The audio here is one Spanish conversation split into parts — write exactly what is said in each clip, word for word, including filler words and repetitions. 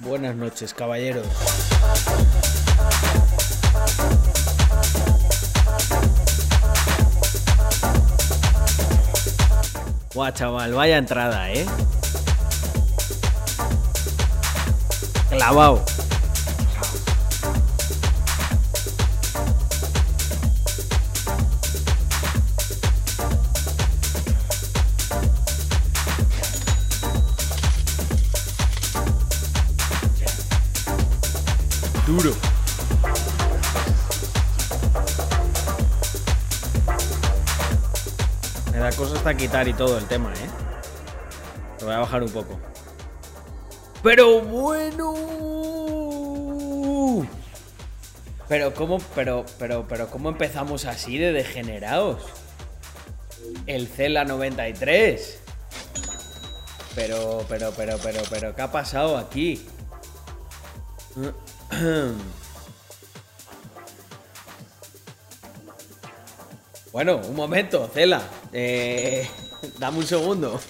Buenas noches, caballeros. Buah, chaval, vaya entrada, ¿eh? Clavao. Duro. Me da cosa hasta quitar y todo el tema, ¿eh? Lo voy a bajar un poco. Pero bueno. Pero cómo, pero, pero, pero cómo empezamos así de degenerados. El Cela noventa y tres. Pero, pero, pero, pero, pero, ¿qué ha pasado aquí? Bueno, un momento, Cela. Eh, dame un segundo.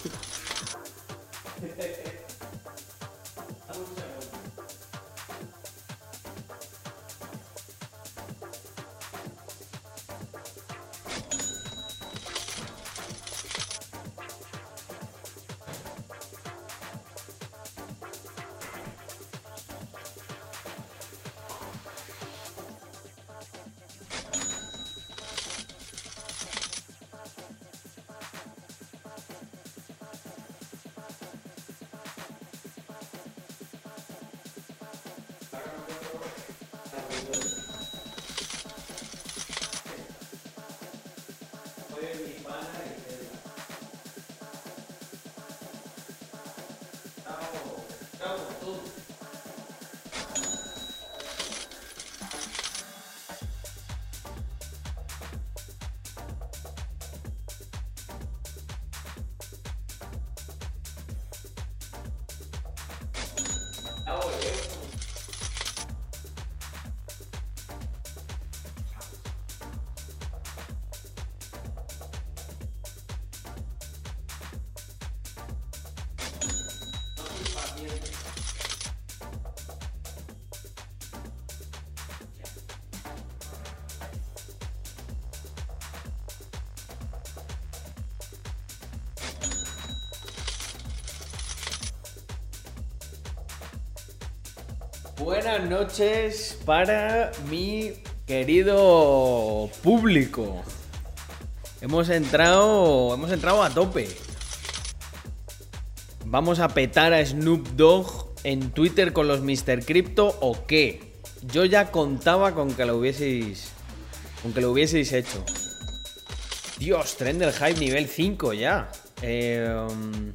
Buenas noches para mi querido público. Hemos entrado, hemos entrado a tope. ¿Vamos a petar a Snoop Dogg en Twitter con los mister Crypto o qué? Yo ya contaba con que lo hubieseis, con que lo hubieseis hecho. Dios, tren del hype nivel cinco ya. Eh... Um...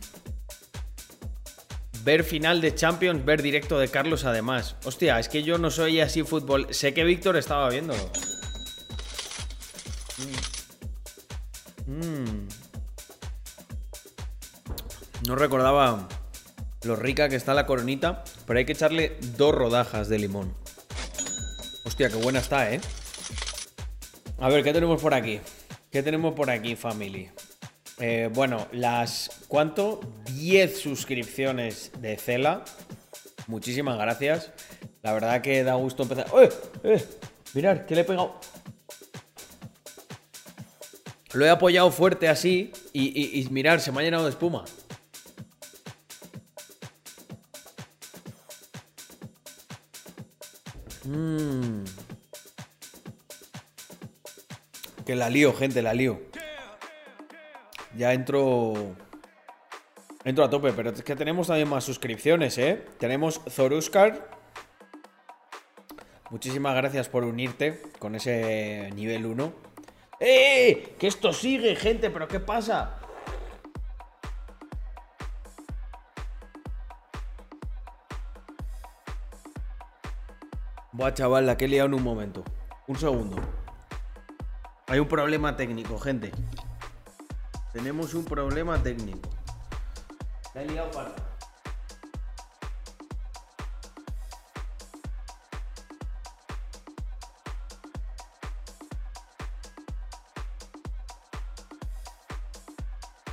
Ver final de Champions, ver directo de Carlos además. Hostia, es que yo no soy así fútbol. Sé que Víctor estaba viéndolo. Mm. Mm. No recordaba lo rica que está la coronita, pero hay que echarle dos rodajas de limón. Hostia, qué buena está, ¿eh? A ver, ¿qué tenemos por aquí? ¿Qué tenemos por aquí, family? Eh, bueno, las... ¿Cuánto? diez suscripciones de Cela. Muchísimas gracias. La verdad que da gusto empezar... ¡Eh! ¡Eh! Mirad, que le he pegado... Lo he apoyado fuerte así y, y, y mirad, se me ha llenado de espuma. Mmm... Que la lío, gente, la lío. Ya entro... Entro a tope, pero es que tenemos también más suscripciones, ¿eh? Tenemos Zoruskar. Muchísimas gracias por unirte con ese nivel uno. ¡Eh! ¡Que esto sigue, gente! ¿Pero qué pasa? Buah, chaval, la que he liado en un momento. Un segundo. Hay un problema técnico, gente. Tenemos un problema técnico. La he liado para...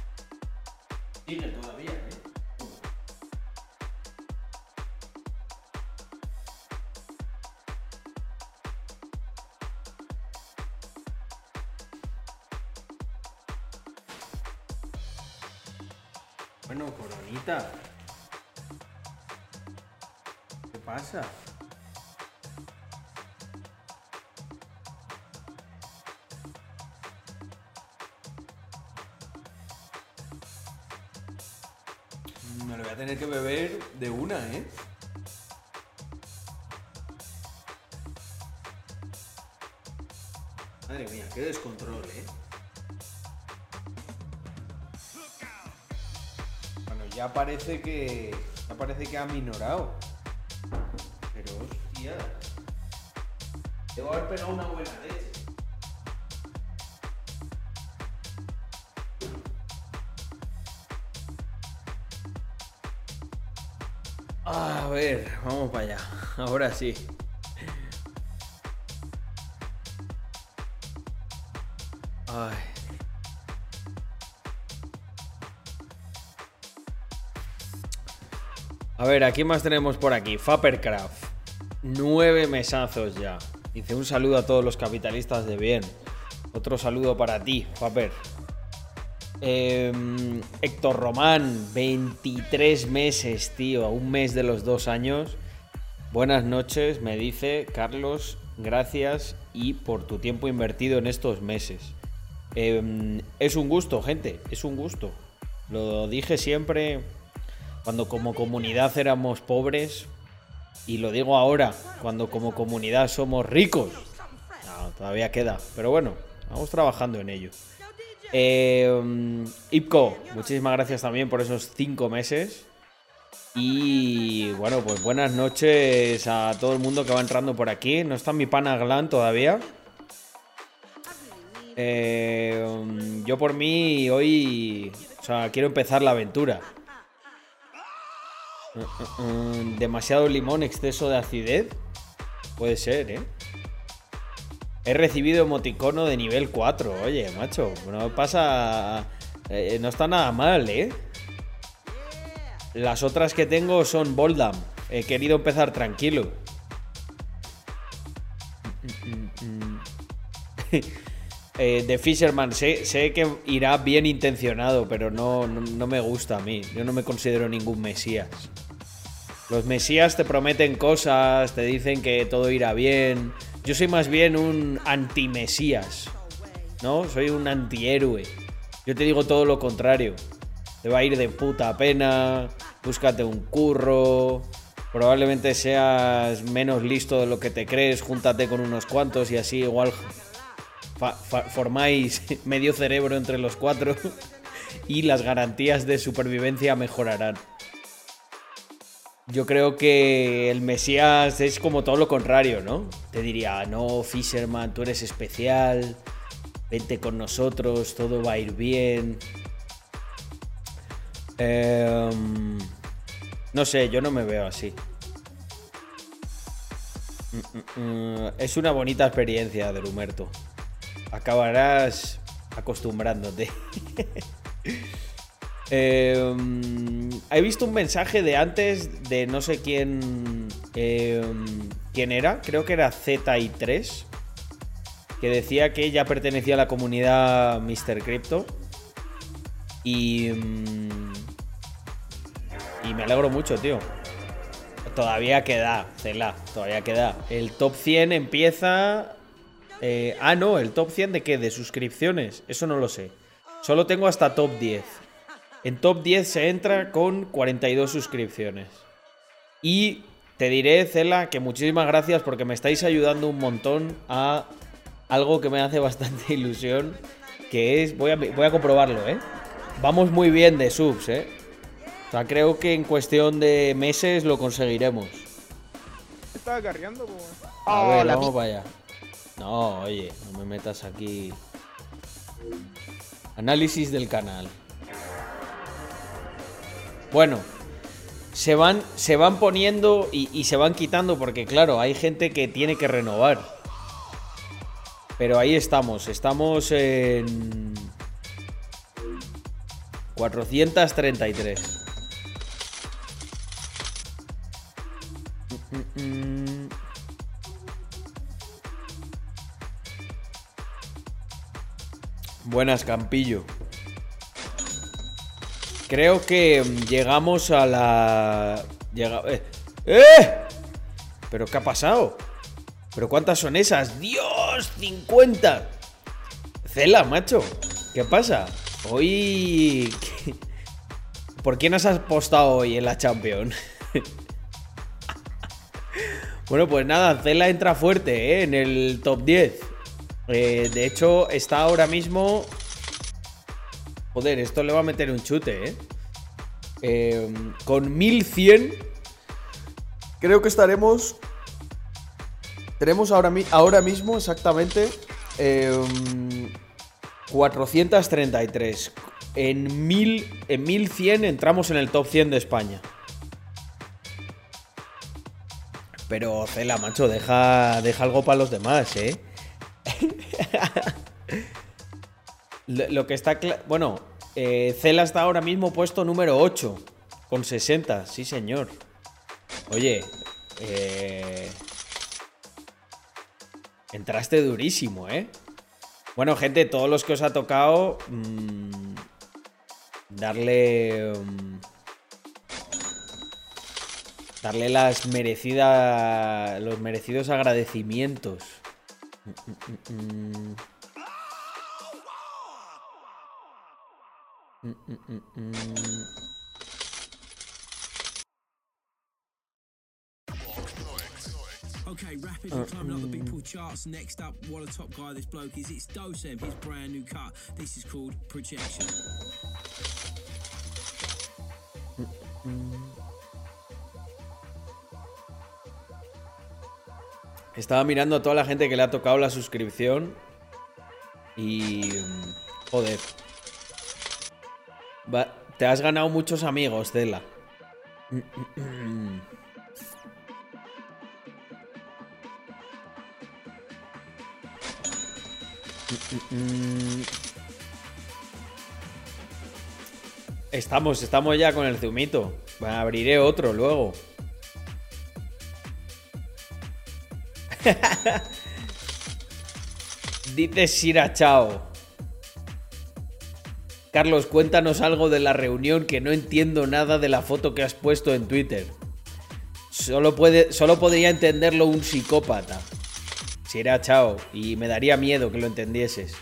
Sigue todavía, ¿eh? Bueno, coronita. ¿Qué pasa? Me lo voy a tener que beber de una, ¿eh? Madre mía, qué descontrol, ¿eh? Bueno, ya parece que... Ya parece que ha minorado. Pero, hostia... Debo haber pegado una buena leche. A ver, vamos para allá. Ahora sí. Ay. A ver, ¿a quién más tenemos por aquí? Fapercraft. Nueve mesazos ya. Dice un saludo a todos los capitalistas de bien. Otro saludo para ti, Faper. Eh, Héctor Román, veintitrés meses, tío. A un mes de los dos años. Buenas noches, me dice Carlos. Gracias y por tu tiempo invertido en estos meses. Eh, es un gusto, gente. Es un gusto. Lo dije siempre cuando como comunidad éramos pobres. Y lo digo ahora, cuando como comunidad somos ricos. No, todavía queda. Pero bueno, vamos trabajando en ello. Eh, Ipco, muchísimas gracias también por esos cinco meses. Y bueno, pues buenas noches a todo el mundo que va entrando por aquí. No está mi pana Glan todavía. Eh, yo por mí hoy, o sea, quiero empezar la aventura. Uh, uh, uh, demasiado limón, exceso de acidez. Puede ser, ¿eh? He recibido emoticono de nivel cuatro. Oye, macho, no pasa... Eh, no está nada mal, ¿eh? Las otras que tengo son Boldam. He querido empezar tranquilo. eh, The Fisherman, sé, sé que irá bien intencionado, pero no, no, no me gusta a mí. Yo no me considero ningún mesías. Los mesías te prometen cosas, te dicen que todo irá bien. Yo soy más bien un anti-mesías, ¿no? Soy un antihéroe. Yo te digo todo lo contrario. Te va a ir de puta pena, búscate un curro, probablemente seas menos listo de lo que te crees, júntate con unos cuantos y así igual formáis medio cerebro entre los cuatro y las garantías de supervivencia mejorarán. Yo creo que el Mesías es como todo lo contrario, ¿no? Te diría, no, Fisherman, tú eres especial, vente con nosotros, todo va a ir bien. Eh, no sé, yo no me veo así. Es una bonita experiencia, Delumerto. Acabarás acostumbrándote. Eh, he visto un mensaje de antes de no sé quién eh, quién era, creo que era Z I tres, que decía que ya pertenecía a la comunidad míster Crypto y y me alegro mucho, tío. Todavía queda, Cela, todavía queda. El top cien empieza eh, ah no, el top cien de qué, de suscripciones, eso no lo sé. Solo tengo hasta top diez. En top diez se entra con cuarenta y dos suscripciones. Y te diré, Cela, que muchísimas gracias porque me estáis ayudando un montón a algo que me hace bastante ilusión, que es... Voy a, voy a comprobarlo, ¿eh? Vamos muy bien de subs, ¿eh? O sea, creo que en cuestión de meses lo conseguiremos. Estaba cargando, como... A ver, vamos para allá. No, oye, no me metas aquí. Análisis del canal. Bueno, se van, se van poniendo y, y se van quitando porque, claro, hay gente que tiene que renovar. Pero ahí estamos, estamos en cuatrocientos treinta y tres. Buenas, Campillo. creo que llegamos a la... Llega... ¡Eh! ¡Eh! ¿Pero qué ha pasado? ¿Pero cuántas son esas? ¡Dios! ¡cincuenta! Cela, macho. ¿Qué pasa? Hoy... ¿Por quién has apostado hoy en la Champions? Bueno, pues nada, Cela entra fuerte, ¿eh? En el top diez. Eh, de hecho, está ahora mismo... Joder, esto le va a meter un chute, ¿eh? eh con mil cien... Creo que estaremos... Tenemos ahora, mi... ahora mismo exactamente... Eh, cuatrocientos treinta y tres. En, mil... en mil cien entramos en el top cien de España. Pero, Cela, macho, deja, deja algo para los demás, ¿eh? Lo que está claro... Bueno, eh, Cela está ahora mismo puesto número ocho. Con sesenta, sí señor. Oye, eh... entraste durísimo, ¿eh? Bueno, gente, todos los que os ha tocado... Mmm, darle... Um, darle las merecidas... Los merecidos agradecimientos. Mm, mm, mm. Mm, mm, mm, mm. Okay, rapidly climbing up the Beatport charts. Next up, what a top guy this bloke is. It's Dosem, his brand new cut. This is called Projection. Estaba mirando a toda la gente que le ha tocado la suscripción. Y... Joder. Va, te has ganado muchos amigos, Cela. Estamos, estamos ya con el zumito. Abriré otro luego. Dice Sira Chao. Carlos, cuéntanos algo de la reunión, que no entiendo nada de la foto que has puesto en Twitter. Solo, puede, solo podría entenderlo un psicópata. Sira Chao. Y me daría miedo que lo entendieses.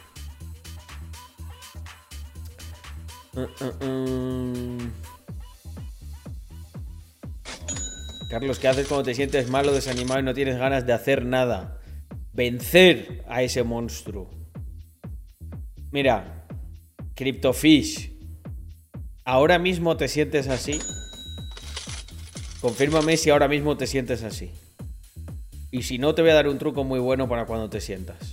Uh, uh, uh. Carlos, ¿qué haces cuando te sientes malo, desanimado y no tienes ganas de hacer nada? Vencer a ese monstruo. Mira, CryptoFish, ¿ahora mismo te sientes así? Confírmame si ahora mismo te sientes así. Y si no, te voy a dar un truco muy bueno para cuando te sientas.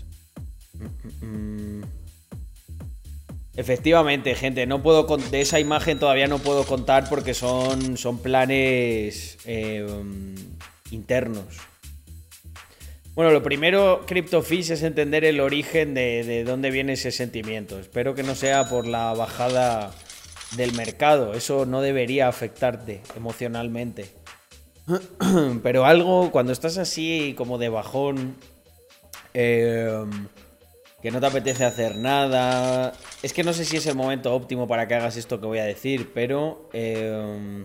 Efectivamente, gente, no puedo de esa imagen todavía no puedo contar porque son, son planes eh, internos. Bueno, lo primero, CryptoFish, es entender el origen de, de dónde viene ese sentimiento. Espero que no sea por la bajada del mercado. Eso no debería afectarte emocionalmente. Pero algo, cuando estás así como de bajón, eh, que no te apetece hacer nada... Es que no sé si es el momento óptimo para que hagas esto que voy a decir, pero... Eh,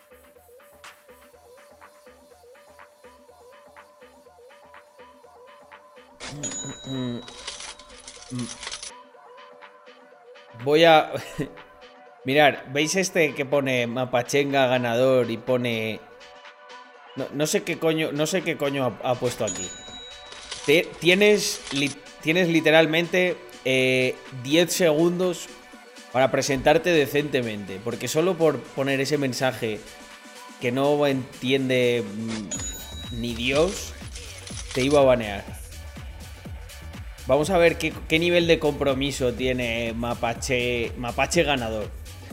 voy a... Mirad, ¿veis este que pone Mapachenga ganador y pone... No, no sé qué coño, no sé qué coño ha, ha puesto aquí. Te, tienes, li, tienes literalmente eh, diez segundos para presentarte decentemente. Porque solo por poner ese mensaje que no entiende ni Dios, te iba a banear. Vamos a ver qué, qué nivel de compromiso tiene Mapache, Mapache ganador.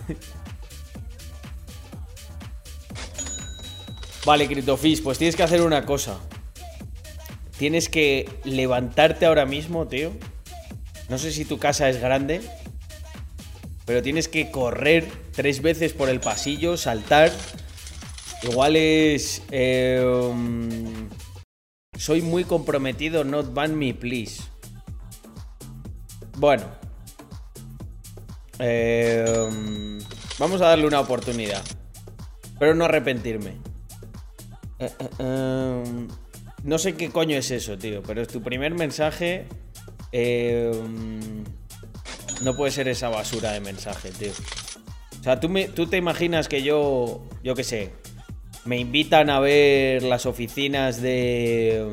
Vale, CryptoFish, pues tienes que hacer una cosa. Tienes que levantarte ahora mismo, tío. No sé si tu casa es grande, pero tienes que correr tres veces por el pasillo, saltar. Igual es... Eh, um, soy muy comprometido, not ban me, please. Bueno. Eh, vamos a darle una oportunidad. Pero no arrepentirme. Eh, eh, eh, no sé qué coño es eso, tío. Pero es tu primer mensaje. Eh, no puede ser esa basura de mensaje, tío. O sea, ¿tú, me, tú te imaginas que yo, yo qué sé, me invitan a ver las oficinas de...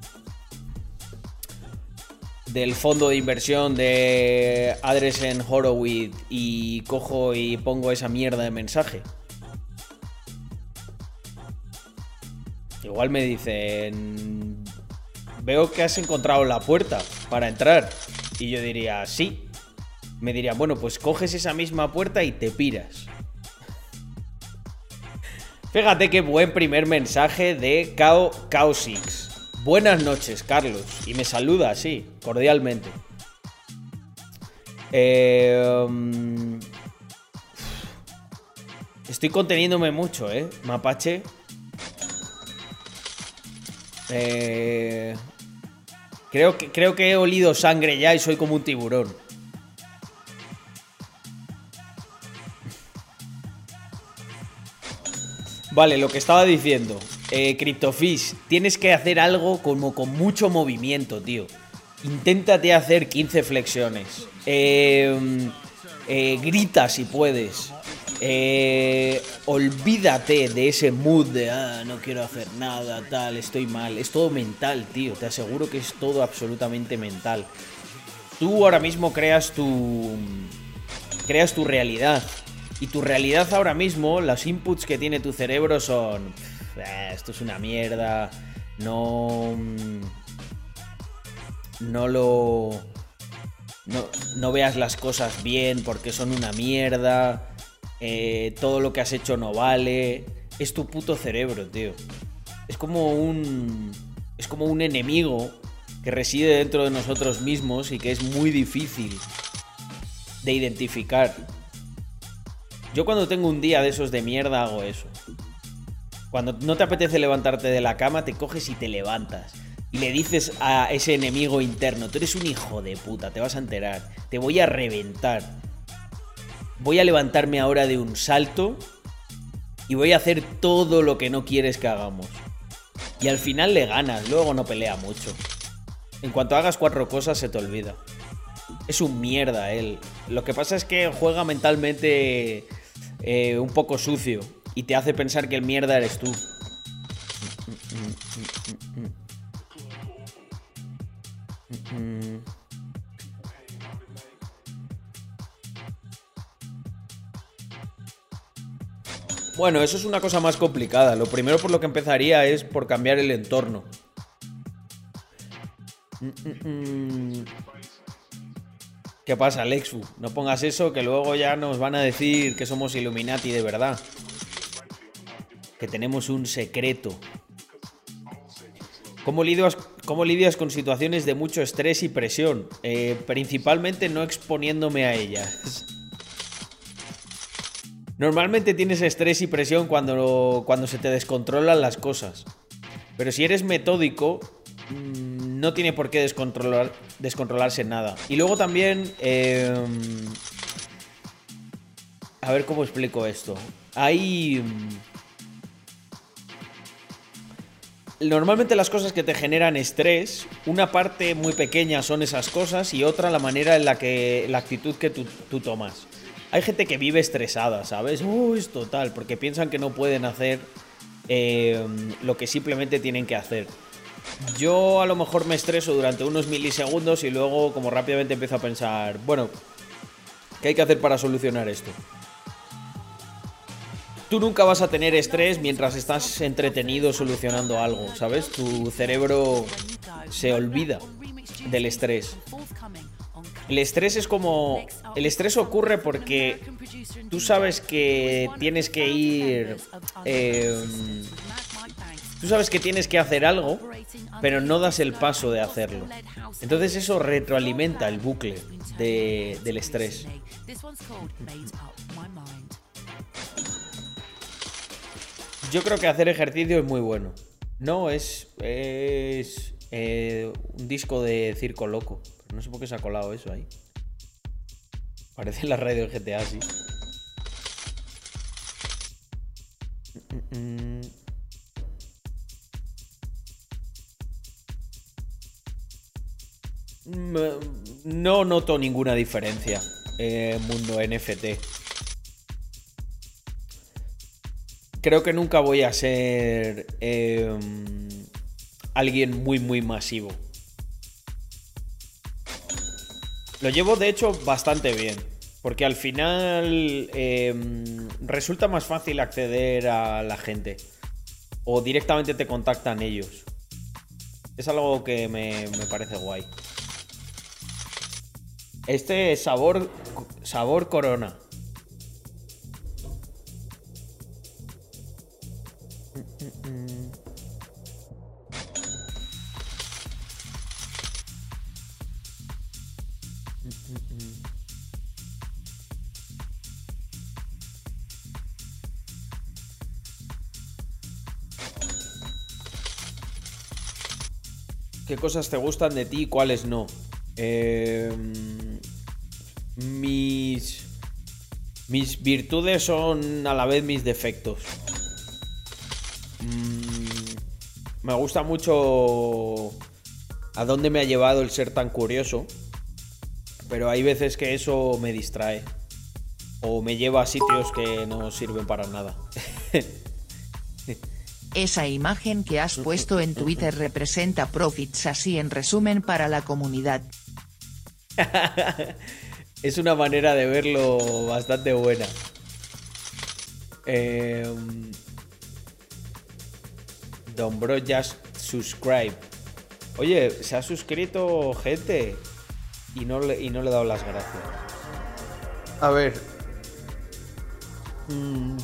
del fondo de inversión de Andreessen Horowitz y cojo y pongo esa mierda de mensaje? Igual me dicen, veo que has encontrado la puerta para entrar. Y yo diría, sí. Me dirían, bueno, pues coges esa misma puerta y te piras. Fíjate qué buen primer mensaje de Kao Kaosix. Buenas noches, Carlos. Y me saluda así, cordialmente. Eh, um, estoy conteniéndome mucho, ¿eh, Mapache? Eh, creo, que, creo que he olido sangre ya y soy como un tiburón. Vale, lo que estaba diciendo. Eh, CryptoFish, tienes que hacer algo como con mucho movimiento, tío. Inténtate hacer quince flexiones. Eh, eh, grita si puedes. Eh, olvídate de ese mood de ah, no quiero hacer nada, tal, estoy mal. Es todo mental, tío. Te aseguro que es todo absolutamente mental. Tú ahora mismo creas tu... creas tu realidad. Y tu realidad ahora mismo, los inputs que tiene tu cerebro son... Eh, esto es una mierda. No... No lo... No, no veas las cosas bien porque son una mierda. Eh, todo lo que has hecho no vale. Es tu puto cerebro, tío. Es como un... Es como un enemigo que reside dentro de nosotros mismos y que es muy difícil de identificar. Yo cuando tengo un día de esos de mierda hago eso. Cuando no te apetece levantarte de la cama, te coges y te levantas. Y le dices a ese enemigo interno, tú eres un hijo de puta, te vas a enterar. Te voy a reventar. Voy a levantarme ahora de un salto y voy a hacer todo lo que no quieres que hagamos. Y al final le ganas, luego no pelea mucho. En cuanto hagas cuatro cosas se te olvida. Es un mierda él. Lo que pasa es que juega mentalmente eh, un poco sucio y te hace pensar que el mierda eres tú. Bueno, eso es una cosa más complicada. Lo primero por lo que empezaría es por cambiar el entorno. ¿Qué pasa, Lexu? No pongas eso, que luego ya nos van a decir que somos Illuminati de verdad. Que tenemos un secreto. ¿Cómo lidias, cómo lidias con situaciones de mucho estrés y presión? Eh, principalmente no exponiéndome a ellas. Normalmente tienes estrés y presión cuando, cuando se te descontrolan las cosas. Pero si eres metódico, no tiene por qué descontrolar, descontrolarse nada. Y luego también... Eh, a ver cómo explico esto. Hay... Normalmente las cosas que te generan estrés, una parte muy pequeña son esas cosas y otra la manera en la que... la actitud que tú, tú tomas. Hay gente que vive estresada, ¿sabes? Oh, es total, porque piensan que no pueden hacer eh, lo que simplemente tienen que hacer. Yo a lo mejor me estreso durante unos milisegundos y luego como rápidamente empiezo a pensar, bueno, ¿qué hay que hacer para solucionar esto? Tú nunca vas a tener estrés mientras estás entretenido solucionando algo, ¿sabes? Tu cerebro se olvida del estrés. El estrés es como... El estrés ocurre porque tú sabes que tienes que ir... Eh, tú sabes que tienes que hacer algo, pero no das el paso de hacerlo. Entonces eso retroalimenta el bucle de, del estrés. Yo creo que hacer ejercicio es muy bueno. No, es... Es... Eh, un disco de Circo Loco. No sé por qué se ha colado eso ahí. Parece la radio de G T A, sí. No noto ninguna diferencia en mundo N F T. Creo que nunca voy a ser eh, alguien muy, muy masivo. Lo llevo, de hecho, bastante bien. Porque al final eh, resulta más fácil acceder a la gente. O directamente te contactan ellos. Es algo que me, me parece guay. Este es sabor, sabor Corona. ¿Qué cosas te gustan de ti y cuáles no? Eh, mis, mis virtudes son a la vez mis defectos. Mm, me gusta mucho a dónde me ha llevado el ser tan curioso, pero hay veces que eso me distrae o me lleva a sitios que no sirven para nada. Esa imagen que has puesto en Twitter representa profits, así en resumen para la comunidad. Es una manera de verlo bastante buena. Eh, Don Bro just subscribe. Oye, se ha suscrito gente y no le, y no le he dado las gracias. A ver. Mm.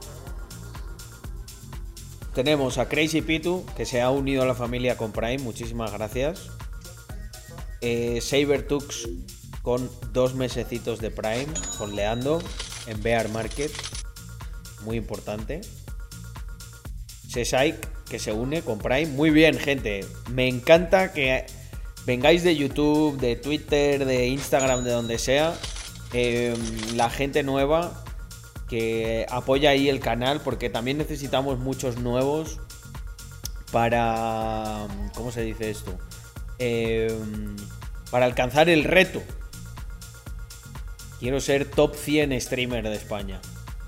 Tenemos a Crazy Pitu, que se ha unido a la familia con Prime. Muchísimas gracias. Eh, Sabertux con dos mesecitos de Prime, fondeando en Bear Market. Muy importante. Sesaik, que se une con Prime. Muy bien, gente. Me encanta que vengáis de YouTube, de Twitter, de Instagram, de donde sea. Eh, la gente nueva que apoya ahí el canal, porque también necesitamos muchos nuevos para... ¿Cómo se dice esto? Eh, para alcanzar el reto. Quiero ser top cien streamer de España.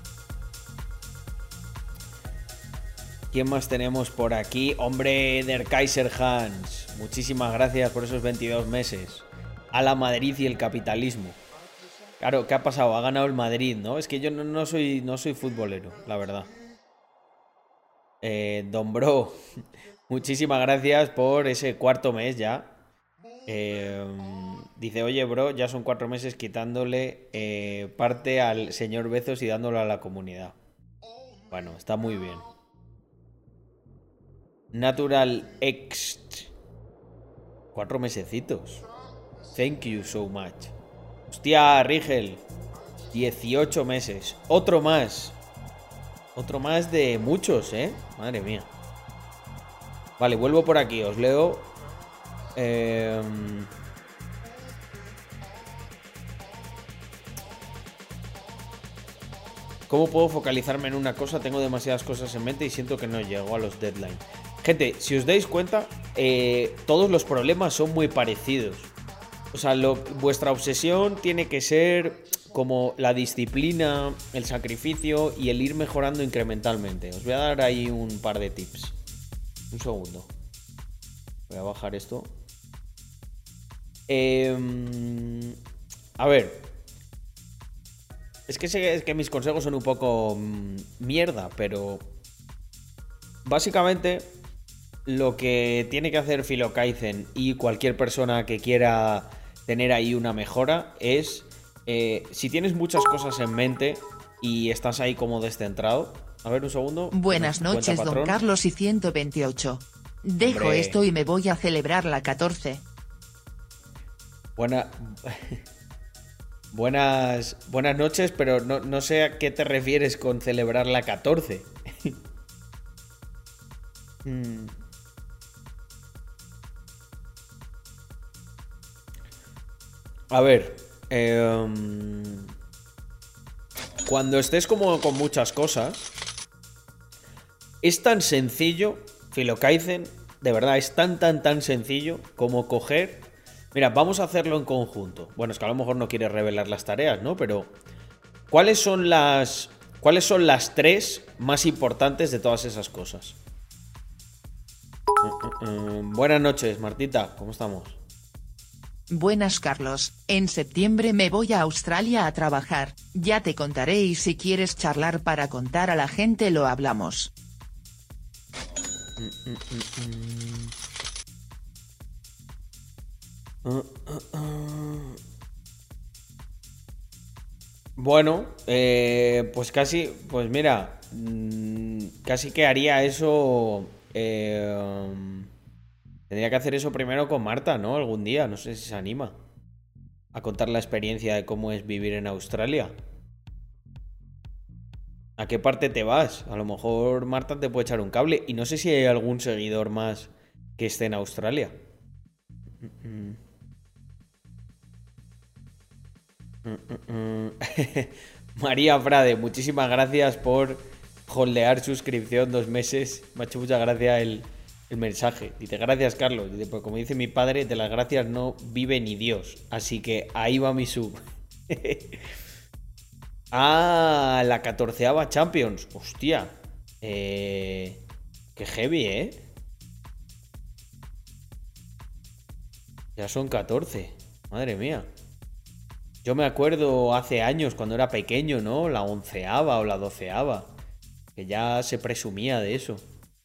¿Quién más tenemos por aquí? Hombre, Der Kaiser Hans. Muchísimas gracias por esos veintidós meses. A la Madrid y el capitalismo. Claro, ¿qué ha pasado? Ha ganado el Madrid, ¿no? Es que yo no, no, soy, no soy futbolero, la verdad. Eh, Don Bro, muchísimas gracias por ese cuarto mes ya. Eh, dice, oye, bro, ya son cuatro meses quitándole eh, parte al señor Bezos y dándolo a la comunidad. Bueno, está muy bien. Natural X. Cuatro mesecitos. Thank you so much. Hostia, Rigel. dieciocho meses. Otro más. Otro más de muchos, ¿eh? Madre mía. Vale, vuelvo por aquí. Os leo. Eh... ¿Cómo puedo focalizarme en una cosa? Tengo demasiadas cosas en mente y siento que no llego a los deadlines. Gente, si os dais cuenta, eh, todos los problemas son muy parecidos. O sea, lo, vuestra obsesión tiene que ser como la disciplina, el sacrificio y el ir mejorando incrementalmente. Os voy a dar ahí un par de tips. Un segundo. Voy a bajar esto. Eh, a ver. Es que sé que mis consejos son un poco mmm, mierda, pero básicamente lo que tiene que hacer Philo Kaizen y cualquier persona que quiera tener ahí una mejora es, eh, si tienes muchas cosas en mente y estás ahí como descentrado. A ver, un segundo. Buenas noches, don Carlos y ciento veintiocho. Dejo Hombre. esto y me voy a celebrar la catorce. Buena... Buenas, buenas noches, pero no, no sé a qué te refieres con celebrar la catorce. hmm. A ver, Eh, cuando estés como con muchas cosas, es tan sencillo, Filokaizen, de verdad, es tan, tan, tan sencillo como coger... Mira, vamos a hacerlo en conjunto. Bueno, es que a lo mejor no quieres revelar las tareas, ¿no? Pero, ¿cuáles son las, cuáles son las tres más importantes de todas esas cosas? Uh, uh, uh. Buenas noches, Martita, ¿cómo estamos? Buenas, Carlos. En septiembre me voy a Australia a trabajar. Ya te contaré y si quieres charlar para contar a la gente lo hablamos. Uh, uh, uh, uh. Uh, uh, uh. Bueno, eh, pues casi, pues mira, mmm, casi que haría eso. Eh, um, tendría que hacer eso primero con Marta, ¿no? Algún día, no sé si se anima a contar la experiencia de cómo es vivir en Australia. ¿A qué parte te vas? A lo mejor Marta te puede echar un cable. Y no sé si hay algún seguidor más que esté en Australia. Mm-mm. Mm-mm. María Frade, muchísimas gracias por holdear suscripción dos meses. Me ha hecho mucha gracia el, el mensaje. Dice, gracias, Carlos. Dice, pues como dice mi padre, de las gracias no vive ni Dios. Así que ahí va mi sub. Ah, la catorceava Champions. Hostia. Eh, qué heavy, ¿eh? Ya son catorce. Madre mía. Yo me acuerdo hace años cuando era pequeño, ¿no? La onceava o la doceava. Que ya se presumía de eso.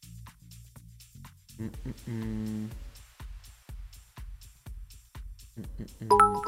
Mm, mm, mm. Mm, mm, mm.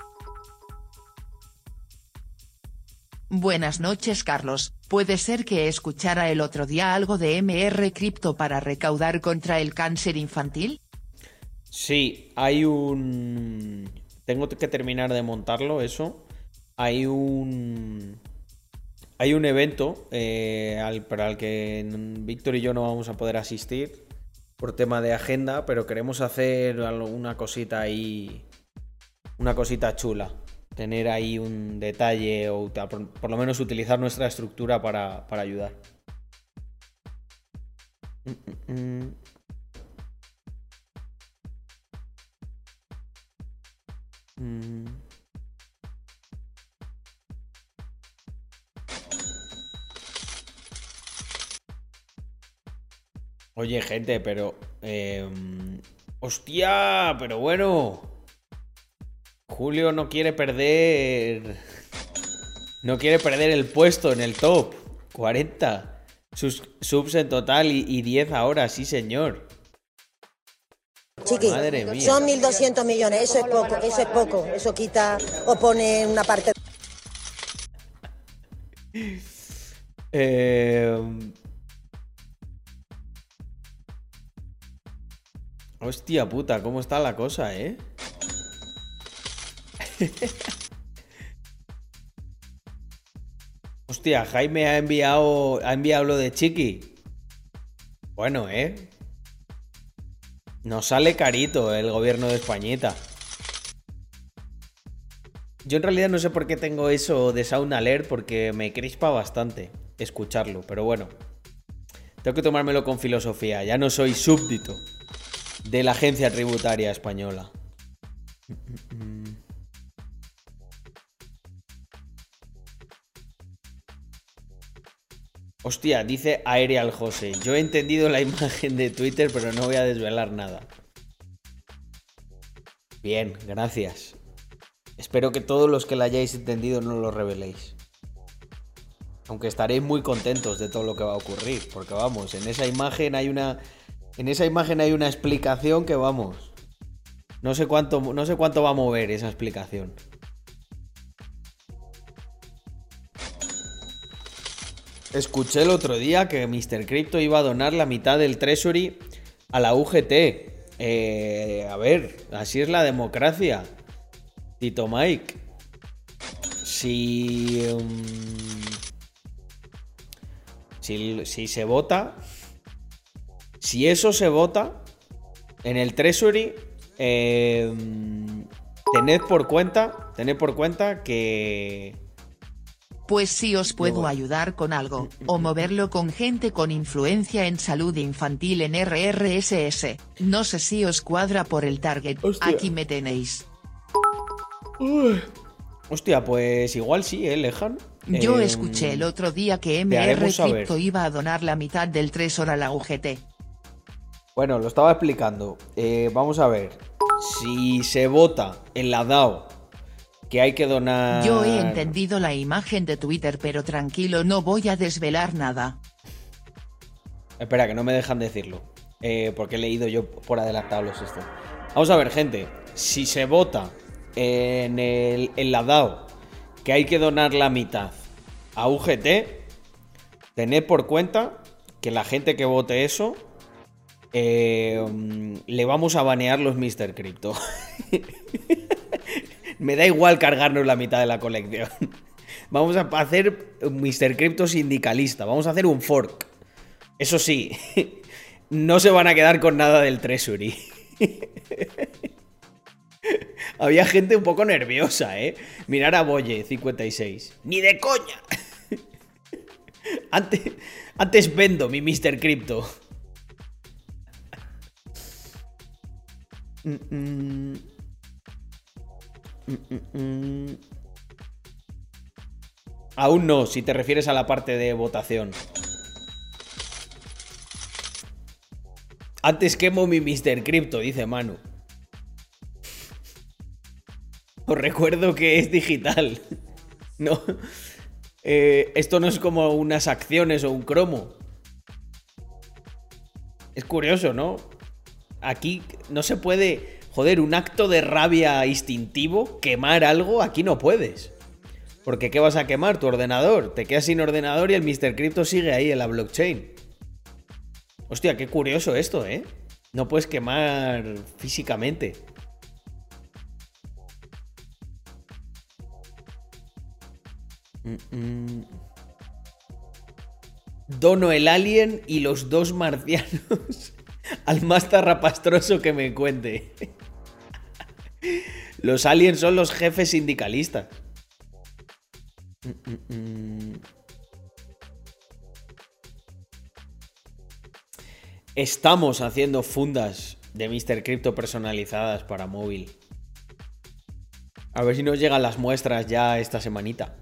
Buenas noches, Carlos. ¿Puede ser que escuchara el otro día algo de M R Crypto para recaudar contra el cáncer infantil? Sí, hay un... Tengo que terminar de montarlo, eso. Hay un... Hay un evento eh, al, para el que Víctor y yo no vamos a poder asistir por tema de agenda, pero queremos hacer una cosita ahí, una cosita chula. Tener ahí un detalle o por, por lo menos utilizar nuestra estructura para, para ayudar. Mm, mm, mm. Mm. Oye, gente, pero... Eh, ¡hostia! Pero bueno... Julio no quiere perder... No quiere perder el puesto en el top. cuarenta. Sus subs en total y, y diez ahora, sí señor. Chiqui, Madre mía. son mil doscientos millones, eso es poco, eso es poco, eso quita o pone una parte. Eh... Hostia puta, ¿cómo está la cosa, eh? Hostia, Jaime ha enviado, ha enviado lo de Chiqui. Bueno, eh. Nos sale carito el gobierno de Españita. Yo en realidad no sé por qué tengo eso de Sound Alert, porque me crispa bastante escucharlo, pero bueno. Tengo que tomármelo con filosofía. Ya no soy súbdito de la agencia tributaria española. Hostia, dice Aerial José. Yo he entendido la imagen de Twitter, pero no voy a desvelar nada. Bien, gracias. Espero que todos los que la hayáis entendido no lo reveléis. Aunque estaréis muy contentos de todo lo que va a ocurrir. Porque vamos, en esa imagen hay una... En esa imagen hay una explicación que vamos. No sé cuánto, no sé cuánto va a mover esa explicación. Escuché el otro día que míster Crypto iba a donar la mitad del Treasury a la U G T. Eh, a ver, así es la democracia. Tito Mike. Si, um, si, si se vota, si eso se vota en el Treasury, eh, tened por cuenta, tened por cuenta que... Pues sí os puedo Luego. ayudar con algo, o moverlo con gente con influencia en salud infantil en R R S S, no sé si os cuadra por el target, Hostia. aquí me tenéis. Uy. Hostia, pues igual sí, ¿eh, Lejan? Yo Eh, escuché el otro día que te M R haremos saber. Crypto iba a donar la mitad del Tresor a la U G T. Bueno, lo estaba explicando. Eh, vamos a ver. Si se vota en la DAO que hay que donar... Yo he entendido la imagen de Twitter, pero tranquilo, no voy a desvelar nada. Espera, que no me dejan decirlo. Eh, porque he leído yo por adelantado los estos. Vamos a ver, gente. Si se vota en, el, en la DAO que hay que donar la mitad a U G T, tened por cuenta que la gente que vote eso eh, le vamos a banear los míster Crypto. Me da igual cargarnos la mitad de la colección. Vamos a hacer míster Crypto sindicalista. Vamos a hacer un fork. Eso sí, no se van a quedar con nada del Treasury. Había gente un poco nerviosa, ¿eh? Mirar a Boye, cincuenta y seis. ¡Ni de coña! Antes, antes vendo mi míster Crypto. Mm -mm. Mm -mm. Aún no, si te refieres a la parte de votación. Antes quemo mi míster Crypto, dice Manu. Os recuerdo que es digital. No. Eh, esto no es como unas acciones o un cromo. Es curioso, ¿no? Aquí no se puede... Joder, un acto de rabia instintivo, quemar algo, aquí no puedes. Porque ¿qué vas a quemar? Tu ordenador. Te quedas sin ordenador y el míster Crypto sigue ahí en la blockchain. Hostia, qué curioso esto, ¿eh? No puedes quemar físicamente. Mm-mm. Dono el alien y los dos marcianos al más zarrapastroso que me cuente. Los aliens son los jefes sindicalistas. Mm-mm. Estamos haciendo fundas de míster Crypto personalizadas para móvil. A ver si nos llegan las muestras ya esta semanita.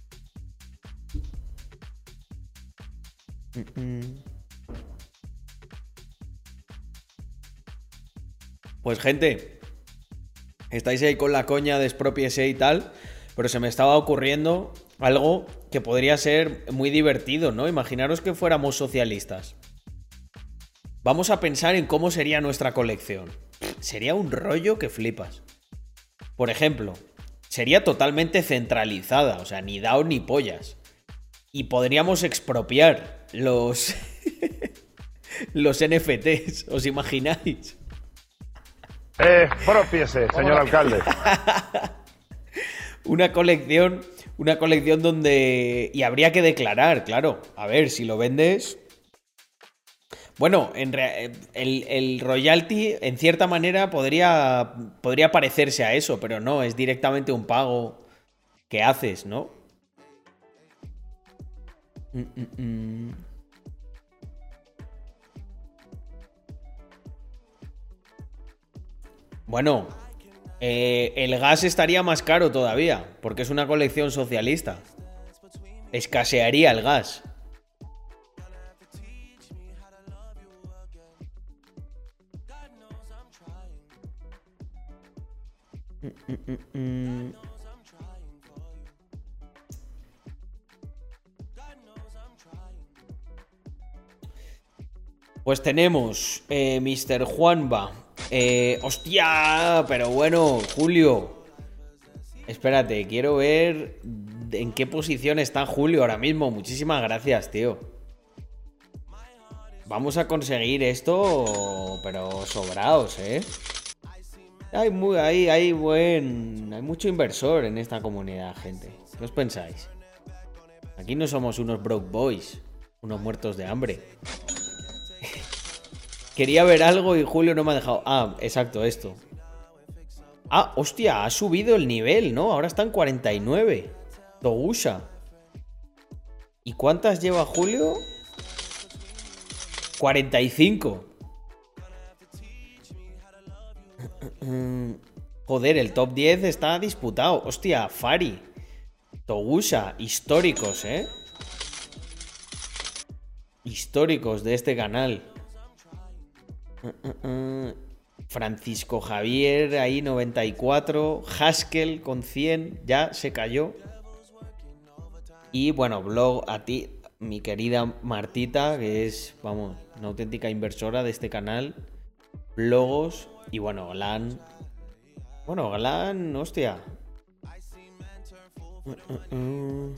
Pues gente, estáis ahí con la coña de expropiese y tal, pero se me estaba ocurriendo algo que podría ser muy divertido, ¿no? Imaginaros que fuéramos socialistas. Vamos a pensar en cómo sería nuestra colección. Sería un rollo que flipas. Por ejemplo, sería totalmente centralizada, o sea, ni DAO ni pollas. Y podríamos expropiar los los N F Ts, ¿os imagináis? Eh, propiese, señor alcalde. Una colección, una colección donde... Y habría que declarar, claro. A ver, si lo vendes... Bueno, en re... el, el royalty, en cierta manera, podría, podría parecerse a eso, pero no, es directamente un pago que haces, ¿no? Mm, mm, mm. Bueno, eh, el gas estaría más caro todavía, porque es una colección socialista. Escasearía el gas. Mm, mm, mm. Pues tenemos eh, míster Juanba. Eh, ¡Hostia! Pero bueno, Julio. Espérate, quiero ver en qué posición está Julio ahora mismo. Muchísimas gracias, tío. Vamos a conseguir esto, pero sobraos, ¿eh? Hay, muy, hay, hay, buen, hay mucho inversor en esta comunidad, gente. ¿Qué os pensáis? Aquí no somos unos broke boys, unos muertos de hambre. Quería ver algo y Julio no me ha dejado. Ah, exacto, esto. Ah, hostia, ha subido el nivel, ¿no? Ahora está en cuarenta y nueve. Togusha. ¿Y cuántas lleva Julio? cuarenta y cinco. Joder, el top diez está disputado. Hostia, Fari, Togusha, históricos, ¿eh? Históricos de este canal. Francisco Javier, ahí noventa y cuatro. Haskell con cien, ya se cayó. Y bueno, blog a ti, mi querida Martita, que es, vamos, una auténtica inversora de este canal. Blogos. Y bueno, Glan. Bueno, Glan, hostia. Uh, uh, uh.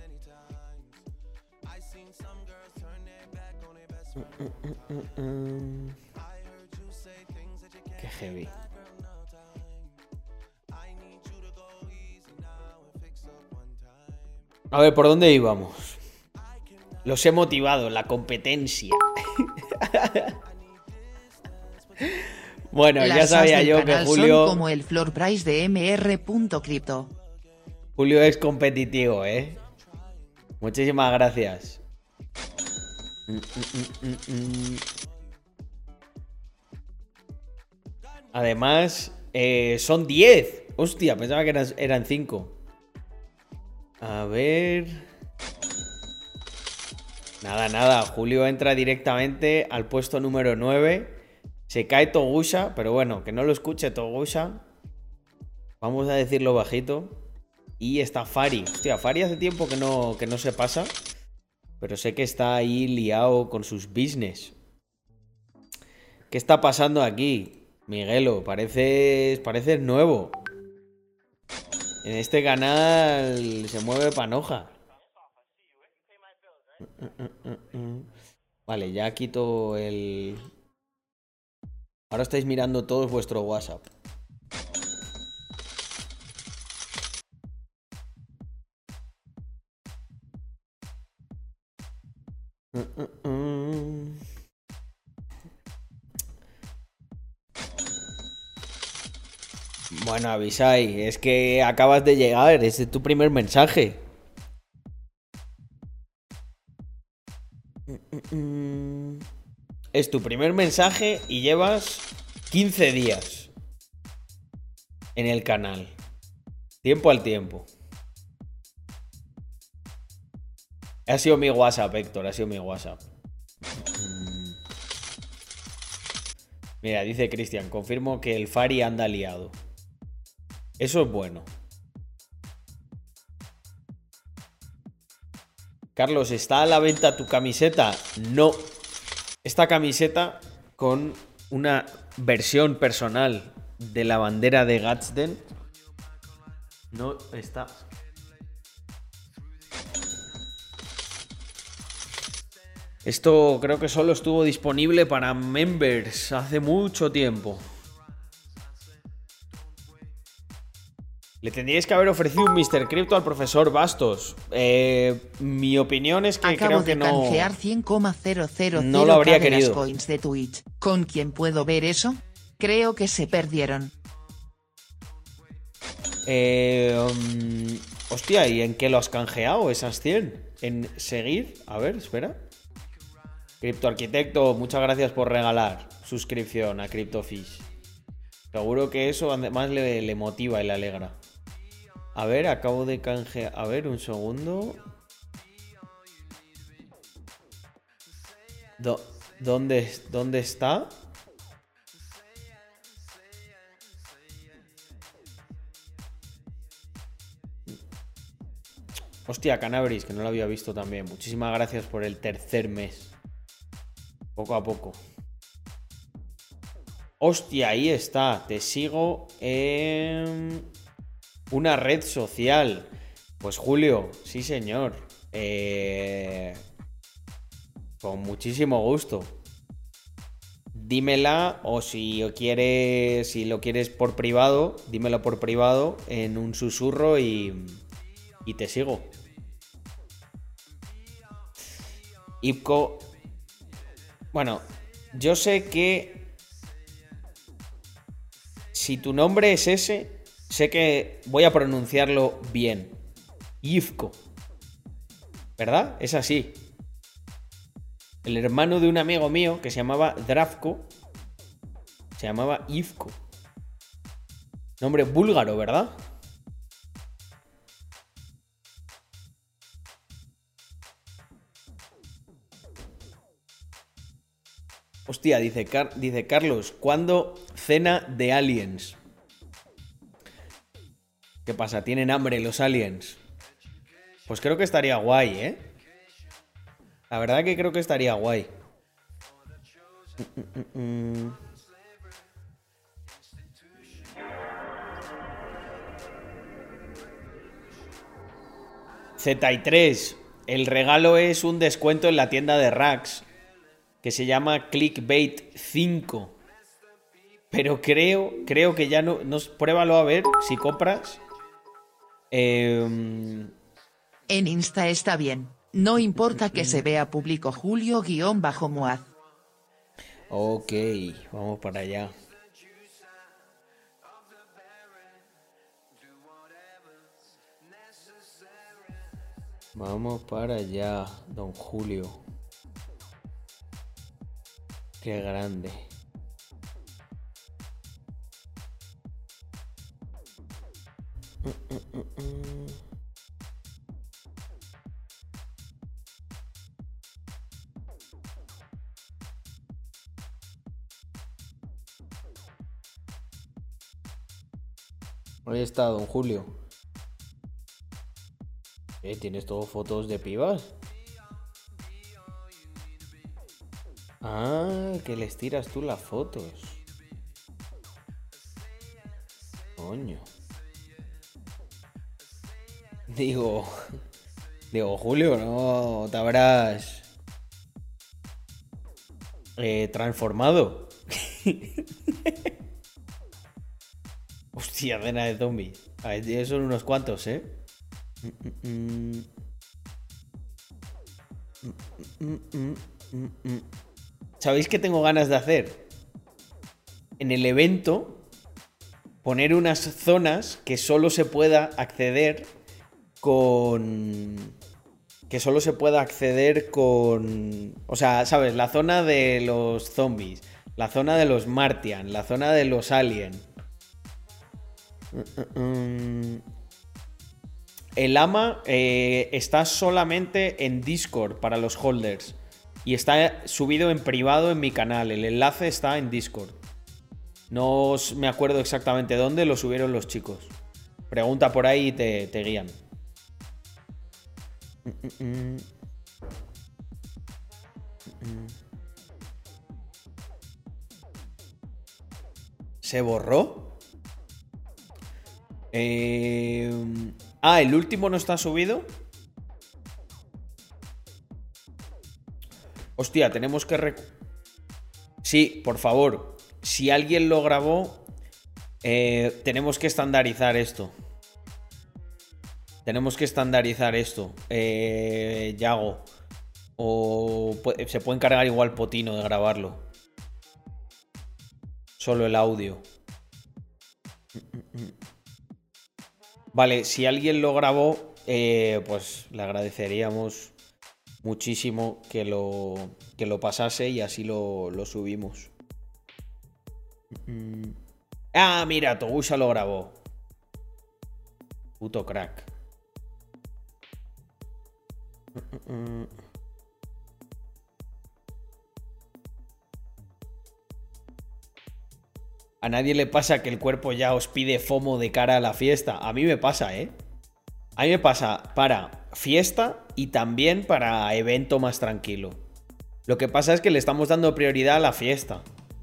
Uh, uh, uh, uh. Qué heavy. A ver, ¿por dónde íbamos? Los he motivado, la competencia. Bueno, Las ya sabía as del yo que canal Julio... son como el floor price de M R punto Crypto. Julio es competitivo, ¿eh? Muchísimas gracias. Mm, mm, mm, mm. Además, eh, son diez. Hostia, pensaba que eran, eran cinco. A ver... Nada, nada. Julio entra directamente al puesto número nueve. Se cae Togusha, pero bueno, que no lo escuche Togusha. Vamos a decirlo bajito. Y está Fari. Hostia, Fari hace tiempo que no, que no se pasa. Pero sé que está ahí liado con sus business. ¿Qué está pasando aquí? Miguelo, pareces, pareces nuevo. En este canal se mueve panoja. Vale, ya quito el... Ahora estáis mirando todos vuestro WhatsApp. Bueno, Avisai, es que acabas de llegar, ese es tu primer mensaje. Es tu primer mensaje y llevas quince días en el canal. Tiempo al tiempo. Ha sido mi WhatsApp, Héctor, ha sido mi WhatsApp. Mira, dice Cristian, confirmo que el Fari anda liado. Eso es bueno. Carlos, ¿está a la venta tu camiseta? No. Esta camiseta con una versión personal de la bandera de Gatsden no está. Esto creo que solo estuvo disponible para members hace mucho tiempo. Le tendríais que haber ofrecido un míster Crypto al profesor Bastos. Eh, mi opinión es que Acabo creo que de no... canjear cien coma cero cero cero No lo habría de las querido. coins de Twitch. ¿Con quién puedo ver eso? Creo que se perdieron. Eh, um, hostia, ¿y en qué lo has canjeado esas cien? ¿En seguir? A ver, espera. Criptoarquitecto, muchas gracias por regalar suscripción a CryptoFish. Seguro que eso además le, le motiva y le alegra. A ver, acabo de canjear... A ver, un segundo. Do, ¿dónde, ¿Dónde está? Hostia, Canabris, que no lo había visto también. Muchísimas gracias por el tercer mes. Poco a poco. Hostia, ahí está. Te sigo en una red social. Pues Julio, sí señor. Eh... Con muchísimo gusto. Dímela, o si quieres, si lo quieres por privado, dímelo por privado en un susurro y, y te sigo. Ipco. Bueno, yo sé que si tu nombre es ese, sé que voy a pronunciarlo bien. Ivko. ¿Verdad? Es así. El hermano de un amigo mío que se llamaba Dravko se llamaba Ivko. Nombre búlgaro, ¿verdad? Hostia, dice, Car dice Carlos, ¿cuándo cena de aliens? ¿Qué pasa? ¿Tienen hambre los aliens? Pues creo que estaría guay, ¿eh? La verdad que creo que estaría guay. Mm, mm, mm. Z y tres. El regalo es un descuento en la tienda de Rax que se llama Clickbait cinco. Pero creo, creo que ya no, no... Pruébalo a ver si compras. Eh... En Insta está bien. No importa que se vea público Julio-Moaz. Ok, vamos para allá. Vamos para allá, don Julio. Qué grande. Mm, mm, mm, mm. Ahí está, don Julio. ¿Eh? ¿Tienes todo fotos de pibas? Ah, que les tiras tú las fotos. Coño. Digo... Digo, Julio, no te habrás... Eh, transformado. Hostia, cena de zombies. A ver, son unos cuantos, ¿eh? ¿Sabéis qué tengo ganas de hacer? En el evento, poner unas zonas que solo se pueda acceder con... Que solo se pueda acceder con... O sea, ¿sabes? La zona de los zombies, la zona de los Martian, la zona de los Alien. El ama eh, está solamente en Discord para los holders. Y está subido en privado en mi canal. El enlace está en Discord. No me acuerdo exactamente dónde lo subieron los chicos. Pregunta por ahí y te, te guían. ¿Se borró? Eh... Ah, ¿el último no está subido? Hostia, tenemos que... Rec... Sí, por favor. Si alguien lo grabó, eh, tenemos que estandarizar esto. Tenemos que estandarizar esto. Eh, Yago. O se puede encargar igual Potino de grabarlo. Solo el audio. Vale, si alguien lo grabó, eh, pues le agradeceríamos muchísimo que lo, que lo pasase y así lo, lo subimos. Ah, mira, Togusa lo grabó. Puto crack. A nadie le pasa que el cuerpo ya os pide FOMO de cara a la fiesta. A mí me pasa, ¿eh? A mí me pasa para fiesta y también para evento más tranquilo. Lo que pasa es que le estamos dando prioridad a la fiesta.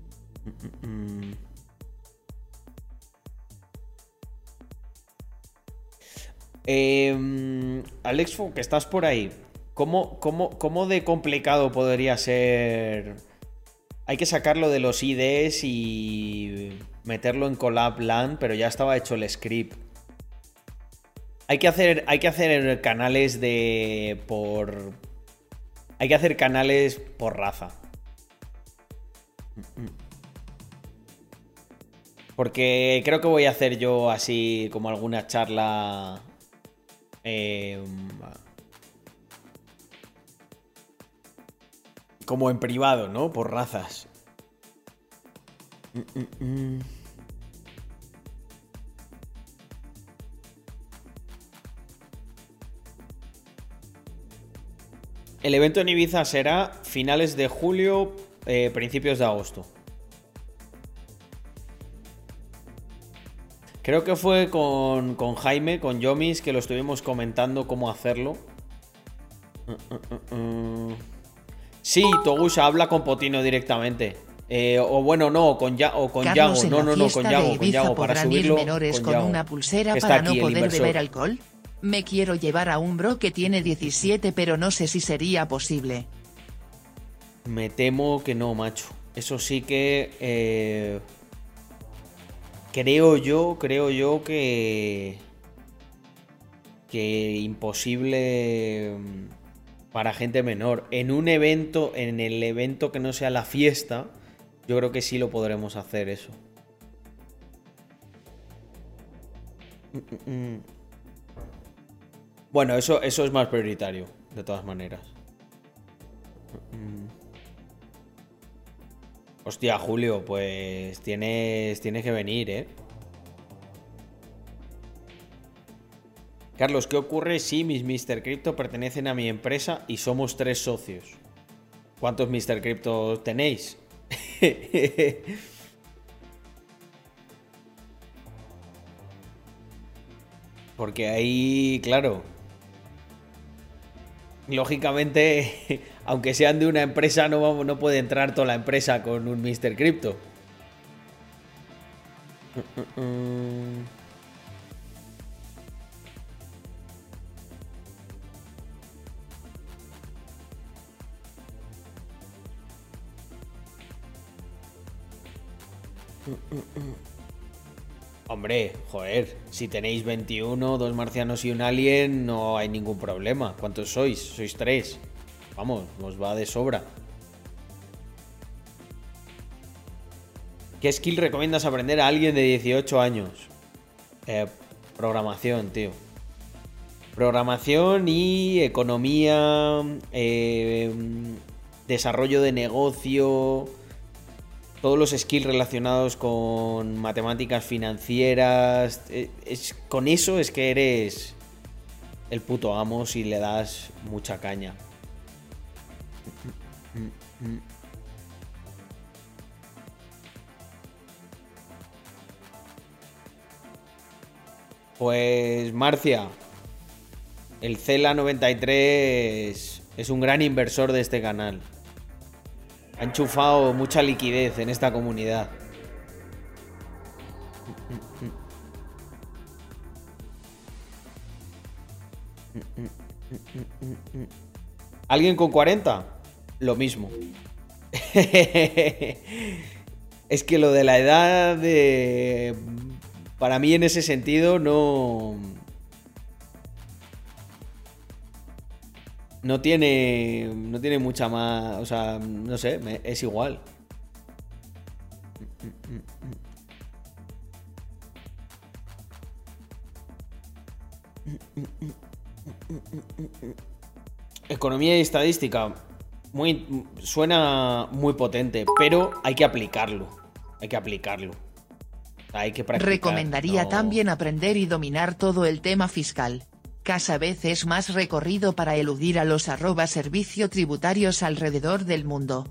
Eh, Alex Fu, que estás por ahí. ¿Cómo, cómo, ¿Cómo de complicado podría ser? Hay que sacarlo de los I Ds y meterlo en Collab LAN, pero ya estaba hecho el script. Hay que hacer, hay que hacer canales de... por... Hay que hacer canales por raza. Porque creo que voy a hacer yo así como alguna charla... Eh, como en privado, ¿no? Por razas. Mm, mm, mm. El evento en Ibiza será finales de julio, eh, principios de agosto. Creo que fue con, con Jaime, con Yomis, que lo estuvimos comentando cómo hacerlo. Uh, uh, uh, uh. Sí, Togusa, habla con Potino directamente. Eh, o bueno, no, con, ya, o con Carlos, Yago. No, no, no, con Yago, con Yago. Para subirlo, menores con, con Yago. una pulsera Está para aquí, no poder inversor. beber alcohol. Me quiero llevar a un bro que tiene diecisiete, pero no sé si sería posible. Me temo que no, macho. Eso sí que... Eh... Creo yo, creo yo que... Que imposible para gente menor. En un evento, en el evento que no sea la fiesta, yo creo que sí lo podremos hacer eso. Bueno, eso, eso es más prioritario, de todas maneras. Hostia, Julio, pues tienes, tienes que venir, ¿eh? Carlos, ¿qué ocurre si mis mister Crypto pertenecen a mi empresa y somos tres socios? ¿Cuántos mister Crypto tenéis? Porque ahí, claro, lógicamente, aunque sean de una empresa, no, vamos, no puede entrar toda la empresa con un mister Crypto. Hombre, joder, si tenéis veintiuno, dos marcianos y un alien, no hay ningún problema. ¿Cuántos sois? Sois tres. Vamos, nos va de sobra. ¿Qué skill recomiendas aprender a alguien de dieciocho años? Eh, programación, tío. Programación y economía, eh, desarrollo de negocio... Todos los skills relacionados con matemáticas financieras. Es, con eso es que eres el puto amo si le das mucha caña. Pues Marcia, el Cela noventa y tres es un gran inversor de este canal. Ha enchufado mucha liquidez en esta comunidad. ¿Alguien con cuarenta? Lo mismo. Es que lo de la edad de... Para mí en ese sentido no... No tiene, no tiene mucha más, o sea, no sé, me, es igual. Economía y estadística, muy, suena muy potente, pero hay que aplicarlo, hay que aplicarlo. Hay que practicar. Recomendaría no... también aprender y dominar todo el tema fiscal. Cada vez es más recorrido para eludir a los arroba servicio tributarios alrededor del mundo.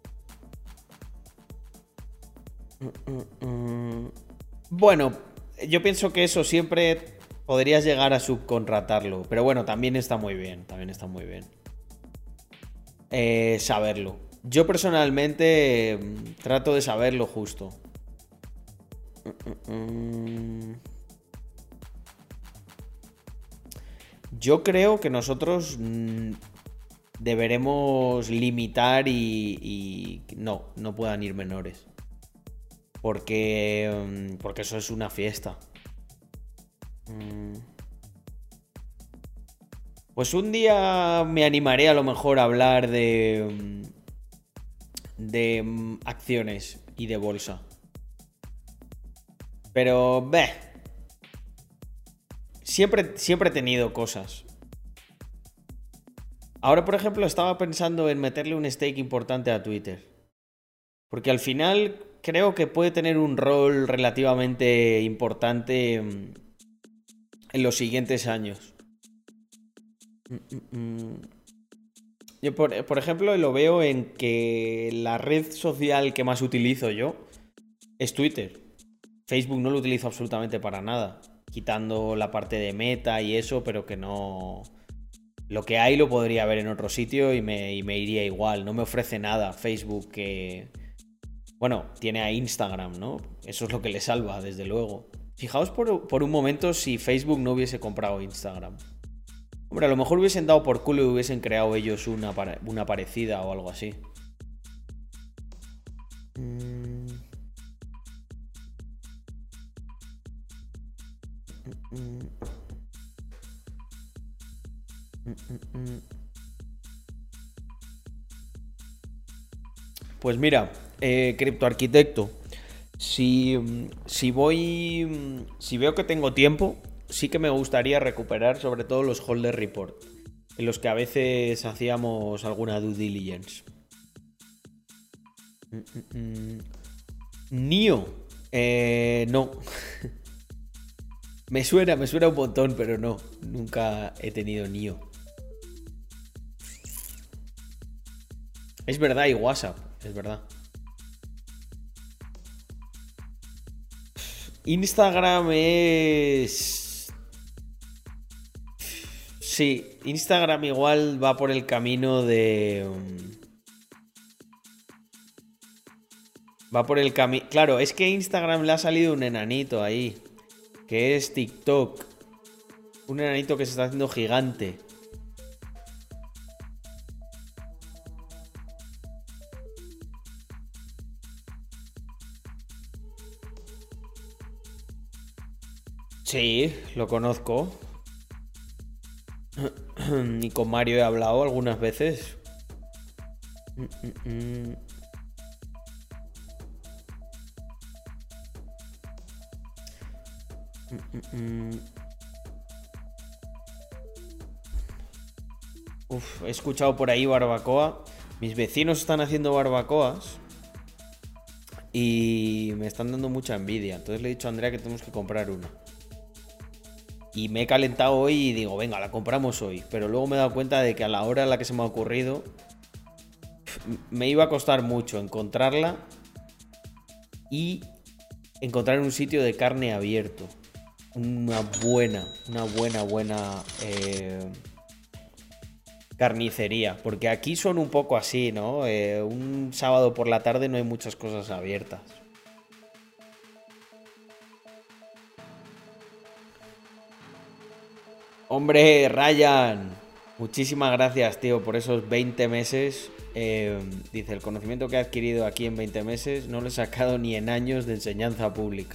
Bueno, yo pienso que eso siempre podrías llegar a subcontratarlo, pero bueno, también está muy bien, también está muy bien eh, saberlo. Yo personalmente trato de saberlo justo. Yo creo que nosotros mmm, deberemos limitar y, y no, no puedan ir menores. Porque, porque eso es una fiesta. Pues un día me animaré a lo mejor a hablar de, de acciones y de bolsa. Pero, beh. Siempre, siempre he tenido cosas. Ahora, por ejemplo, estaba pensando en meterle un stake importante a Twitter. Porque al final creo que puede tener un rol relativamente importante en los siguientes años. Yo, por, por ejemplo, lo veo en que la red social que más utilizo yo es Twitter. Facebook no lo utilizo absolutamente para nada, quitando la parte de Meta y eso, pero que no... Lo que hay lo podría ver en otro sitio y me, y me iría igual. No me ofrece nada Facebook que... Bueno, tiene a Instagram, ¿no? Eso es lo que le salva, desde luego. Fijaos por, por un momento si Facebook no hubiese comprado Instagram. Hombre, a lo mejor hubiesen dado por culo y hubiesen creado ellos una, una parecida o algo así. Mm. Mm-mm. Mm-mm. Pues mira, eh, criptoarquitecto, si, si voy, si veo que tengo tiempo, sí que me gustaría recuperar sobre todo los holder report, en los que a veces hacíamos alguna due diligence. Mm-mm. Nio, eh, no. Me suena, me suena un montón, pero no, nunca he tenido Nio. Es verdad, y WhatsApp, es verdad. Instagram es... Sí, Instagram igual va por el camino de... Va por el camino... Claro, es que Instagram le ha salido un enanito ahí, que es TikTok. Un enanito que se está haciendo gigante. Sí, lo conozco. Y con Mario he hablado algunas veces. Uf, he escuchado por ahí barbacoa. Mis vecinos están haciendo barbacoas y me están dando mucha envidia. Entonces le he dicho a Andrea que tenemos que comprar una. Y me he calentado hoy y digo, venga, la compramos hoy. Pero luego me he dado cuenta de que a la hora en la que se me ha ocurrido me iba a costar mucho encontrarla y encontrar un sitio de carne abierto. Una buena, una buena, buena eh, carnicería. Porque aquí son un poco así, ¿no? Eh, un sábado por la tarde no hay muchas cosas abiertas. Hombre, Ryan, muchísimas gracias, tío, por esos veinte meses. Eh, dice, el conocimiento que he adquirido aquí en veinte meses no lo he sacado ni en años de enseñanza pública.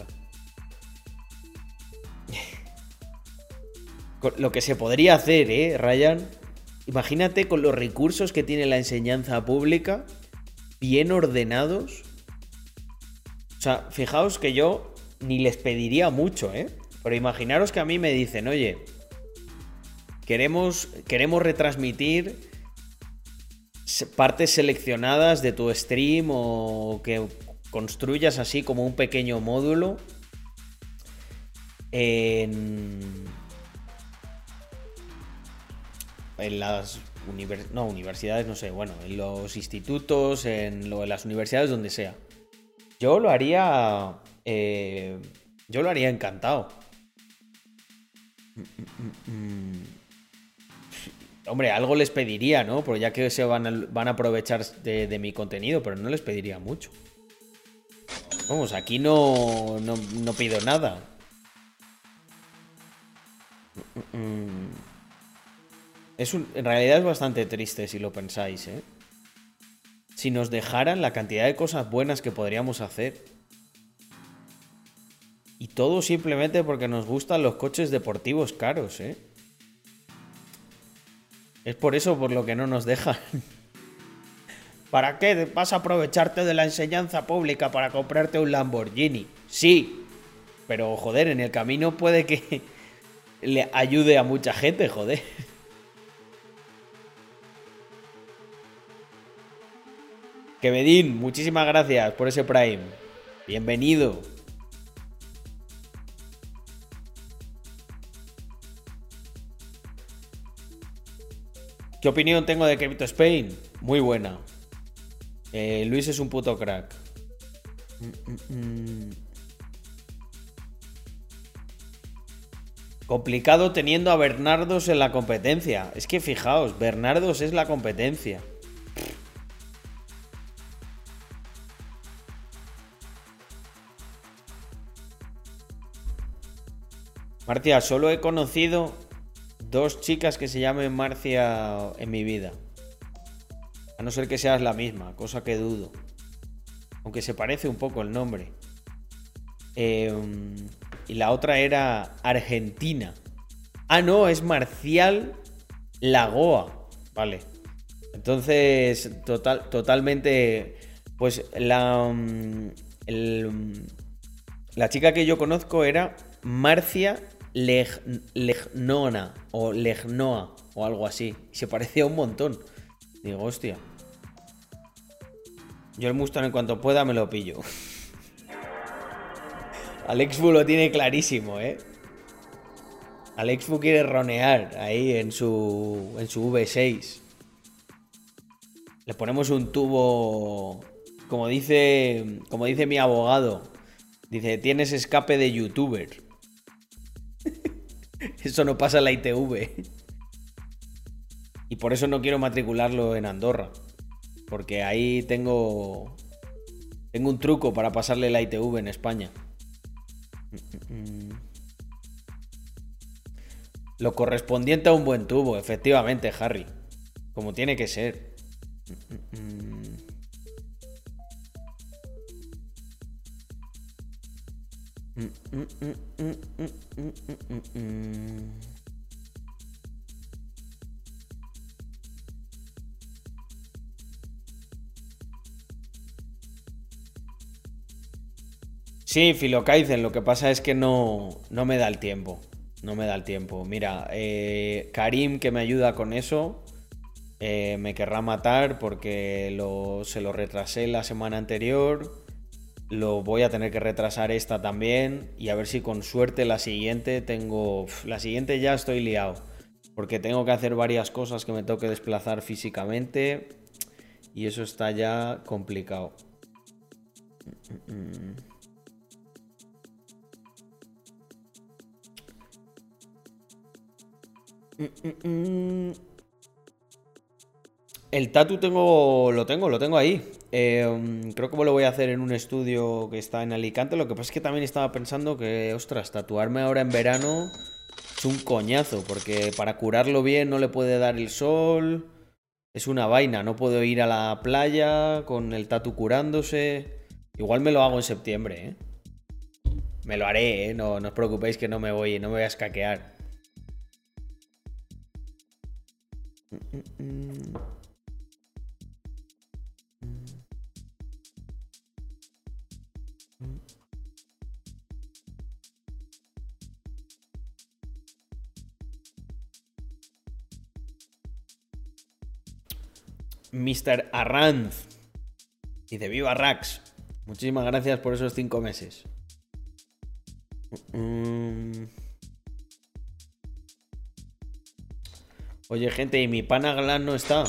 Lo que se podría hacer, ¿eh, Ryan? Imagínate con los recursos que tiene la enseñanza pública, bien ordenados. O sea, fijaos que yo ni les pediría mucho, ¿eh? Pero imaginaros que a mí me dicen, oye... Queremos, queremos retransmitir partes seleccionadas de tu stream o que construyas así como un pequeño módulo en, en las univers, no, universidades, no sé, bueno, en los institutos, en, lo, en las universidades, donde sea. Yo lo haría, eh, yo lo haría encantado. Mm, mm, mm. Hombre, algo les pediría, ¿no? Porque ya que se van a, van a aprovechar de, de mi contenido, pero no les pediría mucho. Vamos, aquí no, no, no pido nada. Es un, en realidad es bastante triste si lo pensáis, ¿eh? Si nos dejaran la cantidad de cosas buenas que podríamos hacer. Y todo simplemente porque nos gustan los coches deportivos caros, ¿eh? Es por eso por lo que no nos dejan. ¿Para qué vas a aprovecharte de la enseñanza pública para comprarte un Lamborghini? Sí, pero joder, en el camino puede que le ayude a mucha gente, joder. Quevedín, muchísimas gracias por ese Prime. Bienvenido. ¿Qué opinión tengo de Crypto Spain? Muy buena. Eh, Luis es un puto crack. Mm, mm, mm. Complicado teniendo a Bernardos en la competencia. Es que fijaos, Bernardos es la competencia. Marcia, solo he conocido dos chicas que se llamen Marcia en mi vida. A no ser que seas la misma, cosa que dudo. Aunque se parece un poco el nombre. Eh, y la otra era Argentina. Ah, no, es Marcial Lagoa. Vale. Entonces, total, totalmente... Pues la... El, la chica que yo conozco era Marcia Leg, Legnona o Legnoa o algo así. Se parecía un montón. Digo, hostia. Yo el Mustang en cuanto pueda me lo pillo. Alexfu lo tiene clarísimo, ¿eh? Alexfu quiere ronear ahí en su, en su V seis. Le ponemos un tubo, como dice, como dice mi abogado. Dice, tienes escape de youtuber. Eso no pasa en la I T V. Y por eso no quiero matricularlo en Andorra. Porque ahí tengo... Tengo un truco para pasarle la I T V en España. Lo correspondiente a un buen tubo, efectivamente, Harry. Como tiene que ser. Sí, Filokaizen, lo que pasa es que no, no me da el tiempo. No me da el tiempo. Mira, eh, Karim, que me ayuda con eso, eh, me querrá matar porque lo, se lo retrasé la semana anterior. Lo voy a tener que retrasar esta también. Y a ver si con suerte la siguiente tengo... Uf, la siguiente ya estoy liado. Porque tengo que hacer varias cosas que me tengo que desplazar físicamente. Y eso está ya complicado. El tatu tengo, lo tengo, lo tengo ahí. Eh, creo que me lo voy a hacer en un estudio que está en Alicante. Lo que pasa es que también estaba pensando que, ostras, tatuarme ahora en verano es un coñazo. Porque para curarlo bien no le puede dar el sol. Es una vaina, no puedo ir a la playa con el tatu curándose. Igual me lo hago en septiembre, ¿eh? Me lo haré, ¿eh? No, no os preocupéis que no me voy, no me voy a escaquear. mister Arranz dice: viva Rax. Muchísimas gracias por esos cinco meses. Mm. Oye, gente, y mi pana Glan no está.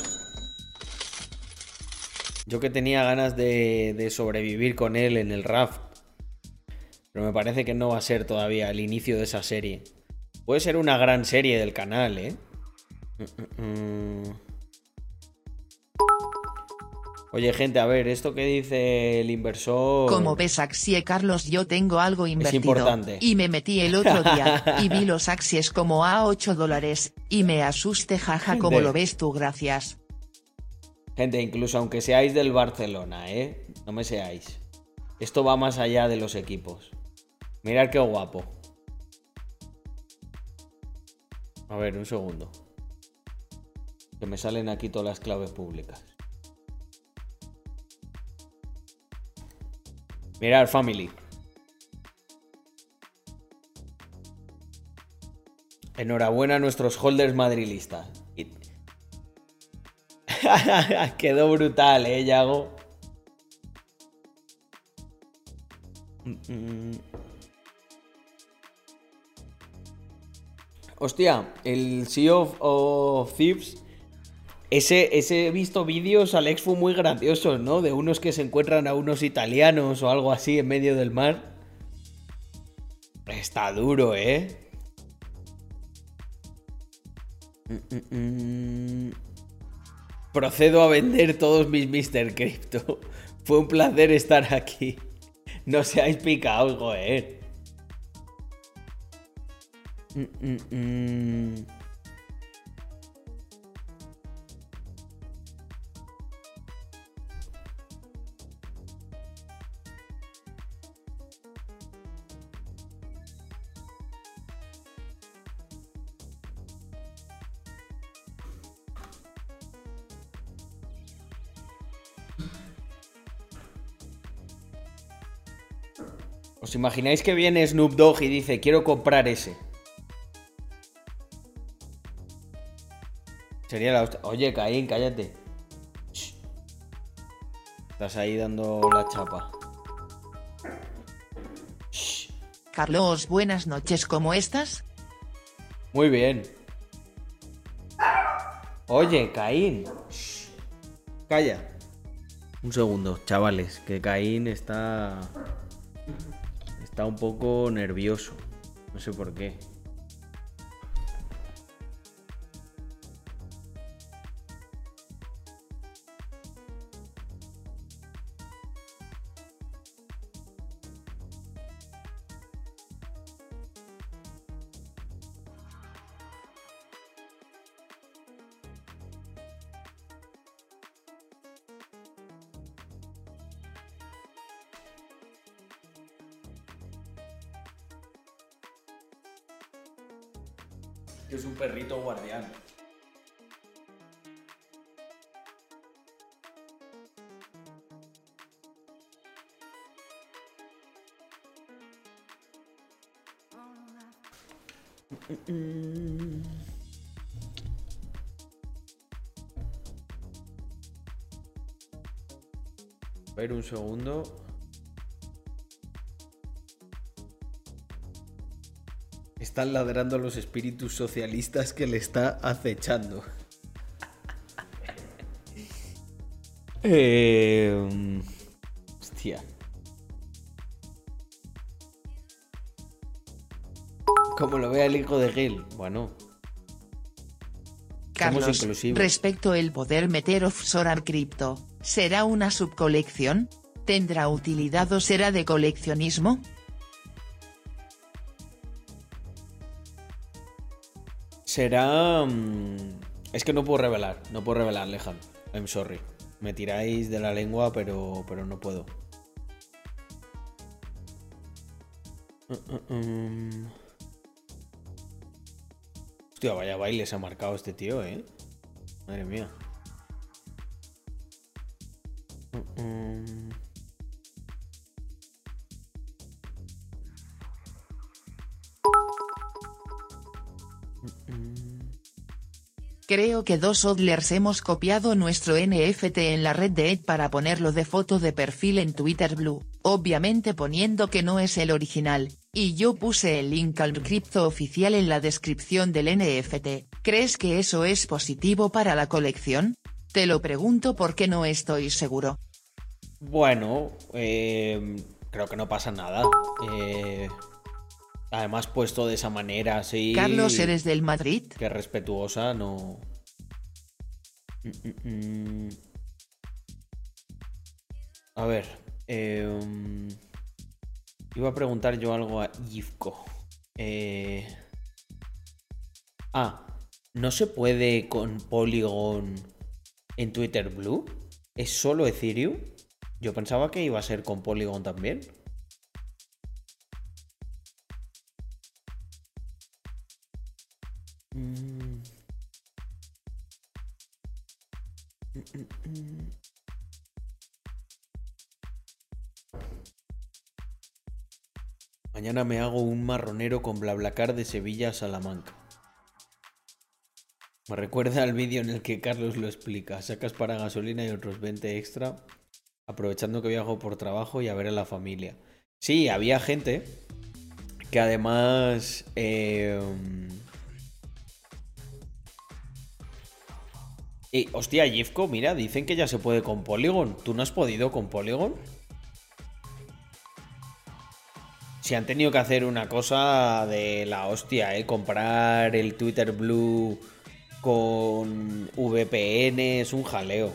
Yo que tenía ganas de, de sobrevivir con él en el raft. Pero me parece que no va a ser todavía el inicio de esa serie. Puede ser una gran serie del canal, ¿eh? Mm, mm, mm. Oye, gente, a ver, esto que dice el inversor... Como ves, Axie Carlos, yo tengo algo invertido. Es importante. Y me metí el otro día y vi los Axies como a ocho dólares y me asusté, jaja, Gente. como lo ves tú, gracias. Gente, incluso aunque seáis del Barcelona, ¿eh? No me seáis. Esto va más allá de los equipos. Mirad qué guapo. A ver, un segundo. Que me salen aquí todas las claves públicas. Mirad, family. Enhorabuena a nuestros holders madrilistas. Quedó brutal, eh, Yago. Hostia, el Sea of, of Thieves. Ese, ese he visto vídeos, Alex, fue muy graciosos, ¿no? De unos que se encuentran a unos italianos o algo así en medio del mar. Está duro, ¿eh? Mm, mm, mm. Procedo a vender todos mis mister Crypto. Fue un placer estar aquí. No seáis picaos, joder. Mm, mm, mm. ¿Os imagináis que viene Snoop Dogg y dice, quiero comprar ese? Sería la hostia. Oye, Caín, cállate. Shh. Estás ahí dando la chapa. Shh. Carlos, buenas noches, ¿cómo estás? Muy bien. Oye, Caín. Shh. Calla. Un segundo, chavales, que Caín está... Está un poco nervioso. No sé por qué. Que es un perrito guardián. A ver, un segundo. Están ladrando a los espíritus socialistas que le está acechando. eh... Hostia. Como lo vea el hijo de Gil. Bueno. Carlos, Somos inclusivos. respecto el poder meter offshore al cripto, ¿será una subcolección? ¿Tendrá utilidad o será de coleccionismo? Será... Es que no puedo revelar, no puedo revelar, Lejan. I'm sorry. Me tiráis de la lengua, pero, pero no puedo. Uh, uh, um. Hostia, vaya baile se ha marcado este tío, ¿eh? Madre mía. Uh, um. Creo que dos hodlers hemos copiado nuestro N F T en la red de Ed para ponerlo de foto de perfil en Twitter Blue, obviamente poniendo que no es el original, y yo puse el link al cripto oficial en la descripción del N F T. ¿Crees que eso es positivo para la colección? Te lo pregunto porque no estoy seguro. Bueno, eh, creo que no pasa nada. Eh, además, puesto de esa manera, sí. Carlos, ¿eres del Madrid? Que respetuosa, no. Mm, mm, mm. A ver. Eh, um, iba a preguntar yo algo a Yivko. Eh, ah, ¿no se puede con Polygon en Twitter Blue? ¿Es solo Ethereum? Yo pensaba que iba a ser con Polygon también. Mm. Mm, mm, mm. Mañana me hago un marronero con BlaBlaCar de Sevilla a Salamanca. Me recuerda al vídeo en el que Carlos lo explica. Sacas para gasolina y otros veinte extra, aprovechando que viajo por trabajo y a ver a la familia. Sí, había gente que además... Eh, y, hostia, Gifco, mira, dicen que ya se puede con Polygon. ¿Tú no has podido con Polygon? Si han tenido que hacer una cosa de la hostia, ¿eh? Comprar el Twitter Blue con V P N es un jaleo.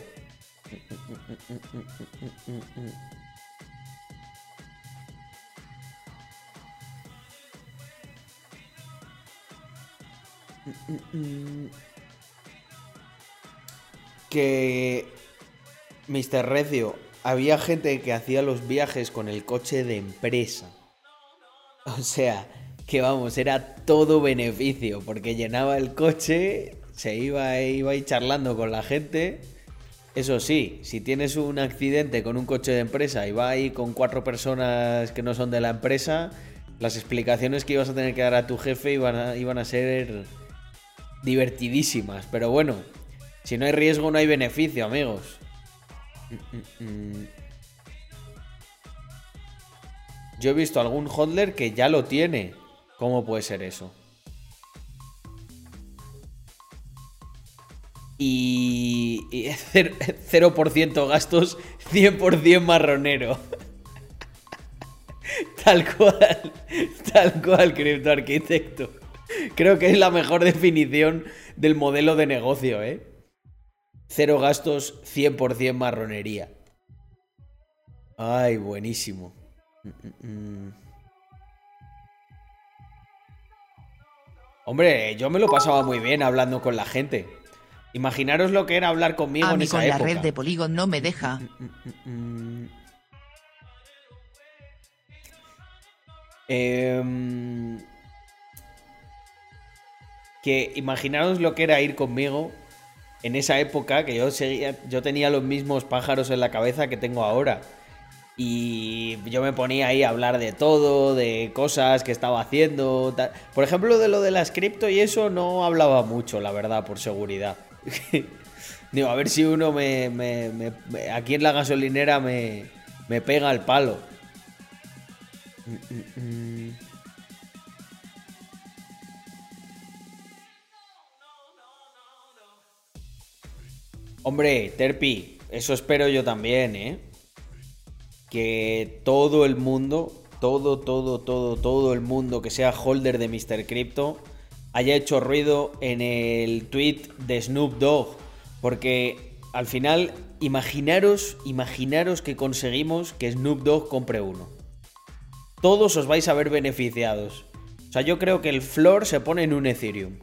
Que mister Recio, había gente que hacía los viajes con el coche de empresa. O sea, que vamos, era todo beneficio, porque llenaba el coche, se iba, iba ahí charlando con la gente. Eso sí, si tienes un accidente con un coche de empresa y va ahí con cuatro personas que no son de la empresa, las explicaciones que ibas a tener que dar a tu jefe iban a, iban a ser divertidísimas. Pero bueno, si no hay riesgo no hay beneficio, amigos. Yo he visto algún hodler que ya lo tiene. ¿Cómo puede ser eso? Y, y cero por ciento gastos, cien por ciento marronero. Tal cual, tal cual, criptoarquitecto. Creo que es la mejor definición del modelo de negocio, ¿eh? Cero gastos, cien por ciento marronería. Ay, buenísimo. Hombre, yo me lo pasaba muy bien hablando con la gente. Imaginaros lo que era hablar conmigo en esa época. A mí con la red de Polygon no me deja. Eh, que imaginaros lo que era ir conmigo en esa época, que yo seguía, yo tenía los mismos pájaros en la cabeza que tengo ahora. Y yo me ponía ahí a hablar de todo, de cosas que estaba haciendo. Tal. Por ejemplo, de lo de las cripto y eso no hablaba mucho, la verdad, por seguridad. Digo, a ver si uno me, me, me, me aquí en la gasolinera me, me pega el palo. Hombre, Terpi, eso espero yo también, ¿eh? Que todo el mundo, todo, todo, todo, todo el mundo que sea holder de mister Crypto haya hecho ruido en el tweet de Snoop Dogg. Porque al final, imaginaros, imaginaros que conseguimos que Snoop Dogg compre uno. Todos os vais a ver beneficiados. O sea, yo creo que el floor se pone en un Ethereum.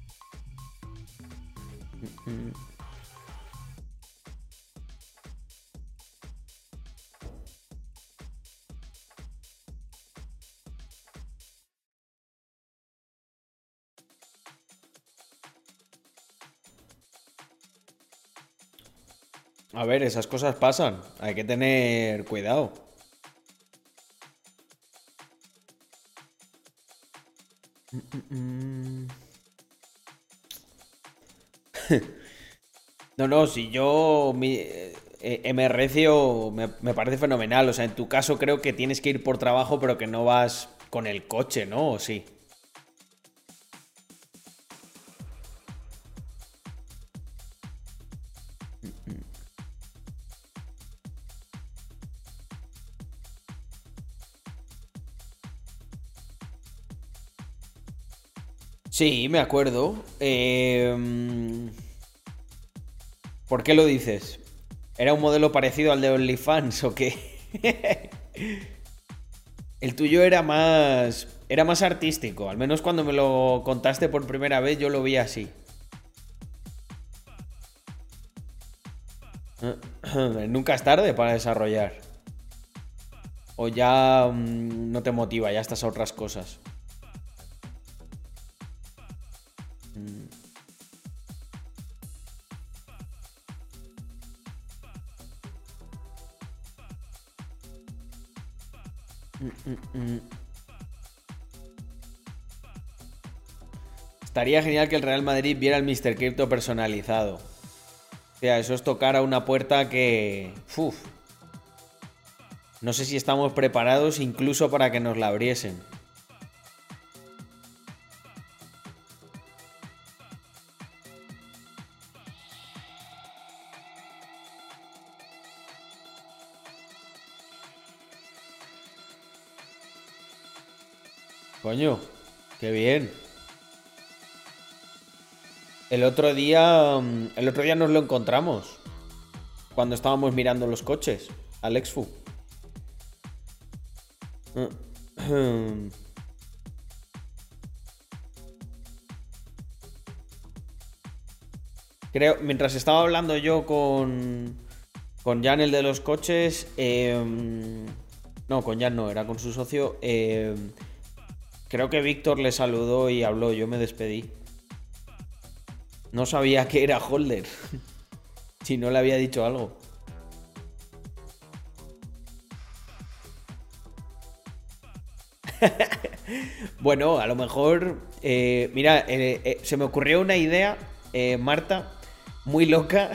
A ver, esas cosas pasan. Hay que tener cuidado. No, no, si yo... Mi, eh, M Recio me, me parece fenomenal. O sea, en tu caso creo que tienes que ir por trabajo, pero que no vas con el coche, ¿no? ¿O sí? Sí, me acuerdo. Eh... ¿Por qué lo dices? ¿Era un modelo parecido al de OnlyFans o qué? El tuyo era más... Era más artístico. Al menos cuando me lo contaste por primera vez yo lo vi así. Nunca es tarde para desarrollar. O ya mmm, no te motiva, ya estás a otras cosas. Estaría genial que el Real Madrid viera el míster Crypto personalizado. O sea, eso es tocar a una puerta que... Uf. No sé si estamos preparados incluso para que nos la abriesen. Coño, qué bien. El otro día, el otro día nos lo encontramos cuando estábamos mirando los coches, Alex Fu. Creo, mientras estaba hablando yo con con Jan, el de los coches, eh, no, con Jan no, era con su socio. Eh, creo que Víctor le saludó y habló. Yo me despedí. No sabía que era Holder. Si no le había dicho algo. Bueno, a lo mejor... Eh, mira, eh, eh, se me ocurrió una idea, eh, Marta, muy loca.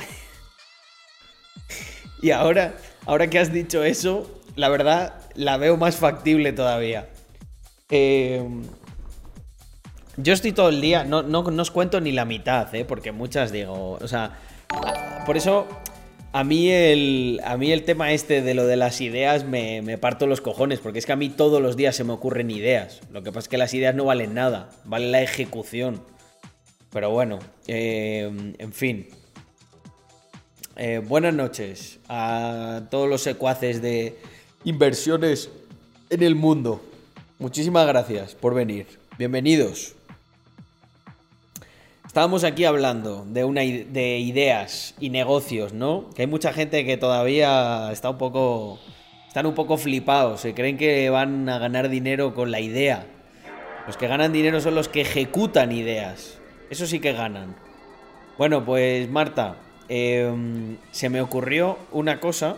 Y ahora, ahora que has dicho eso, la verdad, la veo más factible todavía. Eh... Yo estoy todo el día, no, no, no os cuento ni la mitad, ¿eh? Porque muchas digo, o sea, por eso a mí el, a mí el tema este de lo de las ideas me, me parto los cojones, porque es que a mí todos los días se me ocurren ideas. Lo que pasa es que las ideas no valen nada, vale la ejecución. Pero bueno, eh, en fin. Eh, buenas noches a todos los secuaces de inversiones en el mundo. Muchísimas gracias por venir. Bienvenidos. Estábamos aquí hablando de, una, de ideas y negocios, ¿no? Que hay mucha gente que todavía está un poco... Están un poco flipados, se creen que van a ganar dinero con la idea. Los que ganan dinero son los que ejecutan ideas. Eso sí que ganan. Bueno, pues Marta, eh, se me ocurrió una cosa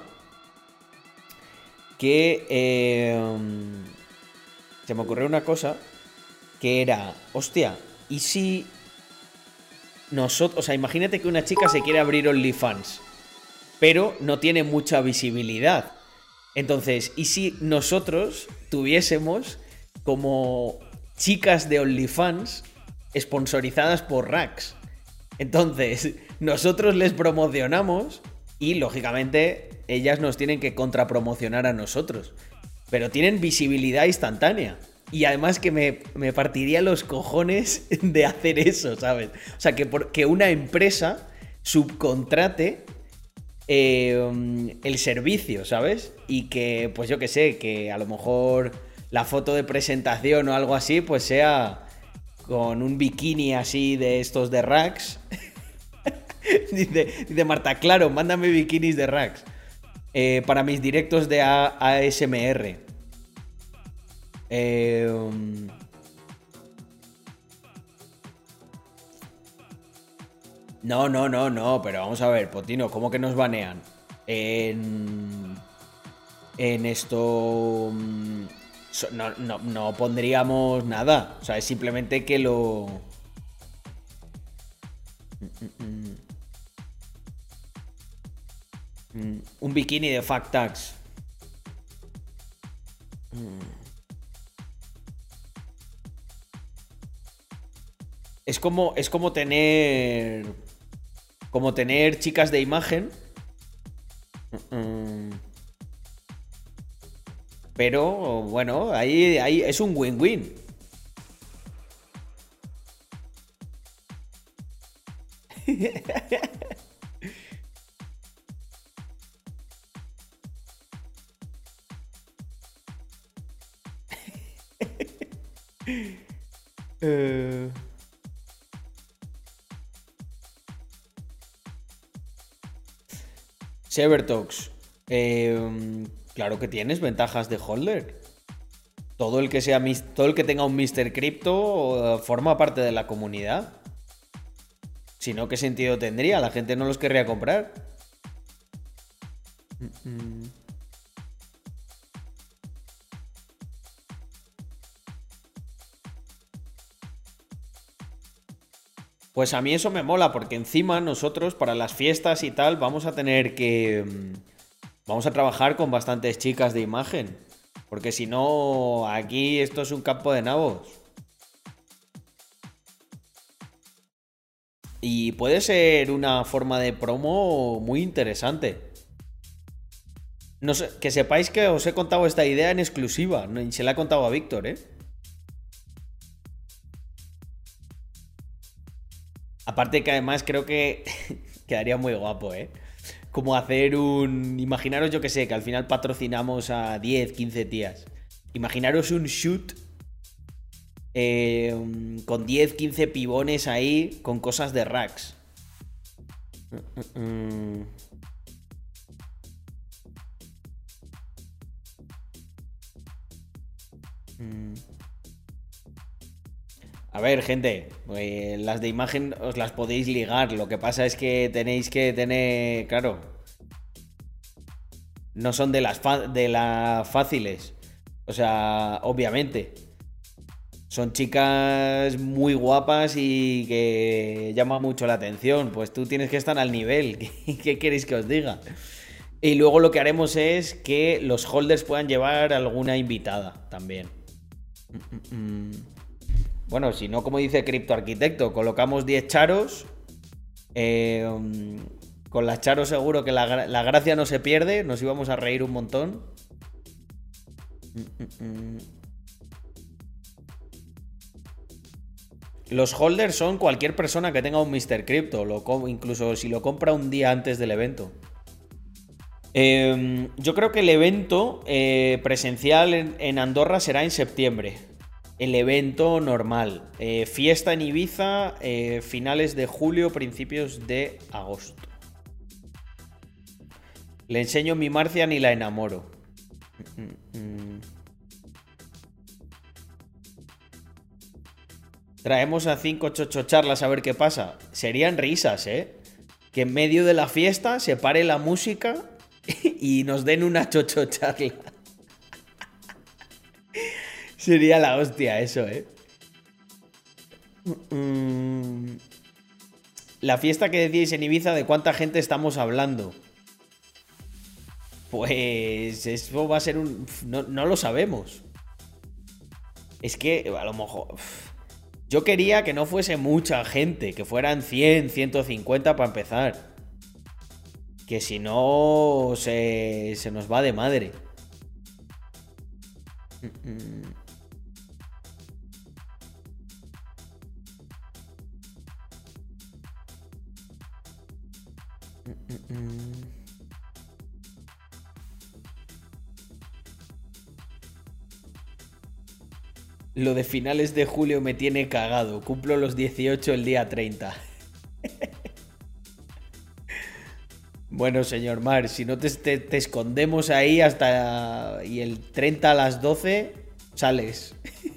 que... Eh, se me ocurrió una cosa que era... Hostia, ¿y si... Nosotros, o sea, imagínate que una chica se quiere abrir OnlyFans, pero no tiene mucha visibilidad. Entonces, ¿y si nosotros tuviésemos como chicas de OnlyFans sponsorizadas por Rax? Entonces, nosotros les promocionamos y, lógicamente, ellas nos tienen que contrapromocionar a nosotros. Pero tienen visibilidad instantánea. Y además que me, me partiría los cojones de hacer eso, ¿sabes? O sea, que, por, que una empresa subcontrate eh, el servicio, ¿sabes? Y que, pues yo qué sé, que a lo mejor la foto de presentación o algo así, pues sea con un bikini así de estos de Rax. dice, dice Marta, claro, mándame bikinis de Rax. Eh, para mis directos de A S M R. Eh, um... No, no, no, no, pero vamos a ver, Potino, ¿cómo que nos banean? En, en esto no, no, no pondríamos nada, o sea, es simplemente que lo... Un bikini de Fact Tax. Es como, es como tener... Como tener chicas de imagen. Pero, bueno, ahí, ahí es un win-win. uh... Severtox, eh, claro que tienes ventajas de holder. Todo el que sea todo el que tenga un míster Crypto uh, forma parte de la comunidad. Si no, ¿qué sentido tendría? La gente no los querría comprar. Mm-mm. Pues a mí eso me mola, porque encima nosotros para las fiestas y tal vamos a tener que... Vamos a trabajar con bastantes chicas de imagen. Porque si no, aquí esto es un campo de nabos. Y puede ser una forma de promo muy interesante. No sé, que sepáis que os he contado esta idea en exclusiva. Y se la he contado a Víctor, ¿eh? Aparte que además creo que quedaría muy guapo, ¿eh? Como hacer un... Imaginaros, yo que sé, que al final patrocinamos a diez, quince tías. Imaginaros un shoot eh, con diez, quince pibones ahí con cosas de racks. A ver, gente, eh, las de imagen os las podéis ligar. Lo que pasa es que tenéis que tener... Claro, no son de las, de las fáciles. O sea, obviamente. Son chicas muy guapas y que llaman mucho la atención. Pues tú tienes que estar al nivel. ¿Qué queréis que os diga? Y luego lo que haremos es que los holders puedan llevar alguna invitada también. Bueno, si no, como dice Crypto Arquitecto, colocamos diez charos. Eh, con las charos seguro que la, la gracia no se pierde. Nos íbamos a reír un montón. Los holders son cualquier persona que tenga un míster Crypto, lo, incluso si lo compra un día antes del evento. Eh, yo creo que el evento eh, presencial en, en Andorra será en septiembre. El evento normal. Eh, fiesta en Ibiza, eh, finales de julio, principios de agosto. Le enseño mi Marcian y la enamoro. Traemos a cinco chochocharlas a ver qué pasa. Serían risas, ¿eh? Que en medio de la fiesta se pare la música y nos den una chochocharla. Sería la hostia eso, ¿eh? La fiesta que decíais en Ibiza, ¿de cuánta gente estamos hablando? Pues eso va a ser un... No, no lo sabemos. Es que a lo mejor... Yo quería que no fuese mucha gente, que fueran cien, ciento cincuenta para empezar. Que si no, se, se nos va de madre. Lo de finales de julio me tiene cagado. Cumplo los dieciocho el día treinta. Bueno, señor Mar, si no te, te, te escondemos ahí hasta... Y el treinta a las doce sales.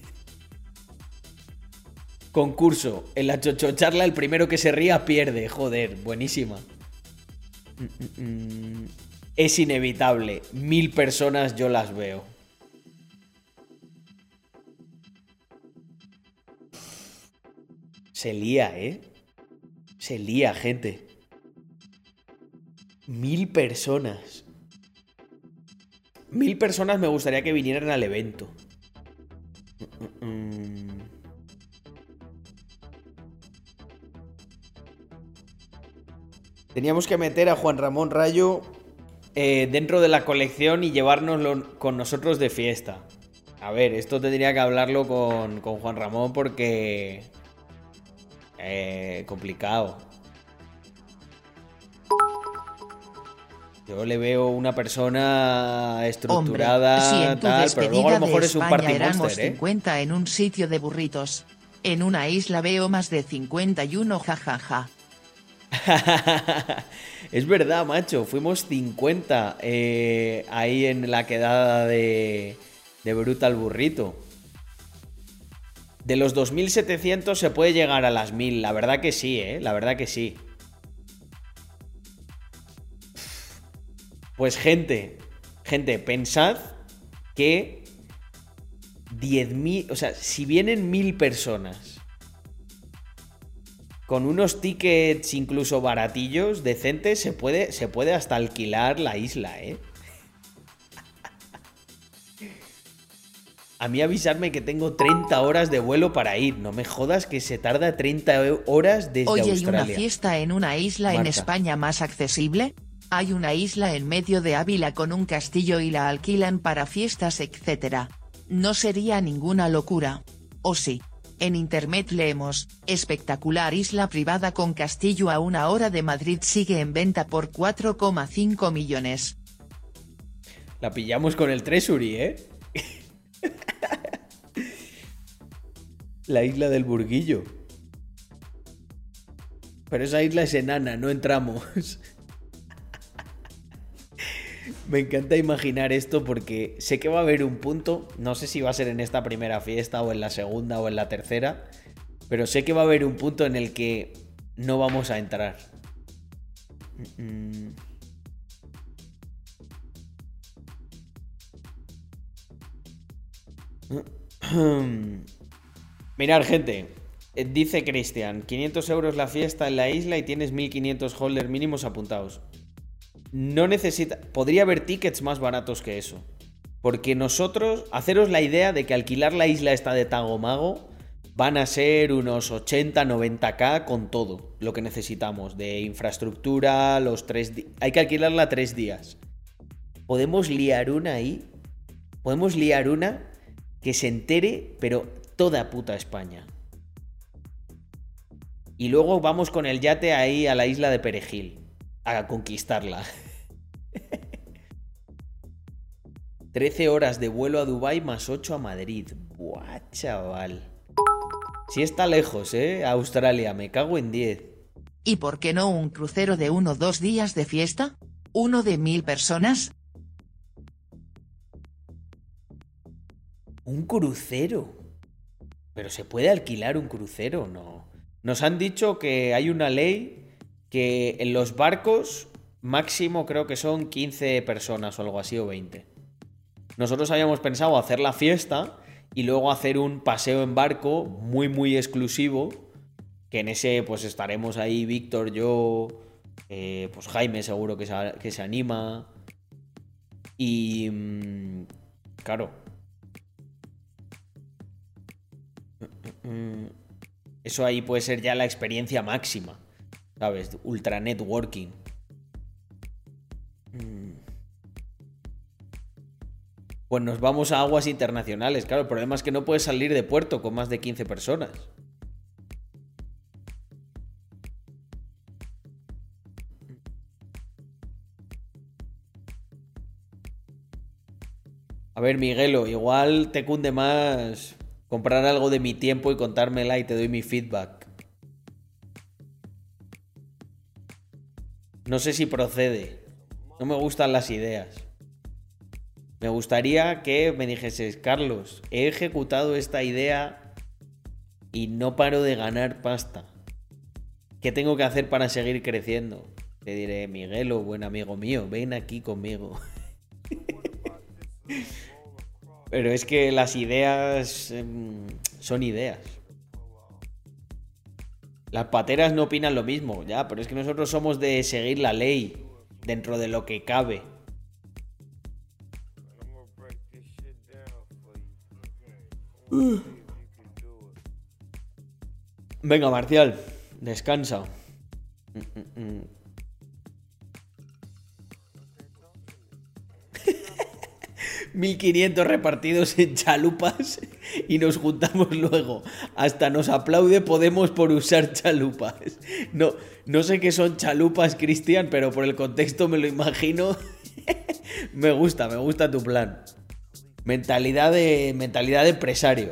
Concurso. En la chochocharla el primero que se ría pierde. Joder, buenísima. Es inevitable. Mil personas yo las veo. Se lía, ¿eh? Se lía, gente. Mil personas. Mil personas me gustaría que vinieran al evento. Teníamos que meter a Juan Ramón Rayo eh, dentro de la colección y llevárnoslo con nosotros de fiesta. A ver, esto tendría que hablarlo con, con Juan Ramón porque... Eh, complicado. Yo le veo una persona estructurada. Hombre, si en tu tal, pero luego a lo mejor de es un España party éramos monster, ¿eh? cincuenta en un sitio de burritos. En una isla veo más de cincuenta y uno, jajaja. Es verdad, macho. Fuimos cincuenta eh, ahí en la quedada de, de Brutal Burrito. De los dos mil setecientos se puede llegar a las mil. La verdad que sí, ¿eh? La verdad que sí. Pues gente, gente, pensad que diez mil... O sea, si vienen mil personas con unos tickets incluso baratillos, decentes, se puede, se puede hasta alquilar la isla, ¿eh? A mí avisarme que tengo treinta horas de vuelo para ir. No me jodas que se tarda treinta horas desde Oye, Australia. ¿y una fiesta en una isla en Marta. España más accesible? Hay una isla en medio de Ávila con un castillo y la alquilan para fiestas, etcétera. No sería ninguna locura. ¿O sí? En internet leemos, espectacular isla privada con castillo a una hora de Madrid sigue en venta por cuatro coma cinco millones. La pillamos con el Treasury, ¿eh? La isla del Burguillo. Pero esa isla es enana, no entramos. Me encanta imaginar esto porque sé que va a haber un punto, no sé si va a ser en esta primera fiesta o en la segunda o en la tercera, pero sé que va a haber un punto en el que no vamos a entrar. Mm-mm. Mirad, gente, dice Cristian, quinientos euros la fiesta en la isla y tienes mil quinientos holders mínimos apuntados. No necesita... Podría haber tickets más baratos que eso. Porque nosotros, haceros la idea de que alquilar la isla esta de Tagomago van a ser unos ochenta, noventa k con todo lo que necesitamos. De infraestructura, los tres días... Hay que alquilarla tres días. Podemos liar una ahí. Podemos liar una que se entere, pero toda puta España. Y luego vamos con el yate ahí a la isla de Perejil. A conquistarla. trece horas de vuelo a Dubái más ocho a Madrid. Buah, chaval. Sí está lejos, ¿eh? Australia, me cago en diez. ¿Y por qué no un crucero de uno o dos días de fiesta? ¿Uno de mil personas? ¿Un crucero? ¿Pero se puede alquilar un crucero? No. Nos han dicho que hay una ley que en los barcos máximo creo que son quince personas o algo así, o veinte. Nosotros habíamos pensado hacer la fiesta y luego hacer un paseo en barco muy muy exclusivo, que en ese pues estaremos ahí Víctor, yo, eh, pues Jaime seguro que se, que se anima. Y mmm, claro, eso ahí puede ser ya la experiencia máxima, ¿sabes? Ultra networking. Pues nos vamos a aguas internacionales. Claro, el problema es que no puedes salir de puerto con más de quince personas. A ver, Miguelo, igual te cunde más comprar algo de mi tiempo y contármela y te doy mi feedback. No sé si procede. No me gustan las ideas. Me gustaría que me dijeses, Carlos, he ejecutado esta idea y no paro de ganar pasta. ¿Qué tengo que hacer para seguir creciendo? Te diré, Miguelo, buen amigo mío, ven aquí conmigo. Pero es que las ideas eh, son ideas. Las pateras no opinan lo mismo, ya, pero es que nosotros somos de seguir la ley dentro de lo que cabe. Uh. Venga, Marcial, descansa. Mm, mm, mm. mil quinientos repartidos en chalupas y nos juntamos luego. Hasta nos aplaude Podemos por usar chalupas. No, no sé qué son chalupas, Cristian, pero por el contexto me lo imagino. Me gusta, me gusta tu plan. Mentalidad de, mentalidad de empresario.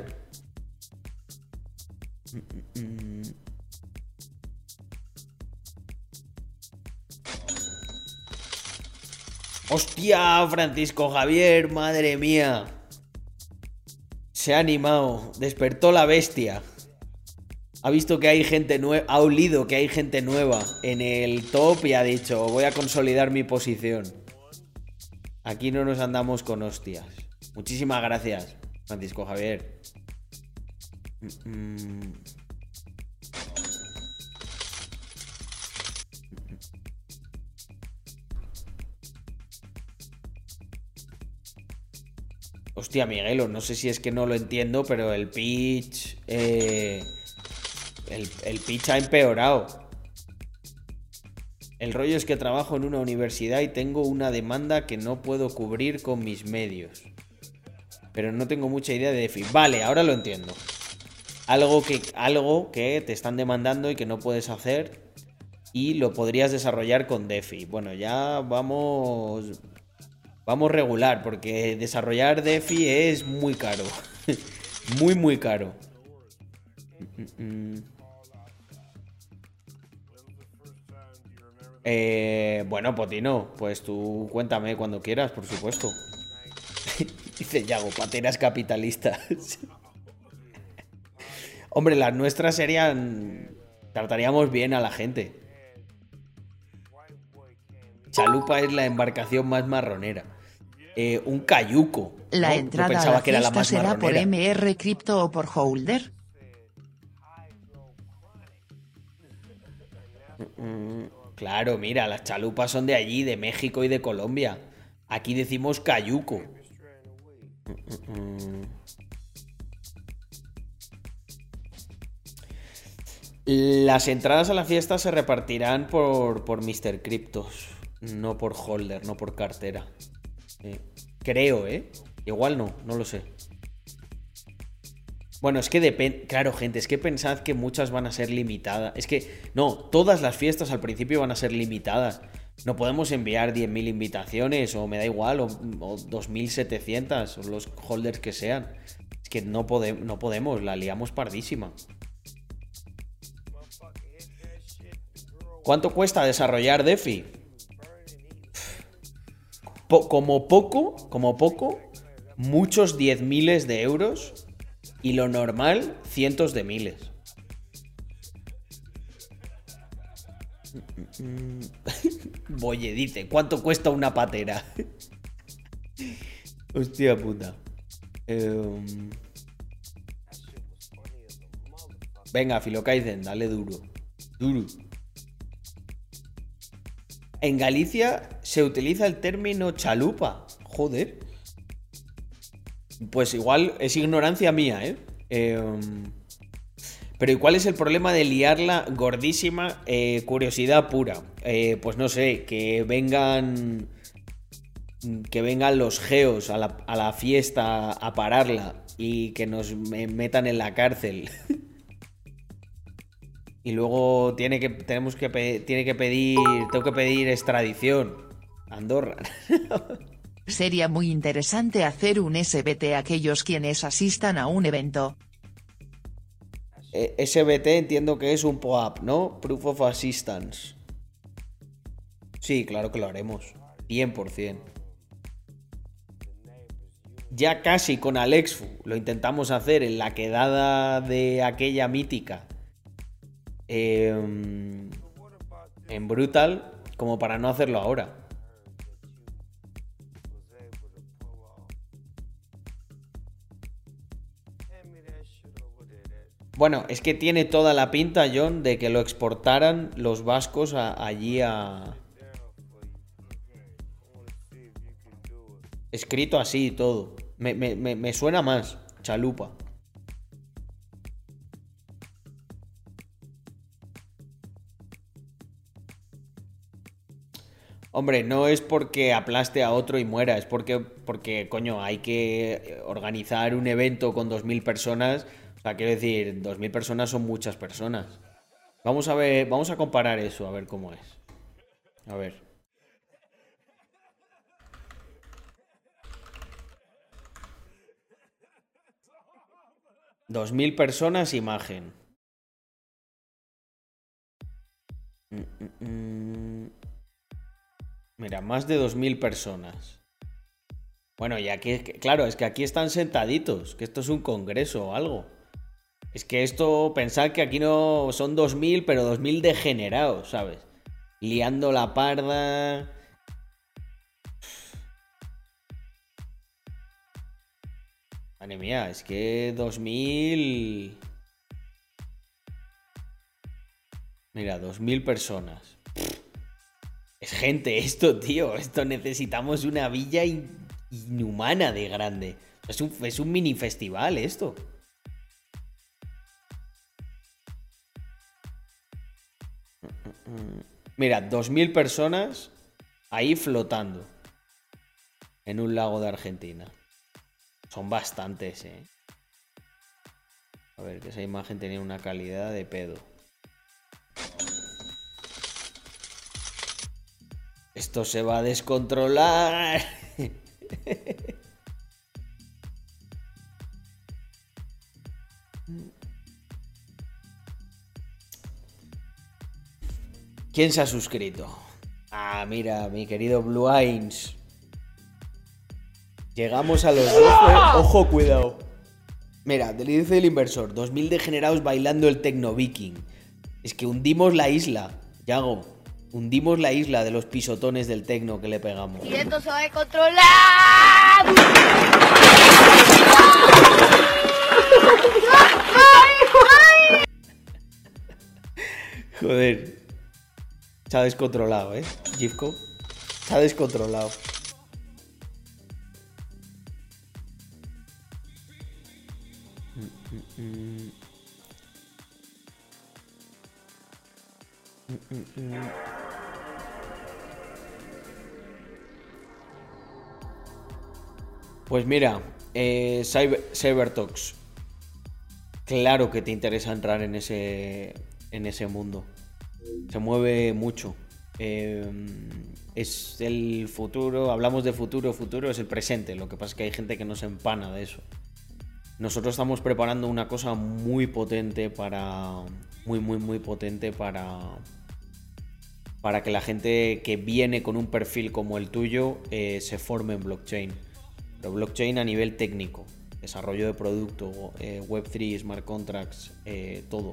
¡Hostia, Francisco Javier! ¡Madre mía! Se ha animado. Despertó la bestia. Ha visto que hay gente nueva. Ha olido que hay gente nueva en el top y ha dicho, voy a consolidar mi posición. Aquí no nos andamos con hostias. Muchísimas gracias, Francisco Javier. Mm-mm. Hostia, Miguelo, no sé si es que no lo entiendo, pero el pitch... Eh, el, el pitch ha empeorado. El rollo es que trabajo en una universidad y tengo una demanda que no puedo cubrir con mis medios. Pero no tengo mucha idea de DeFi. Vale, ahora lo entiendo. Algo que, algo que te están demandando y que no puedes hacer y lo podrías desarrollar con DeFi. Bueno, ya vamos... Vamos regular, porque desarrollar DeFi es muy caro. Muy, muy caro. Eh, bueno, Potino, pues tú cuéntame cuando quieras, por supuesto. Dice Yago, pateras capitalistas. Hombre, las nuestras serían... Trataríamos bien a la gente. Chalupa es la embarcación más marronera. Eh, un cayuco. La ¿no? entrada Yo pensaba a la que era la fiesta más será por marronera. M R Crypto o por Holder. Mm, claro, mira, las chalupas son de allí, de México y de Colombia. Aquí decimos cayuco. Mm, mm, mm. Las entradas a la fiesta se repartirán por, por míster Cryptos, no por holder, no por cartera. Eh, creo, ¿eh? Igual no, no lo sé. Bueno, es que depende... Claro, gente, es que pensad que muchas van a ser limitadas. Es que, no, todas las fiestas al principio van a ser limitadas. No podemos enviar diez mil invitaciones, o me da igual, o, o dos mil setecientos, o los holders que sean. Es que no, pode, no podemos, la liamos pardísima. ¿Cuánto cuesta desarrollar DeFi? Po- como poco, como poco, muchos diez miles de euros y lo normal, cientos de miles. Boye dice, ¿cuánto cuesta una patera? Hostia puta. Eh... Venga, Filokaizen, dale duro. Duro. En Galicia se utiliza el término chalupa. Joder. Pues igual es ignorancia mía, ¿eh? eh pero ¿y cuál es el problema de liarla gordísima? Eh, curiosidad pura. Eh, pues no sé, que vengan... Que vengan los geos a la, a la fiesta a pararla y que nos metan en la cárcel. Y luego tiene que, tenemos que, tiene que pedir, tengo que pedir extradición a Andorra. Sería muy interesante hacer un S B T a aquellos quienes asistan a un evento. Eh, S B T entiendo que es un P O A P, ¿no? Proof of Assistance. Sí, claro que lo haremos. cien por ciento. Ya casi con Alexfu lo intentamos hacer en la quedada de aquella mítica. Eh, en Brutal, como para no hacerlo ahora. Bueno, es que tiene toda la pinta, John, de que lo exportaran los vascos a, allí a... Escrito así y todo. Me, me, me, me suena más, chalupa. Hombre, no es porque aplaste a otro y muera, es porque, porque coño, hay que organizar un evento con dos mil personas. O sea, quiero decir, dos mil personas son muchas personas. Vamos a ver, vamos a comparar eso, a ver cómo es. A ver. dos mil personas, imagen. Mm, mm, mm. Mira, más de dos mil personas. Bueno, y aquí, claro, es que aquí están sentaditos, que esto es un congreso o algo. Es que esto, pensad que aquí no son dos mil, pero dos mil degenerados, ¿sabes? Liando la parda. Madre mía, es que dos mil... Mira, dos mil personas. Es gente esto, tío. Esto necesitamos una villa in- inhumana de grande. O Es un, es un mini festival esto. Mira, dos mil personas ahí flotando en un lago de Argentina. Son bastantes, ¿eh? A ver, que esa imagen tenía una calidad de pedo. Esto se va a descontrolar. ¿Quién se ha suscrito? Ah, mira, mi querido Blue Eyes. Llegamos a los doce. Ojo, cuidado. Mira, dice el inversor, dos mil degenerados bailando el Tecno Viking. Es que hundimos la isla, Yago. Hundimos la isla de los pisotones del tecno que le pegamos. Y esto se va a descontrolar. Joder. Se ha descontrolado, ¿eh? Gifco. Se ha descontrolado. Pues mira, eh, Cyber, Cybertox. Claro que te interesa entrar en ese, en ese mundo. Se mueve mucho. Eh, es el futuro. Hablamos de futuro, futuro es el presente. Lo que pasa es que hay gente que no se empana de eso. Nosotros estamos preparando una cosa muy potente para... Muy, muy, muy potente para... Para que la gente que viene con un perfil como el tuyo eh, se forme en blockchain. Pero blockchain a nivel técnico. Desarrollo de producto, eh, web tres, smart contracts, eh, todo.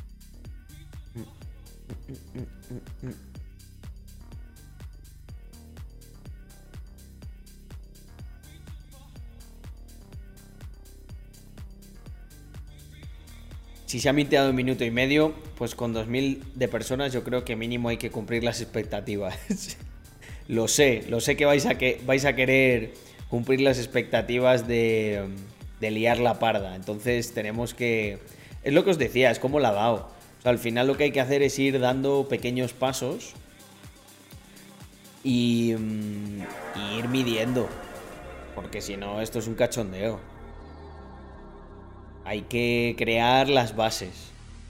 Si se ha minteado un minuto y medio, pues con dos mil de personas yo creo que mínimo hay que cumplir las expectativas. Lo sé, lo sé que vais a, que vais a querer cumplir las expectativas de, de liar la parda. Entonces tenemos que... Es lo que os decía, es como la DAO. O sea, al final lo que hay que hacer es ir dando pequeños pasos y, y ir midiendo. Porque si no, esto es un cachondeo. Hay que crear las bases.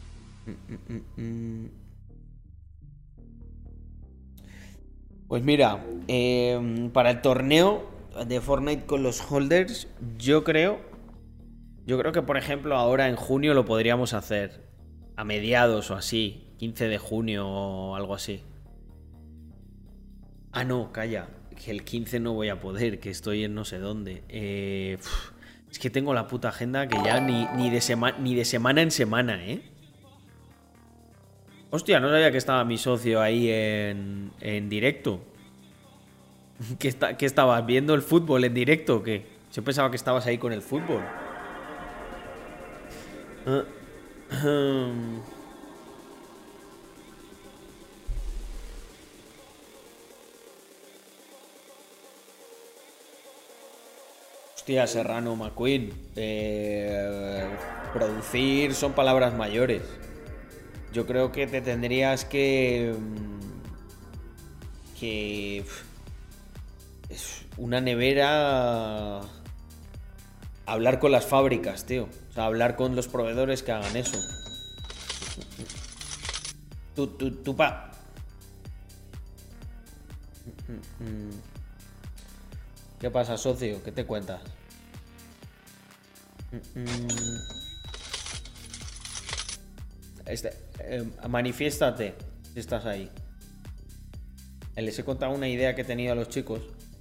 Pues mira, eh, para el torneo de Fortnite con los holders, yo creo, yo creo que por ejemplo ahora en junio lo podríamos hacer a mediados o así, quince de junio o algo así. Ah, no, calla, que el quince no voy a poder, que estoy en no sé dónde. Eh, uf, es que tengo la puta agenda que ya ni, ni, de sema, ni de semana en semana, ¿eh? Hostia, no sabía que estaba mi socio ahí en, en directo. ¿Qué, está, ¿Qué estabas viendo el fútbol en directo o qué? Yo pensaba que estabas ahí con el fútbol. Uh, um. Hostia, Serrano McQueen. Eh, producir son palabras mayores. Yo creo que te tendrías que... Que... Es una nevera... Hablar con las fábricas, tío. O sea, hablar con los proveedores que hagan eso. Tu, tu, tu pa. ¿Qué pasa, socio? ¿Qué te cuentas? Este, eh, manifiéstate si estás ahí. Les he contado una idea que he tenido a los chicos.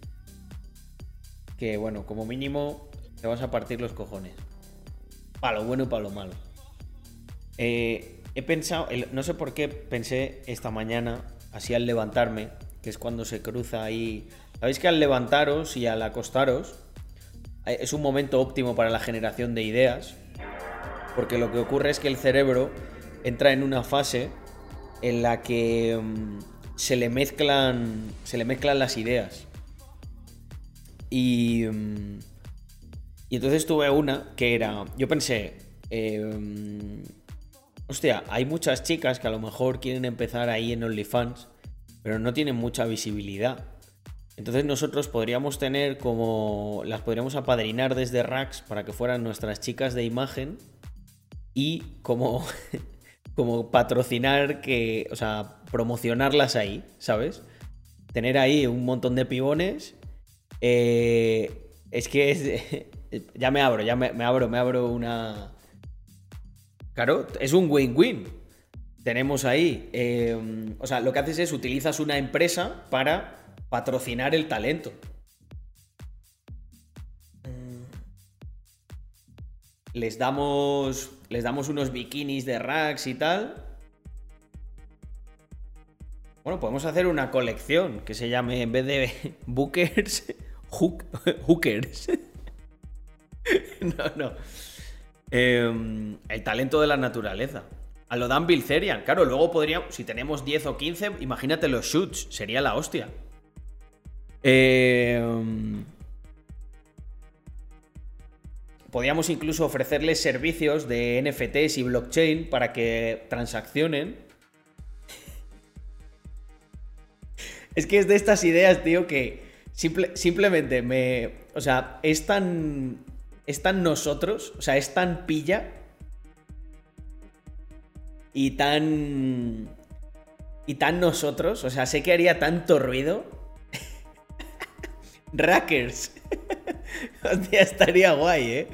Que bueno, como mínimo te vas a partir los cojones. Para lo bueno y para lo malo. Eh, he pensado, no sé por qué pensé esta mañana, así al levantarme, que es cuando se cruza ahí. Sabéis que al levantaros y al acostaros es un momento óptimo para la generación de ideas. Porque lo que ocurre es que el cerebro entra en una fase en la que um, se le mezclan se le mezclan las ideas y, um, y Y entonces tuve una que era... Yo pensé... Eh, hostia, hay muchas chicas que a lo mejor quieren empezar ahí en OnlyFans, pero no tienen mucha visibilidad. Entonces nosotros podríamos tener como... Las podríamos apadrinar desde Racks para que fueran nuestras chicas de imagen y como... como patrocinar que... O sea, promocionarlas ahí, ¿sabes? Tener ahí un montón de pibones. Eh, es que es... Ya me abro, ya me, me abro, me abro una... Claro, es un win-win. Tenemos ahí... Eh, o sea, lo que haces es utilizas una empresa para patrocinar el talento. Les damos... Les damos unos bikinis de Racks y tal. Bueno, podemos hacer una colección que se llame, en vez de Bookers, hook, Hookers. No, no. Eh, el talento de la naturaleza. A lo Dan Bilzerian. Claro, luego podríamos, si tenemos diez o quince, imagínate los shoots. Sería la hostia. Eh, podríamos incluso ofrecerles servicios de N F Ts y blockchain para que transaccionen. Es que es de estas ideas, tío, que simple, simplemente me... O sea, es tan... Es tan nosotros, o sea, es tan pilla y tan... Y tan nosotros, o sea, sé que haría tanto ruido. Rackers. Hostia, estaría guay, ¿eh?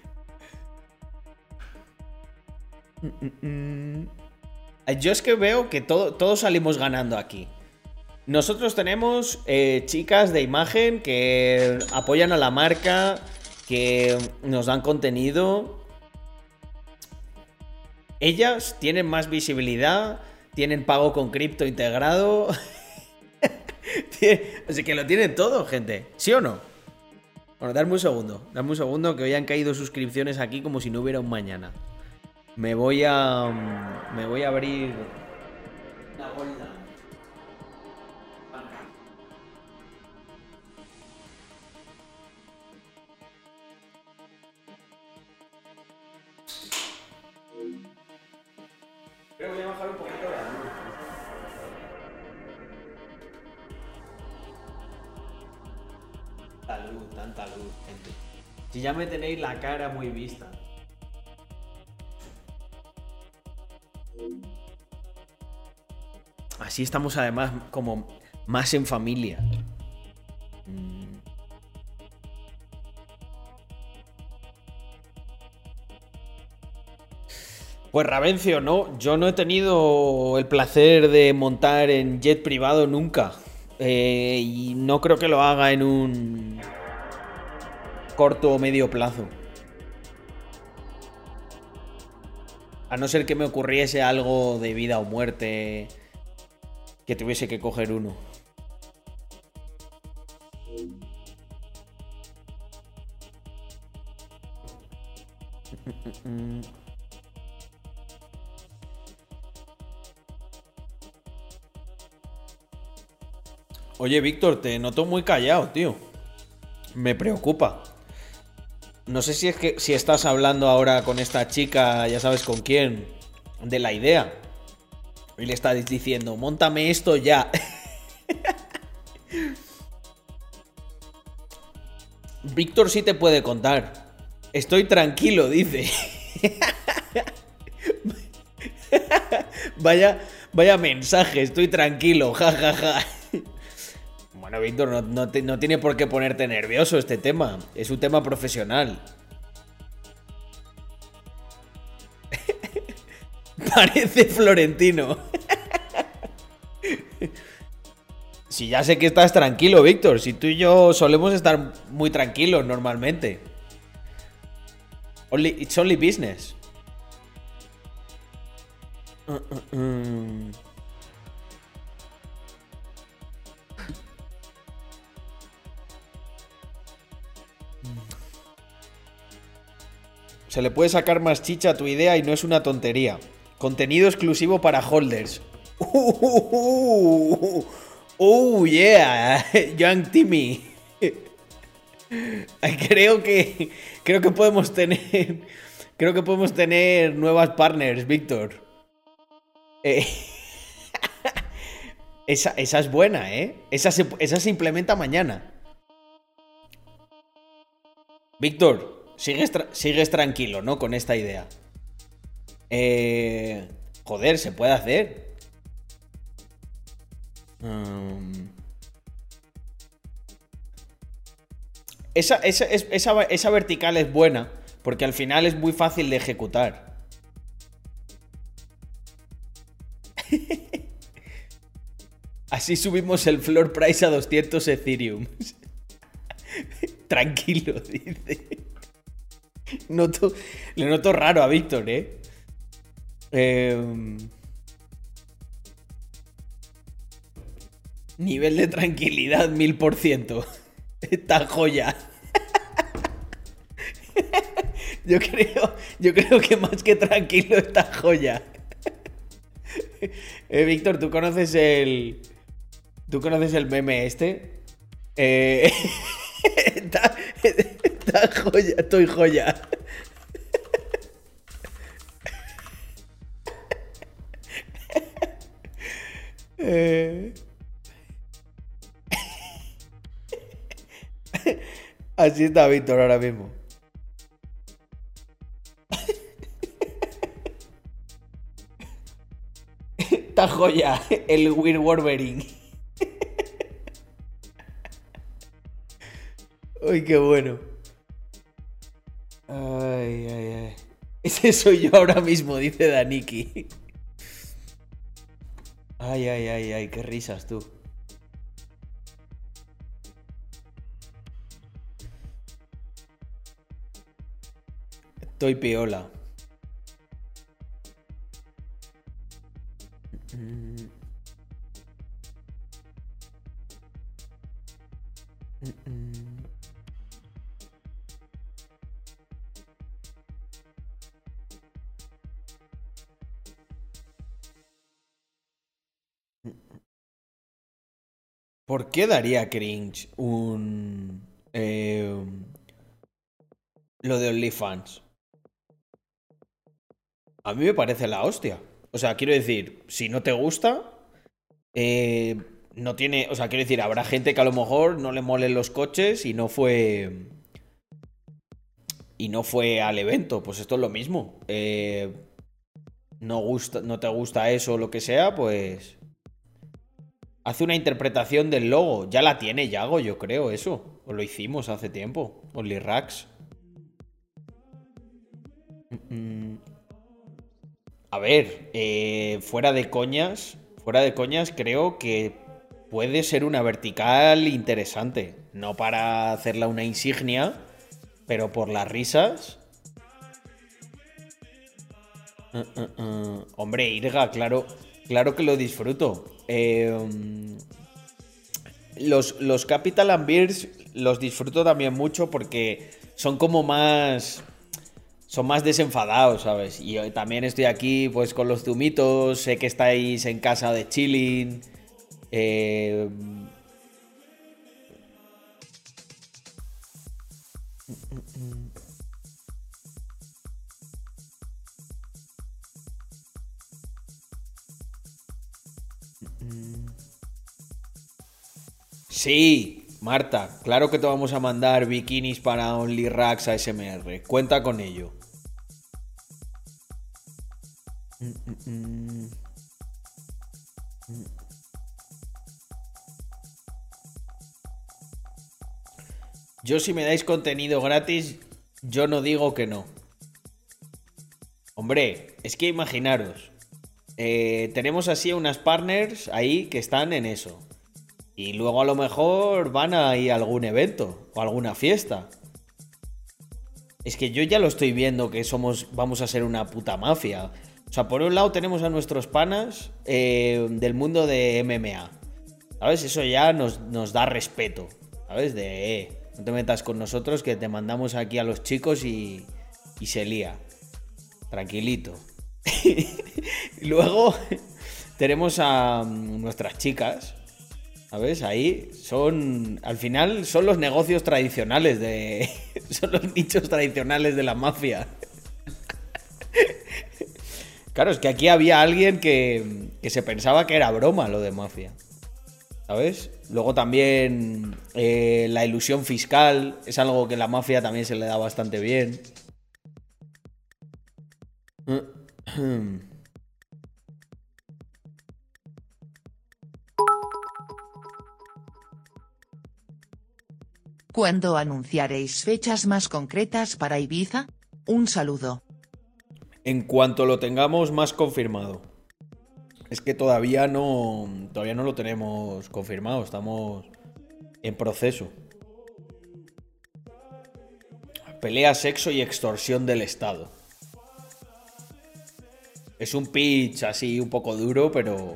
Yo es que veo que todo, todos salimos ganando aquí. Nosotros tenemos eh, chicas de imagen que apoyan a la marca, que nos dan contenido. Ellas tienen más visibilidad, tienen pago con cripto integrado. O sea, que lo tienen todo, gente. ¿Sí o no? Bueno, dadme un segundo. Dadme un segundo, que hoy han caído suscripciones aquí como si no hubiera un mañana. Me voy a... Me voy a abrir... Una bolsa. Creo que voy a bajar un poquito la luz. Tanta luz, tanta luz, gente. Si ya me tenéis la cara muy vista. Así estamos además como más en familia. Mm. Pues Ravencio, no, yo no he tenido el placer de montar en jet privado nunca. Eh, y no creo que lo haga en un corto o medio plazo. A no ser que me ocurriese algo de vida o muerte que tuviese que coger uno. Oye, Víctor, te noto muy callado, tío. Me preocupa. No sé si es que si estás hablando ahora con esta chica, ya sabes con quién, de la idea. Y le estás diciendo, móntame esto ya. Víctor sí te puede contar. Estoy tranquilo, dice. Vaya, vaya mensaje, estoy tranquilo, jajaja. Ja, ja. Bueno, Víctor, no, no, te, no tiene por qué ponerte nervioso este tema. Es un tema profesional. Parece Florentino. Si ya sé que estás tranquilo, Víctor. Si tú y yo solemos estar muy tranquilos normalmente. Only, it's only business. Uh, uh, uh. Se le puede sacar más chicha a tu idea y no es una tontería. Contenido exclusivo para holders. Uh, uh, uh, uh, yeah, Young Timmy. Creo que creo que podemos tener creo que podemos tener nuevas partners, Víctor. Eh, esa, esa es buena, ¿eh? Esa se, esa se implementa mañana. Víctor, sigues, tra sigues tranquilo, ¿no? Con esta idea. Eh, joder, se puede hacer. Um, esa, esa, esa, esa vertical es buena, porque al final es muy fácil de ejecutar. Así subimos el floor price a doscientos Ethereum. Tranquilo, dice. Noto, le noto raro a Víctor, ¿eh? Eh... Nivel de tranquilidad, mil por ciento. Esta joya. Yo creo, yo creo que más que tranquilo, esta joya. Eh, Víctor, ¿tú conoces el... ¿Tú conoces el meme este? Eh... Esta, esta joya, estoy joya. Eh... Así está Víctor ahora mismo. Esta joya, el Weird Wolverine. Uy, qué bueno. Ay, ay, ay. Ese soy yo ahora mismo, dice Daniki. Ay, ay, ay, ay, qué risas tú. Estoy piola. Mm. Mm-mm. ¿Por qué daría cringe un... Eh, lo de OnlyFans? A mí me parece la hostia. O sea, quiero decir, si no te gusta... Eh, no tiene... O sea, quiero decir, habrá gente que a lo mejor no le molen los coches y no fue... Y no fue al evento. Pues esto es lo mismo. Eh, no, gusta, no te gusta eso o lo que sea, pues... Hace una interpretación del logo. Ya la tiene Yago, yo creo, eso. O lo hicimos hace tiempo. OnlyRacks. Mm-mm. A ver, eh, fuera de coñas, fuera de coñas, creo que puede ser una vertical interesante. No para hacerla una insignia, pero por las risas. Uh, uh, uh. Hombre, Irga, claro, claro que lo disfruto. Eh, los, los Capital and Beers los disfruto también mucho porque son como más... Son más desenfadados, ¿sabes? Y yo también estoy aquí pues con los zumitos, sé que estáis en casa de chilling. Eh... Sí, Marta, claro que te vamos a mandar bikinis para OnlyRacks A S M R. Cuenta con ello. Yo, si me dais contenido gratis, yo no digo que no. Hombre, es que imaginaros, eh, tenemos así unas partners ahí que están en eso. Y luego a lo mejor van a ir a algún evento o alguna fiesta. Es que yo ya lo estoy viendo que somos, vamos a ser una puta mafia. O sea, por un lado tenemos a nuestros panas eh, del mundo de M M A. ¿Sabes? Eso ya nos, nos da respeto. ¿Sabes? De, eh, no te metas con nosotros que te mandamos aquí a los chicos y, y se lía. Tranquilito. Y luego tenemos a nuestras chicas ¿Sabes? Ahí son, al final son los negocios tradicionales de, son los nichos tradicionales de la mafia. Claro, es que aquí había alguien que, que se pensaba que era broma lo de mafia, ¿sabes? Luego también eh, la ilusión fiscal es algo que la mafia también se le da bastante bien. ¿Cuándo anunciaréis fechas más concretas para Ibiza? Un saludo. En cuanto lo tengamos más confirmado. Es que todavía no, todavía no lo tenemos confirmado, estamos en proceso. Pelea, sexo y extorsión del Estado. Es un pitch así un poco duro, pero...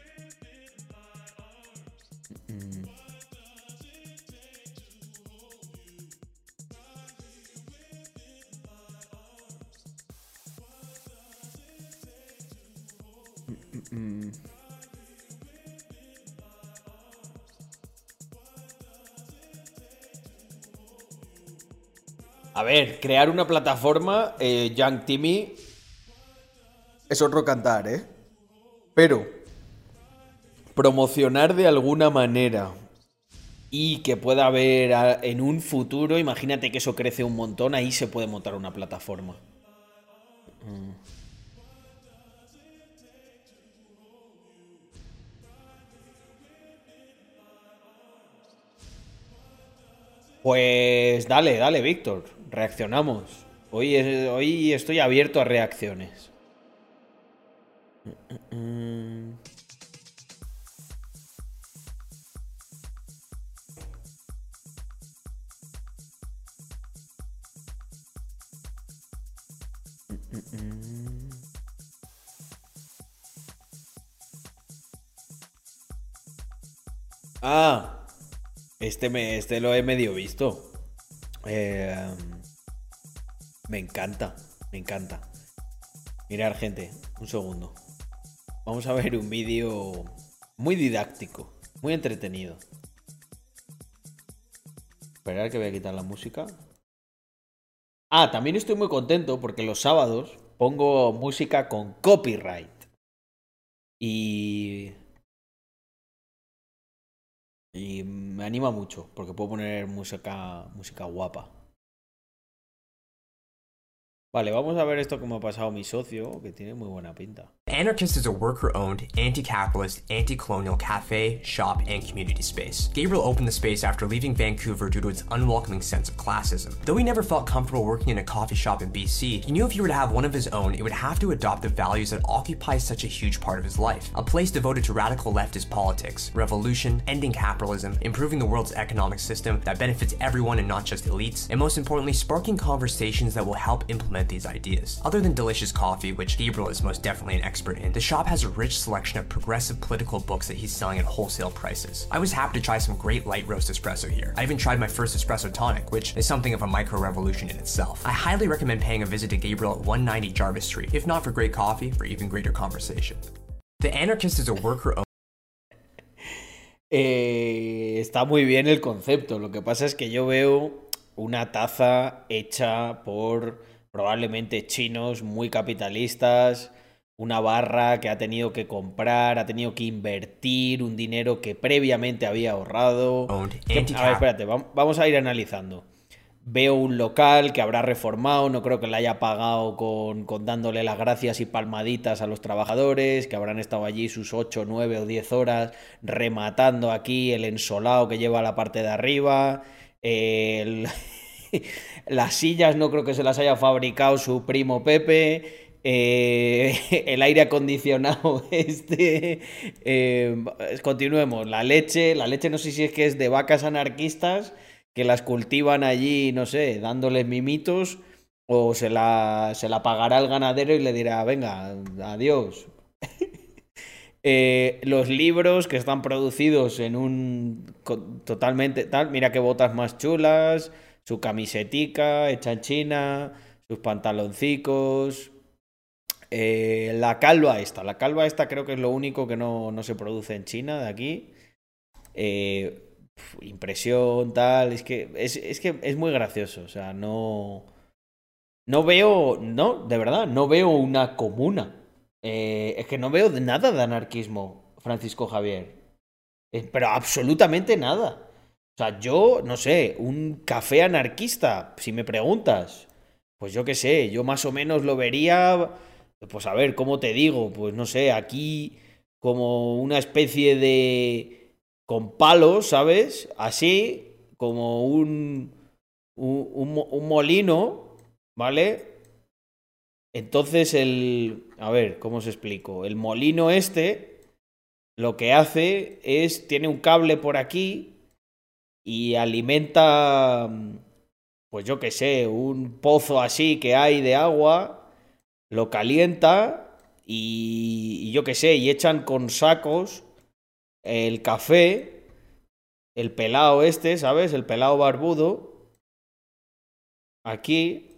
A ver, crear una plataforma, eh, Young Timmy, es otro cantar, ¿eh? Pero promocionar de alguna manera y que pueda haber a- en un futuro, imagínate que eso crece un montón, ahí se puede montar una plataforma. Pues dale, dale, Víctor, reaccionamos. Hoy, es- hoy estoy abierto a reacciones. Mm. Ah, este, me, este lo he medio visto. Eh, me encanta, me encanta. Mirar, gente, un segundo. Vamos a ver un vídeo muy didáctico, muy entretenido. Esperar que voy a quitar la música. Ah, también estoy muy contento porque los sábados pongo música con copyright. Y... Y me anima mucho porque puedo poner música, música guapa. Vale, vamos a ver esto que me ha pasado mi socio, que tiene muy buena pinta. Anarchist is a worker-owned, anti-capitalist, anti-colonial cafe, shop, and community space. Gabriel opened the space after leaving Vancouver due to its unwelcoming sense of classism. Though he never felt comfortable working in a coffee shop in B C, he knew if he were to have one of his own, it would have to adopt the values that occupy such a huge part of his life. A place devoted to radical leftist politics, revolution, ending capitalism, improving the world's economic system that benefits everyone and not just elites, and most importantly, sparking conversations that will help implement these ideas. Other than delicious coffee, which Gabriel is most definitely an expert in, the shop has a rich selection of progressive political books that he's selling at wholesale prices. I was happy to try some great light roast espresso here. I even tried my first espresso tonic, which is something of a micro-revolution in itself. I highly recommend paying a visit to Gabriel at one ninety Jarvis Street, if not for great coffee, for even greater conversation. The Anarchist is a worker-owned Eh, está muy bien el concepto. Lo que pasa es que yo veo una taza hecha por probablemente chinos muy capitalistas, una barra que ha tenido que comprar, ha tenido que invertir un dinero que previamente había ahorrado. Que- a ver, espérate, vam- vamos a ir analizando. Veo un local que habrá reformado, no creo que le haya pagado con, con dándole las gracias y palmaditas a los trabajadores, que habrán estado allí sus ocho, nueve o diez horas rematando aquí el ensolado que lleva a la parte de arriba. El- Las sillas no creo que se las haya fabricado su primo Pepe. Eh, el aire acondicionado este. eh, continuemos. La leche, la leche no sé si es que es de vacas anarquistas que las cultivan allí, no sé, dándoles mimitos, o se la, se la pagará el ganadero y le dirá, venga, adiós. Eh, los libros que están producidos en un co- totalmente tal, mira qué botas más chulas, su camisetica hecha en China, sus pantaloncicos, eh, la calva esta, la calva esta creo que es lo único que no, no se produce en China de aquí. eh, impresión, tal. Es que es, es que es muy gracioso. O sea, no. No veo. No, de verdad, no veo una comuna. Eh, es que no veo nada de anarquismo, Francisco Javier. Eh, pero absolutamente nada. O sea, yo, no sé, un café anarquista, si me preguntas. Pues yo qué sé, yo más o menos lo vería. Pues a ver, ¿cómo te digo? Pues no sé, aquí como una especie de... con palos, ¿sabes? Así, como un... un, un, un molino, ¿vale? Entonces el... a ver, ¿cómo os explico? El molino este lo que hace es... tiene un cable por aquí y alimenta... pues yo qué sé, un pozo así que hay de agua, lo calienta y, y yo qué sé, y echan con sacos el café, el pelao este, ¿sabes? El pelao barbudo, aquí,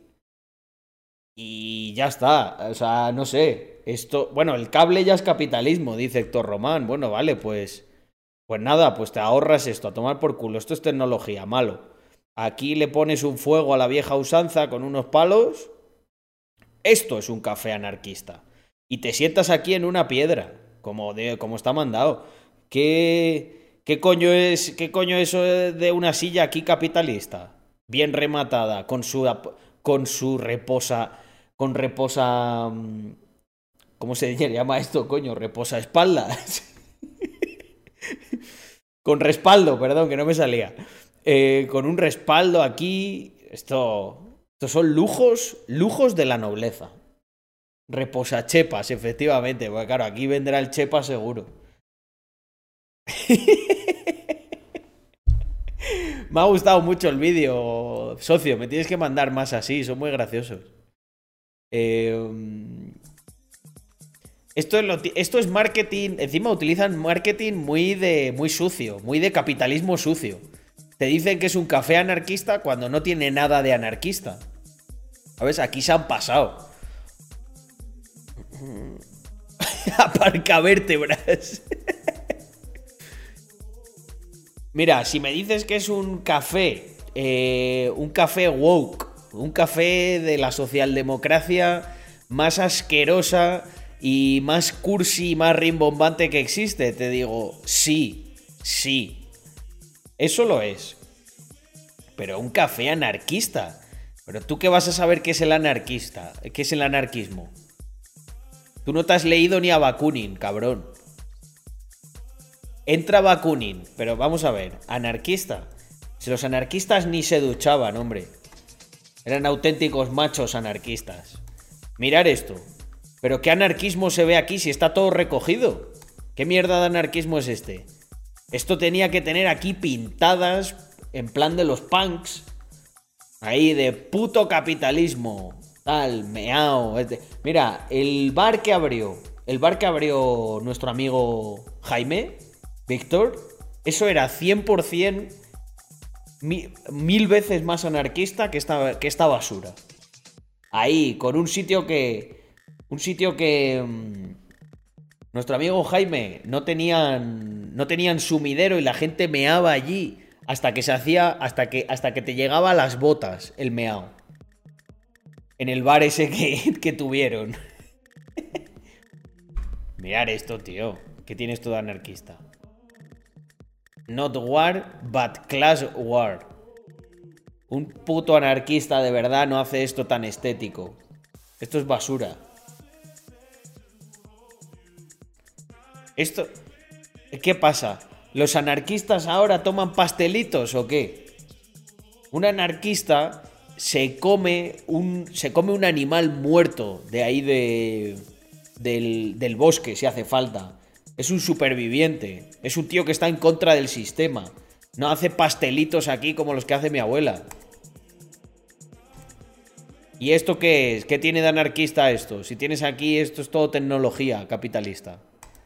y ya está. O sea, no sé, esto, bueno, el cable ya es capitalismo, dice Héctor Román. Bueno, vale, pues, pues nada, pues te ahorras esto, a tomar por culo, esto es tecnología, malo. Aquí le pones un fuego a la vieja usanza con unos palos. Esto es un café anarquista. Y te sientas aquí en una piedra, como, de, como está mandado. ¿Qué, qué coño es, qué coño es eso de una silla aquí capitalista? Bien rematada, con su, con su reposa, con reposa... ¿Cómo se llama esto, coño? Reposa espaldas. Con respaldo, perdón, que no me salía. Eh, con un respaldo aquí. Esto, estos son lujos, lujos de la nobleza. Reposachepas, efectivamente. Porque claro, aquí vendrá el chepa seguro. Me ha gustado mucho el vídeo, socio. Me tienes que mandar más así, son muy graciosos. Eh, esto, es lo, esto es marketing. Encima utilizan marketing muy de muy sucio, muy de capitalismo sucio. Te dicen que es un café anarquista cuando no tiene nada de anarquista. ¿Sabes? Aquí se han pasado. Aparca vértebras. Mira, si me dices que es un café, eh, un café woke, un café de la socialdemocracia más asquerosa y más cursi y más rimbombante que existe, te digo, sí, sí. Eso lo es. Pero un café anarquista. Pero tú qué vas a saber qué es el anarquista, qué es el anarquismo. Tú no te has leído ni a Bakunin, cabrón. Entra Bakunin, pero vamos a ver, anarquista. Si los anarquistas ni se duchaban, hombre. Eran auténticos machos anarquistas. Mirar esto. ¿Pero qué anarquismo se ve aquí si está todo recogido? ¿Qué mierda de anarquismo es este? Esto tenía que tener aquí pintadas en plan de los punks. Ahí de puto capitalismo. Tal, meao. Mira, el bar que abrió, el bar que abrió nuestro amigo Jaime, Víctor, eso era cien por cien mil, mil veces más anarquista que esta, que esta basura. Ahí, con un sitio que... Un sitio que... Mmm, nuestro amigo Jaime no tenían, no tenían sumidero y la gente meaba allí hasta que se hacía, hasta que, hasta que te llegaba a las botas el meao. En el bar ese que, que tuvieron. Mirad esto, tío. ¿Qué tienes todo anarquista? Not war, but class war. Un puto anarquista de verdad no hace esto tan estético. Esto es basura. Esto... ¿Qué pasa? ¿Los anarquistas ahora toman pastelitos o qué? Un anarquista se come un, se come un animal muerto de ahí de, del, del bosque, si hace falta. Es un superviviente. Es un tío que está en contra del sistema. No hace pastelitos aquí como los que hace mi abuela. ¿Y esto qué es? ¿Qué tiene de anarquista esto? Si tienes aquí, esto es todo tecnología capitalista.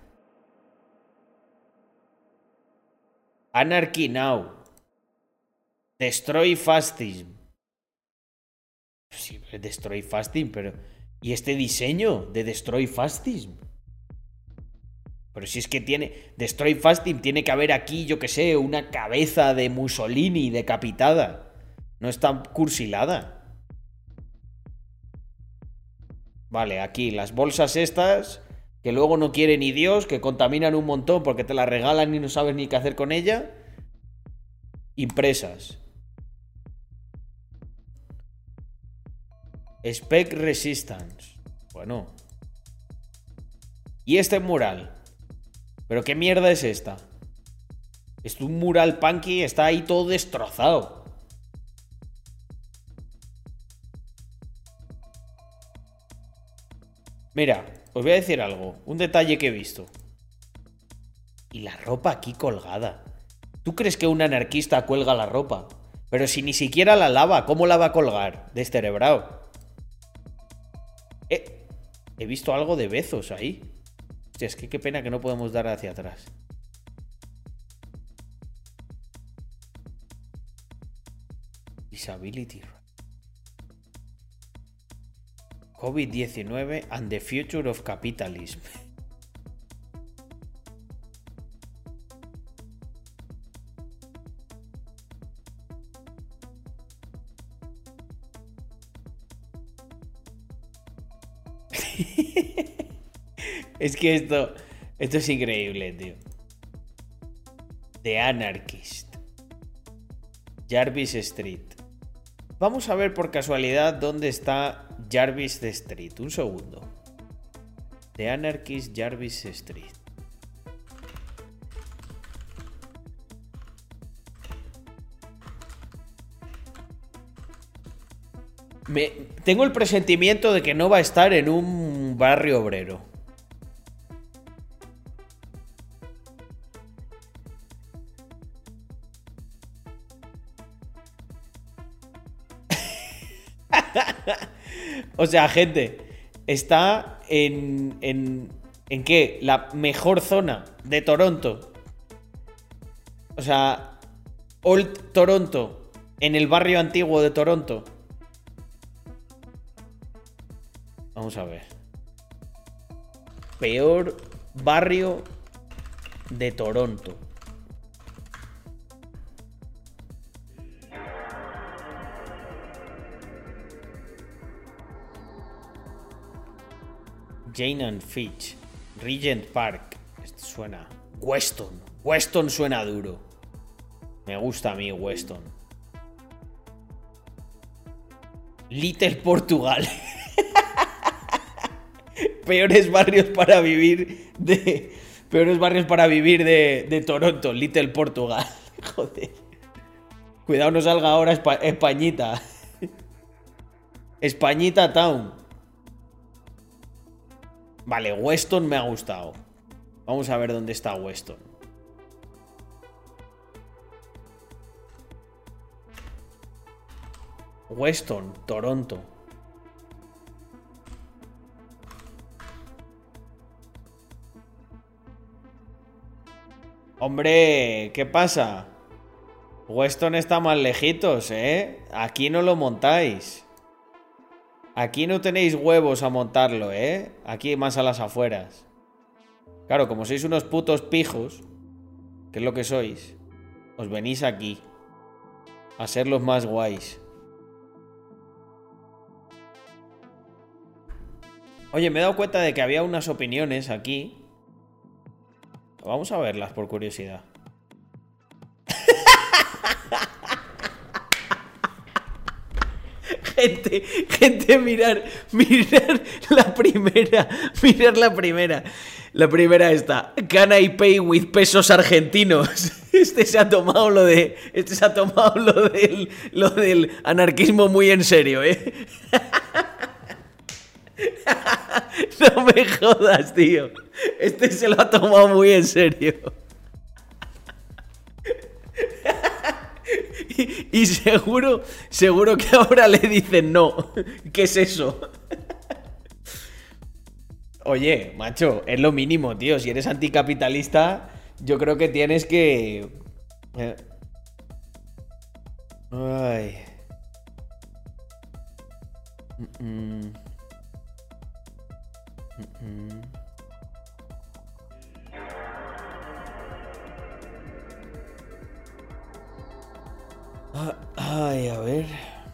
Anarchy now. Destroy fascism. Sí, Destroy fascism, pero... ¿Y este diseño de Destroy fascism? Pero si es que tiene... Destroy Fasting tiene que haber aquí, yo que sé, una cabeza de Mussolini decapitada. No es tan cursilada. Vale, aquí las bolsas estas, que luego no quiere ni Dios, que contaminan un montón porque te las regalan y no sabes ni qué hacer con ella. Impresas. Spec Resistance. Bueno. ¿Y este mural? ¿Pero qué mierda es esta? Es un mural punky, está ahí todo destrozado. Mira, os voy a decir algo. Un detalle que he visto. Y la ropa aquí colgada. ¿Tú crees que un anarquista cuelga la ropa? Pero si ni siquiera la lava, ¿cómo la va a colgar? Descerebrado. Eh, he visto algo de Bezos ahí. Hostia, es que qué pena que no podemos dar hacia atrás. Disability. COVID diecinueve and the future of capitalism. Es que esto, esto es increíble, tío. The Anarchist. Jarvis Street. Vamos a ver por casualidad dónde está Jarvis Street. Un segundo. The Anarchist Jarvis Street. Me, tengo el presentimiento de que no va a estar en un barrio obrero. O sea, gente, está en, en... ¿En qué? La mejor zona de Toronto. O sea, Old Toronto, en el barrio antiguo de Toronto. Vamos a ver. Peor barrio de Toronto. Jane and Fitch, Regent Park. Esto suena. Weston. Weston suena duro. Me gusta a mí Weston. Little Portugal. Peores barrios para vivir de. Peores barrios para vivir de, de Toronto. Little Portugal. Joder. Cuidado, no salga ahora Espa Españita. Españita Town. Vale, Weston me ha gustado. Vamos a ver dónde está Weston. Weston, Toronto. Hombre, ¿qué pasa? Weston está más lejitos, ¿eh? Aquí no lo montáis. Aquí no tenéis huevos a montarlo, ¿eh? Aquí más a las afueras. Claro, como sois unos putos pijos, que es lo que sois, os venís aquí a ser los más guays. Oye, me he dado cuenta de que había unas opiniones aquí. Vamos a verlas por curiosidad. Gente, gente, mirar, mirar la primera, mirar la primera. La primera está. Can I pay with pesos argentinos? Este se ha tomado lo de, este se ha tomado lo del, lo del anarquismo muy en serio, ¿eh? No me jodas, tío. Este se lo ha tomado muy en serio. Y, y seguro, seguro que ahora le dicen no. ¿Qué es eso? Oye, macho, es lo mínimo, tío. Si eres anticapitalista, yo creo que tienes que... Ay. Mm-mm. Mm-mm. Ah, ay, a ver.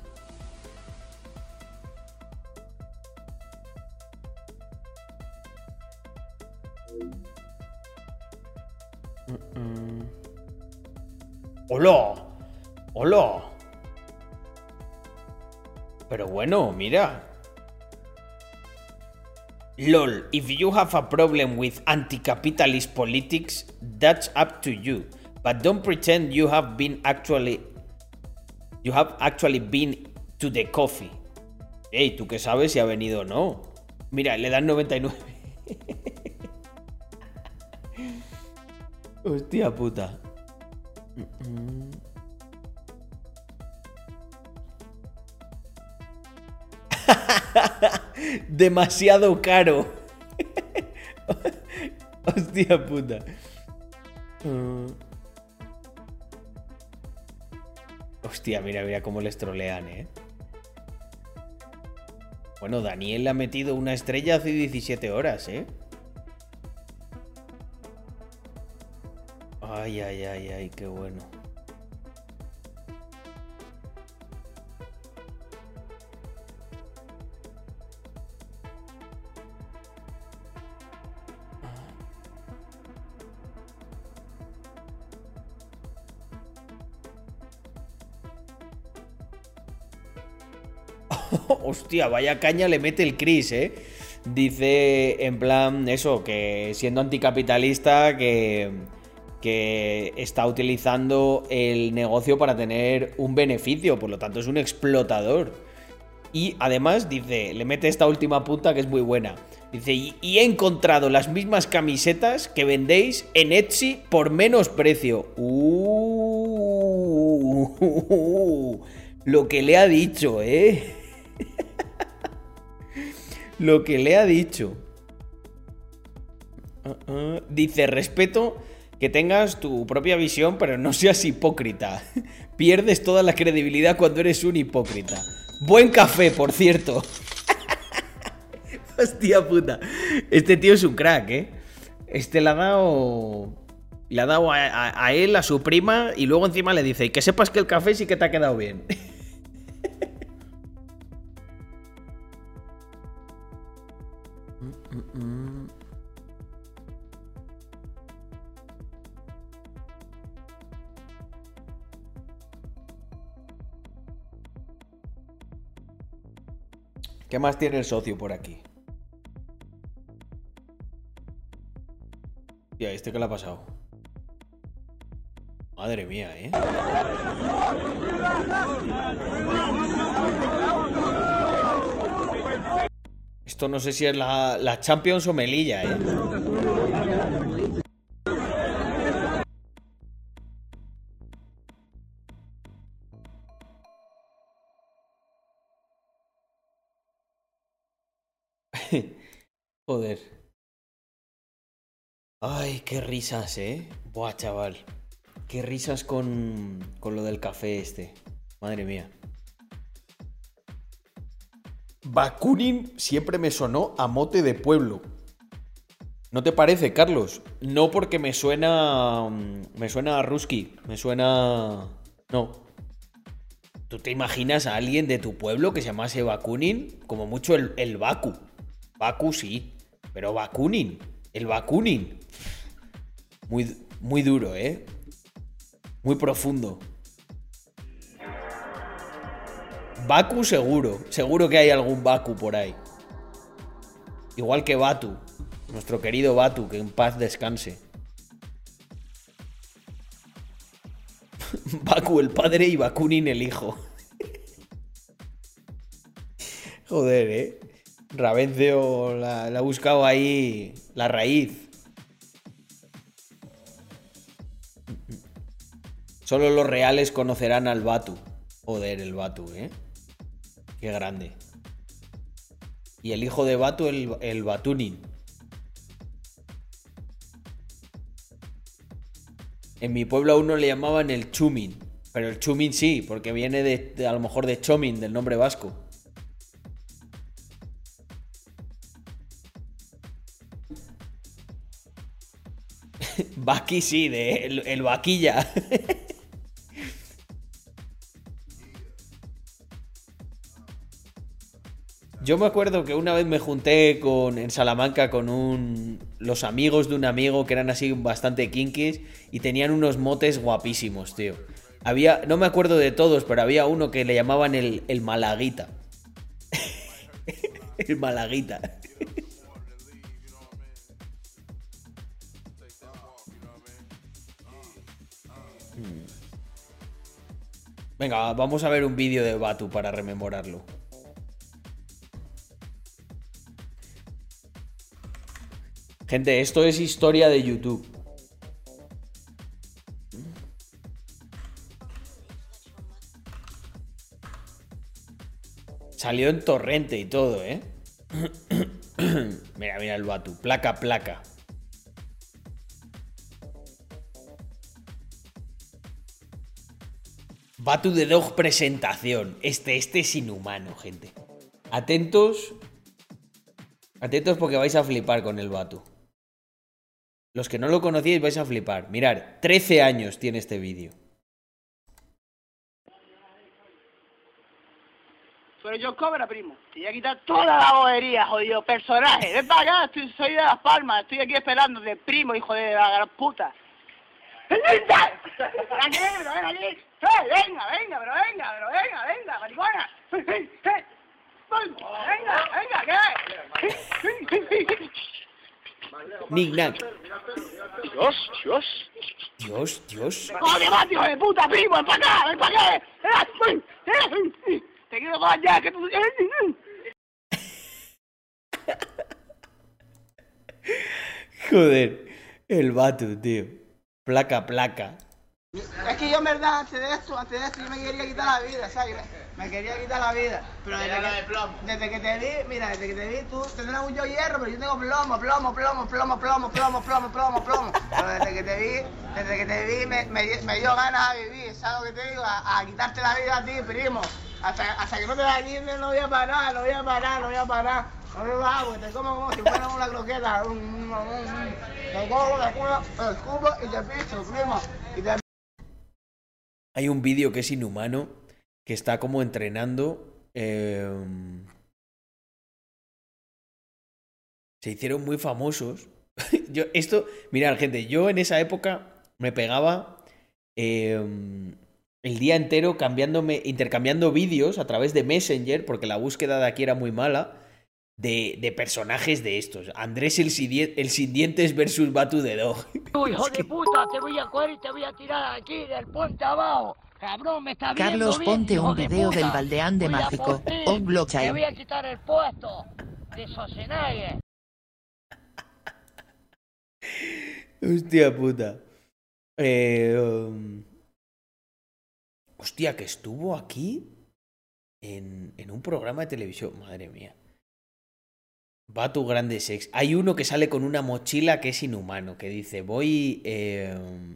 Mm-mm. ¡Hola! ¡Hola! Pero bueno, mira. LOL, if you have a problem with anti-capitalist politics, that's up to you. But don't pretend you have been actually... You have actually been to the coffee. Ey, ¿tú qué sabes si ha venido o no? Mira, le dan noventa y nueve. Hostia puta. Demasiado caro. Hostia puta. Uh... Hostia, mira, mira cómo les trolean, ¿eh? Bueno, Daniel le ha metido una estrella hace diecisiete horas, ¿eh? Ay, ay, ay, ay, qué bueno. Hostia, vaya caña le mete el Chris, ¿eh? Dice en plan eso, que siendo anticapitalista, que, que está utilizando el negocio para tener un beneficio, por lo tanto es un explotador. Y además dice, le mete esta última punta que es muy buena. Dice, y, y he encontrado las mismas camisetas que vendéis en Etsy por menos precio. Uh, uh, uh, uh, lo que le ha dicho, ¿eh? Lo que le ha dicho. Uh, uh. Dice, respeto que tengas tu propia visión, pero no seas hipócrita. Pierdes toda la credibilidad cuando eres un hipócrita. Buen café, por cierto. Hostia puta. Este tío es un crack, ¿eh? Este le ha dado... Le ha dado a, a, a él, a su prima, y luego encima le dice, y que sepas que el café sí que te ha quedado bien. ¿Qué más tiene el socio por aquí? Tía, ¿este qué le ha pasado? Madre mía, ¿eh? Esto no sé si es la, la Champions o Melilla, ¿eh? Joder. Ay, qué risas, ¿eh? Buah, chaval. Qué risas con, con lo del café este. Madre mía. Bakunin siempre me sonó a mote de pueblo. ¿No te parece, Carlos? No, porque me suena... Me suena a Ruski. Me suena... No. ¿Tú te imaginas a alguien de tu pueblo que se llamase Bakunin? Como mucho el, el Baku. Baku sí. Pero Bakunin. El Bakunin. Muy, muy duro, ¿eh? Muy profundo. Baku seguro. Seguro que hay algún Baku por ahí. Igual que Batu. Nuestro querido Batu, que en paz descanse. Baku el padre y Bakunin el hijo. Joder, ¿eh? Ravencio la, la ha buscado ahí la raíz. Solo los reales conocerán al Batu. Joder, el Batu, ¿eh? Qué grande. Y el hijo de Batu, el, el Batunin. En mi pueblo a uno le llamaban el Chumin. Pero el Chumin sí, porque viene de, de a lo mejor de Chomin, del nombre vasco. Baki sí, de el, el vaquilla. Yo me acuerdo que una vez me junté con, en Salamanca con un, los amigos de un amigo que eran así bastante kinkis y tenían unos motes guapísimos, tío. Había, no me acuerdo de todos, pero había uno que le llamaban el, el Malaguita. El Malaguita. Venga, vamos a ver un vídeo de Batu para rememorarlo. Gente, esto es historia de YouTube. Salió en torrente y todo, ¿eh? Mira, mira el Batu. Placa, placa. Batu de Dog presentación. Este, este es inhumano, gente. Atentos. Atentos porque vais a flipar con el Batu. Los que no lo conocíais vais a flipar. Mirad, trece años tiene este vídeo. Soy yo Cobra, primo. Te voy a quitar toda la bobería, jodido personaje. Ven para acá, estoy, soy de Las Palmas. Estoy aquí esperando de primo, hijo de la gran puta. ¡Ven aquí, pero ven aquí! ¡Eh, venga, venga, pero venga, pero venga, venga, maricona! ¡Venga, venga, qué! Nick Nack. Dios, Dios. Dios, Dios. ¡Joder, más, hijo de puta, primo! ¡Ven para acá, ven para acá! ¡Te quiero con ya, que tú... Joder, el Batu, tío. Placa, placa. Es que yo en verdad, antes de esto, antes de esto, yo me quería quitar la vida, ¿sabes? Me quería quitar la vida. Pero desde que, desde que te vi, mira, desde que te vi, tú tendrás mucho hierro, pero yo tengo plomo, plomo, plomo, plomo, plomo, plomo, plomo, plomo, plomo. Pero desde que te vi, desde que te vi, me, me, me dio ganas de vivir, ¿sabes lo que te digo? A, a quitarte la vida a ti, primo. Hasta, hasta que no te la quites, no voy a parar, no voy a parar, no voy a parar. No me va, porque te como como si fuera una croqueta. Te como, te escupo, te escupo y te piso, primo. Y te... Hay un vídeo que es inhumano, que está como entrenando. Eh... Se hicieron muy famosos. Yo, esto, mirad, gente, yo en esa época me pegaba eh, el día entero cambiándome, intercambiando vídeos a través de Messenger, porque la búsqueda de aquí era muy mala, de, de personajes de estos. Andrés el, el sin dientes versus Batu de Dog. ¡Tú, hijo de puta! Te voy a coger y te voy a tirar aquí del puente abajo. Cabrón, me está viendo Carlos, bien, ponte hijo un de video puta. del Baldeán de Voy a Mágico. por ti. O Te Blockchain. voy a quitar el puesto de Schwarzenegger. Hostia puta. Eh, um... Hostia, que estuvo aquí en, en un programa de televisión. Madre mía. Batu Grande Sex. Hay uno que sale con una mochila que es inhumano, que dice, voy... Eh...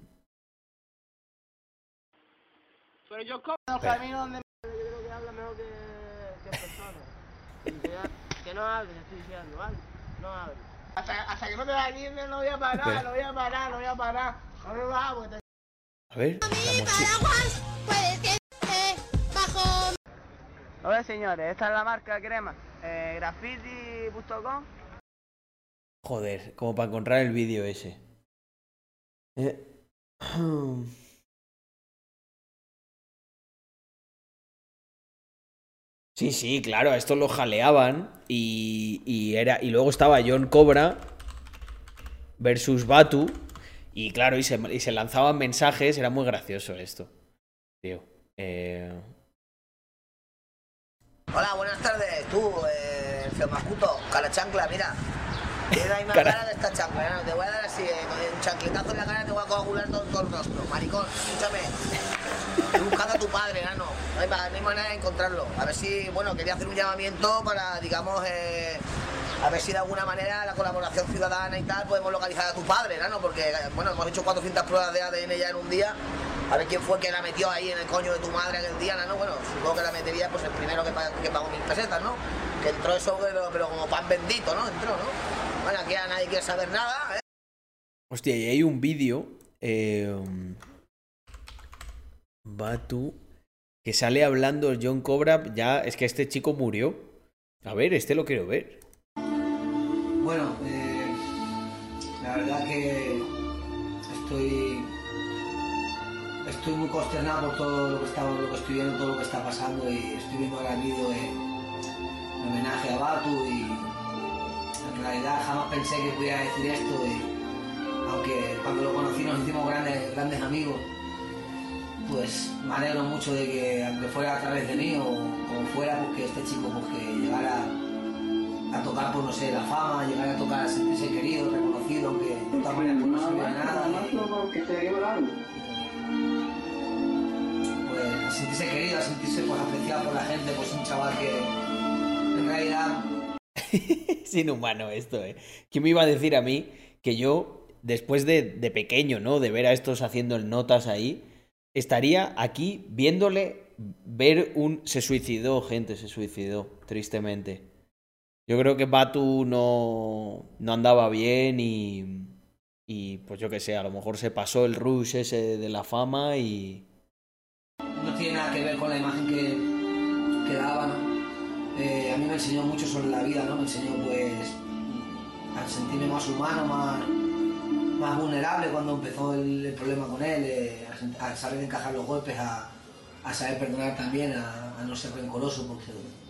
Pero yo como el camino donde yo creo que habla mejor que, que persona. Y que, que no hables, estoy diciendo, ¿vale? No hables. Hasta, hasta que no te la quites, no voy a parar, Espera. no voy a parar, no voy a parar. No me va, porque te... A ver, la mochila. A ver, señores, esta es la marca crema. Eh, graffiti punto com. Joder, como para encontrar el vídeo ese. Eh... Sí, sí, claro, a esto lo jaleaban y, y, era, y luego estaba John Cobra versus Batu y claro, y se, y se lanzaban mensajes, era muy gracioso esto, tío. Eh... Hola, buenas tardes, tú, eh, Feomacuto, cara chancla, mira. Tienes la misma Cara- cara de esta chancla, ¿no? Te voy a dar así, eh, con un chancletazo en la cara, te voy a coagular todo, todo el rostro. Maricón, escúchame. Estoy buscando a tu padre, nano. No hay, ma- no hay manera de encontrarlo. A ver si, bueno, quería hacer un llamamiento para, digamos, eh, a ver si de alguna manera la colaboración ciudadana y tal podemos localizar a tu padre, nano, porque, bueno, hemos hecho cuatrocientas pruebas de A D N ya en un día. A ver quién fue que la metió ahí en el coño de tu madre aquel día, nano. Bueno, supongo que la metería pues el primero que, pa- que pagó mil pesetas, ¿no? Que entró eso, pero, pero como pan bendito, ¿no? Entró, ¿no? Bueno, aquí a nadie quiere saber nada, ¿eh? Hostia, y hay un vídeo, eh, Batu, que sale hablando John Cobra, ya, es que este chico murió, A ver, este lo quiero ver. Bueno, eh, la verdad que estoy estoy muy consternado por todo lo que, está, lo que estoy viendo, todo lo que está pasando, y estoy viendo ahora el vídeo de, de homenaje a Batu, y en realidad jamás pensé que pudiera decir esto, y aunque cuando lo conocí nos hicimos grandes, grandes amigos, pues me alegro mucho de que, aunque fuera a través de mí o como fuera, pues que este chico pues que llegara a tocar, pues no sé, la fama, llegar a tocar, a sentirse querido, reconocido, aunque de todas maneras pues no se vea nada. Y, pues a sentirse querido, a sentirse pues apreciado por la gente, pues un chaval que en realidad... Es inhumano esto, ¿eh? ¿Quién me iba a decir a mí que yo, después de, de pequeño, ¿no? De ver a estos haciendo el notas ahí, estaría aquí viéndole ver un... Se suicidó, gente, se suicidó, tristemente. Yo creo que Batu no, no andaba bien y, y pues yo qué sé, a lo mejor se pasó el rush ese de la fama y... No tiene nada que ver con la imagen que, que daba, ¿no? Eh, a mí me enseñó mucho sobre la vida, ¿no? Me enseñó pues a sentirme más humano, más, más vulnerable cuando empezó el, el problema con él, eh, a, a saber encajar los golpes, a, a saber perdonar también, a, a no ser rencoroso, porque...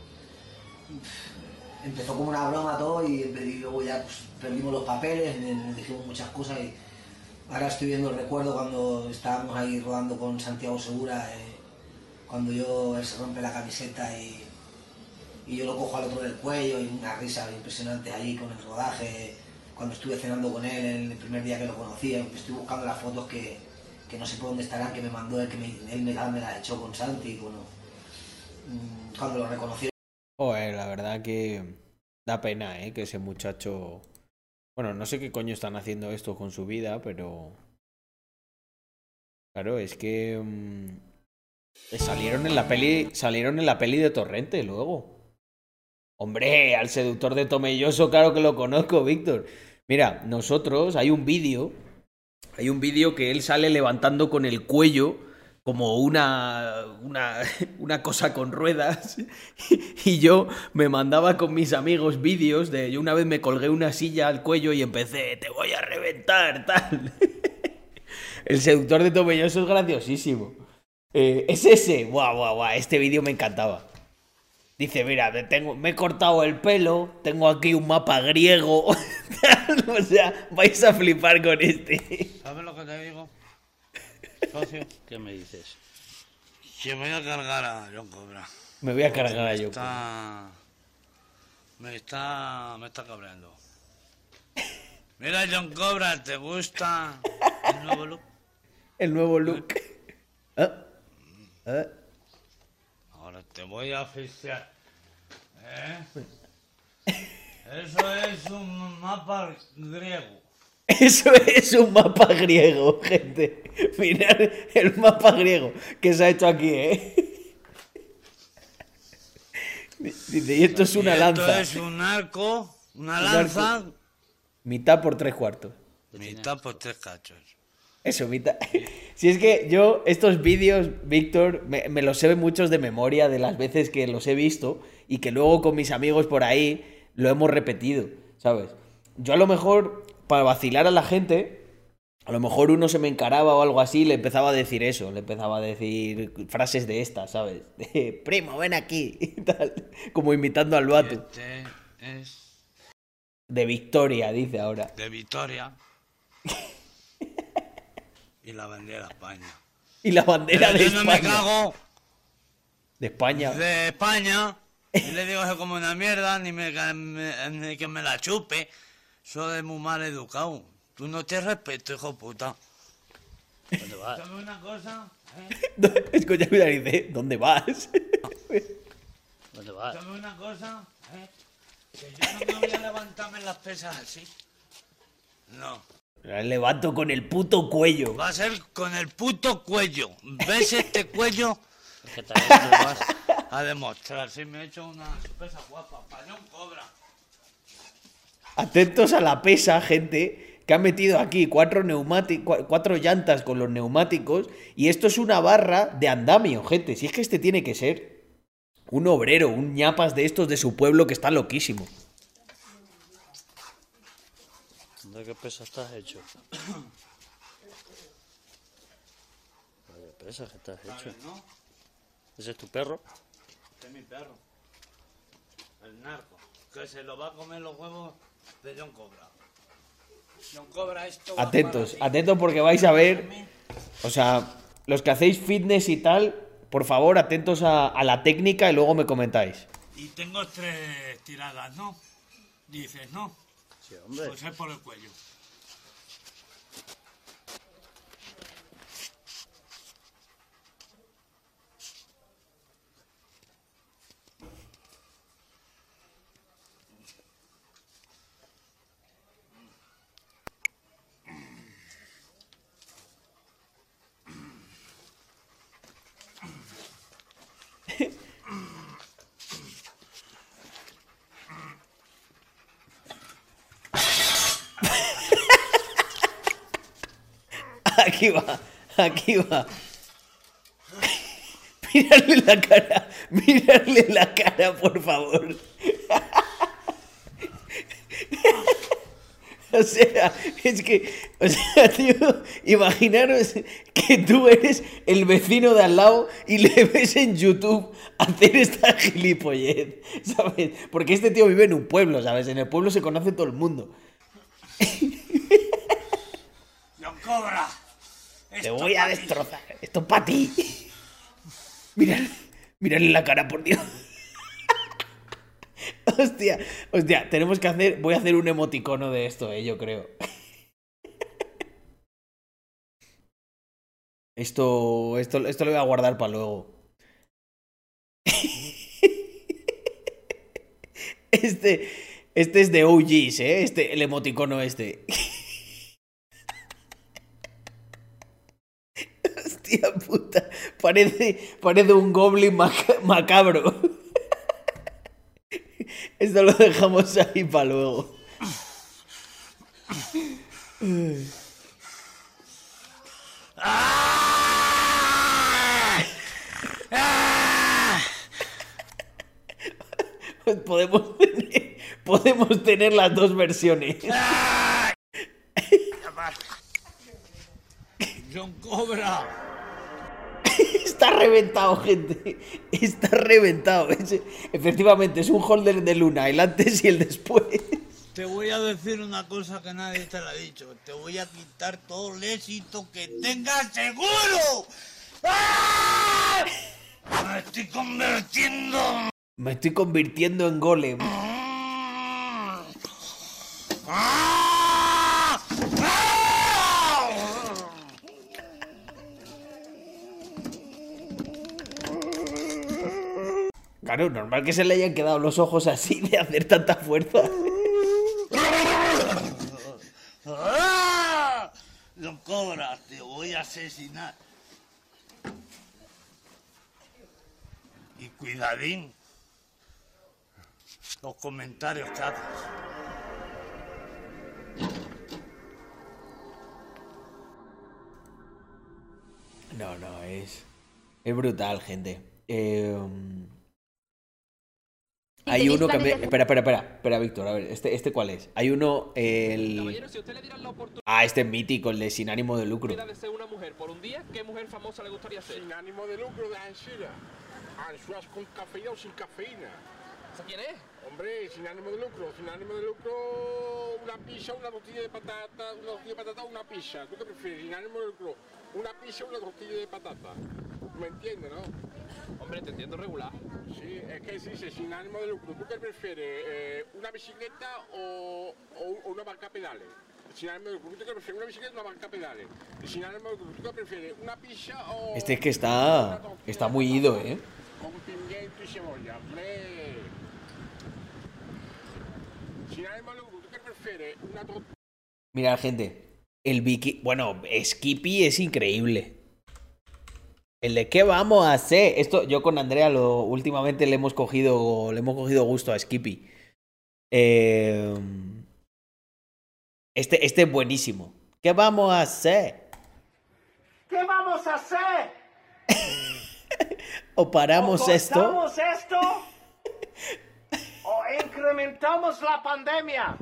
Empezó como una broma todo y, y luego ya pues, perdimos los papeles, nos dijimos muchas cosas, y ahora estoy viendo el recuerdo cuando estábamos ahí rodando con Santiago Segura, eh, cuando yo él se rompe la camiseta y, y yo lo cojo al otro del cuello, y una risa impresionante allí con el rodaje, cuando estuve cenando con él el primer día que lo conocí, estoy buscando las fotos que, que no sé por dónde estarán, que me mandó él, que me, él me, me las echó con Santi, bueno, cuando lo reconocí. Joder, la verdad que da pena, ¿eh? Que ese muchacho... Bueno, no sé qué coño están haciendo esto con su vida, pero... Claro, es que... Mmm... Salieron en la peli... Salieron en la peli de Torrente luego. Hombre, al seductor de Tomelloso, claro que lo conozco, Víctor. Mira, nosotros... Hay un vídeo... Hay un vídeo que él sale levantando con el cuello... como una, una, una cosa con ruedas, y yo me mandaba con mis amigos vídeos de... Yo una vez me colgué una silla al cuello y empecé, te voy a reventar, tal. El seductor de Tomelloso es graciosísimo. Eh, es ese, guau, guau, guau, este vídeo me encantaba. Dice, mira, me, tengo, me he cortado el pelo, tengo aquí un mapa griego, o sea, vais a flipar con este. ¿Sabes lo que te digo? Socio, ¿qué me dices? Que me voy a cargar a John Cobra. Me voy a cargar a John Cobra. Me está... me está cabreando. Mira, John Cobra, ¿te gusta el nuevo look? El nuevo look. ¿Eh? ¿Eh? Ahora te voy a asfixiar. ¿Eh? Eso es un mapa griego. Eso es un mapa griego, gente. Mirad el mapa griego que se ha hecho aquí, ¿eh? Dice, y esto es una lanza. Esto es un arco, una lanza. Arco, mitad por tres cuartos. Mitad por tres cachos. Eso, mitad. Si es que yo, estos vídeos, Víctor, me, me los sé muchos de memoria de las veces que los he visto y que luego con mis amigos por ahí lo hemos repetido, ¿sabes? Yo a lo mejor... Para vacilar a la gente, a lo mejor uno se me encaraba o algo así y le empezaba a decir eso, le empezaba a decir frases de estas, ¿sabes? De, primo, ven aquí, y tal, como imitando al Batu. Este es... De Victoria, dice ahora. De Victoria. Y la bandera de España. Y la bandera Pero de yo España. no me cago. De España. De España. Y le digo que como una mierda, ni, me, ni que me la chupe. Soy muy mal educado. Tú no te respeto, hijo puta. ¿Dónde vas? ¿Sabes una cosa? ¿Eh? Escucha, cuidado, dice, ¿dónde vas? ¿Dónde vas? ¿Sabes una cosa? ¿Eh? Que yo no me voy a levantarme las pesas así. No. La levanto con el puto cuello. Va a ser con el puto cuello. ¿Ves este cuello? Que también lo vas a demostrar. Si me he hecho una pesa guapa. Para un cobra. Atentos a la pesa, gente, que ha metido aquí cuatro neumáticos, cuatro llantas con los neumáticos, y esto es una barra de andamio, gente. Si es que este tiene que ser. Un obrero, un ñapas de estos de su pueblo que está loquísimo. ¿De qué pesa estás hecho? ¿De qué pesa que estás hecho? ¿Ese es tu perro? Este es mi perro. El narco. Que se lo va a comer los huevos de John Cobra. John Cobra esto. Atentos, atentos porque vais a ver. O sea, los que hacéis fitness y tal, por favor, atentos a, a la técnica y luego me comentáis. Y tengo tres tiradas, ¿no? Dices, ¿no? Sí, hombre. Pues es por el cuello. Aquí va, aquí va. Mirarle la cara, mirarle la cara, por favor. O sea, es que, o sea, tío, imaginaros que tú eres el vecino de al lado y le ves en YouTube hacer esta gilipollez, ¿sabes? Porque este tío vive en un pueblo, ¿sabes? En el pueblo se conoce todo el mundo. ¡John Cobra! Te voy a destrozar. Esto es para ti. Mirad, miradle la cara, por Dios. Hostia, hostia, tenemos que hacer... Voy a hacer un emoticono de esto, eh, yo creo. Esto, esto, esto lo voy a guardar para luego. Este, este es de O Gs, eh, este, el emoticono este. Hostia puta, parece, parece un goblin mac- macabro. Esto lo dejamos ahí para luego. Pues podemos tener, podemos tener las dos versiones. John Cobra. Está reventado, gente. Está reventado. Es- efectivamente, es un holder de luna, el antes y el después. Te voy a decir una cosa que nadie te la ha dicho. Te voy a quitar todo el éxito que tengas seguro. ¡Ah! Me estoy convirtiendo. Me estoy convirtiendo en golem. ¡Ah! Claro, normal que se le hayan quedado los ojos así de hacer tanta fuerza. ¡Ah! John Cobra, te voy a asesinar. Y cuidadín los comentarios que haces. No, no, es... Es brutal, gente. Eh, hay uno que me... Espera, espera, espera. Espera, Víctor, a ver, ¿este, este cuál es? Hay uno, el... Ah, este es mítico, el de sin ánimo de lucro. de ser una mujer por un día, ¿qué mujer famosa le gustaría ser? Sin ánimo de lucro de ansiedad. Ansias con cafeína o sin cafeína. ¿Esa quién es? Hombre, sin ánimo de lucro. Sin ánimo de lucro, una pizza, una tortilla de patata, una tortilla de patata o una pizza. ¿Tú qué prefieres? Sin ánimo de lucro, una pizza o una tortilla de patata. ¿Me entiendes, no? Hombre, te entiendo regular. Sí, es que se dice sin ánimo de lucro. ¿Tú qué prefieres? Eh, ¿Una bicicleta o, o, o una banca pedales? Sin ánimo de lucro. ¿Tú qué prefieres? ¿Una bicicleta o una banca pedales? Y sin ánimo de lucro. ¿Tú qué prefieres? ¿Una pizza o...? Este es que está... Está muy ido, ¿eh? Con pimiento y cebolla. ¡Hombre! Sin ánimo de lucro. ¿Tú qué prefieres? ¿Una tortilla? Mirad, gente. El Vicky... Bueno, Skippy es increíble. El de qué vamos a hacer. Esto yo con Andrea lo últimamente le hemos cogido le hemos cogido gusto a Skippy. Eh, este, este es buenísimo. ¿Qué vamos a hacer? ¿Qué vamos a hacer? O paramos o esto. cortamos esto o incrementamos la pandemia.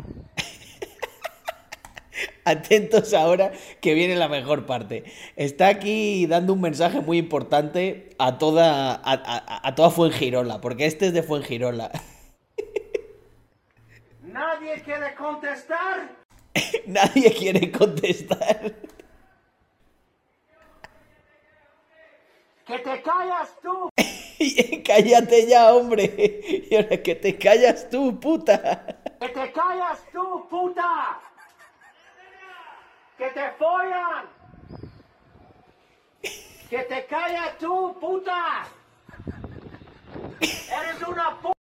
Atentos ahora que viene la mejor parte. Está aquí dando un mensaje muy importante a toda, a, a, a toda Fuengirola, porque este es de Fuengirola. ¿Nadie quiere contestar? Nadie quiere contestar. ¡Que te callas tú! Cállate ya, hombre. Y ahora que te callas tú, puta. ¡Que te callas tú, puta! ¡Que te follan! ¡Que te callas tú, puta! ¡Eres una puta!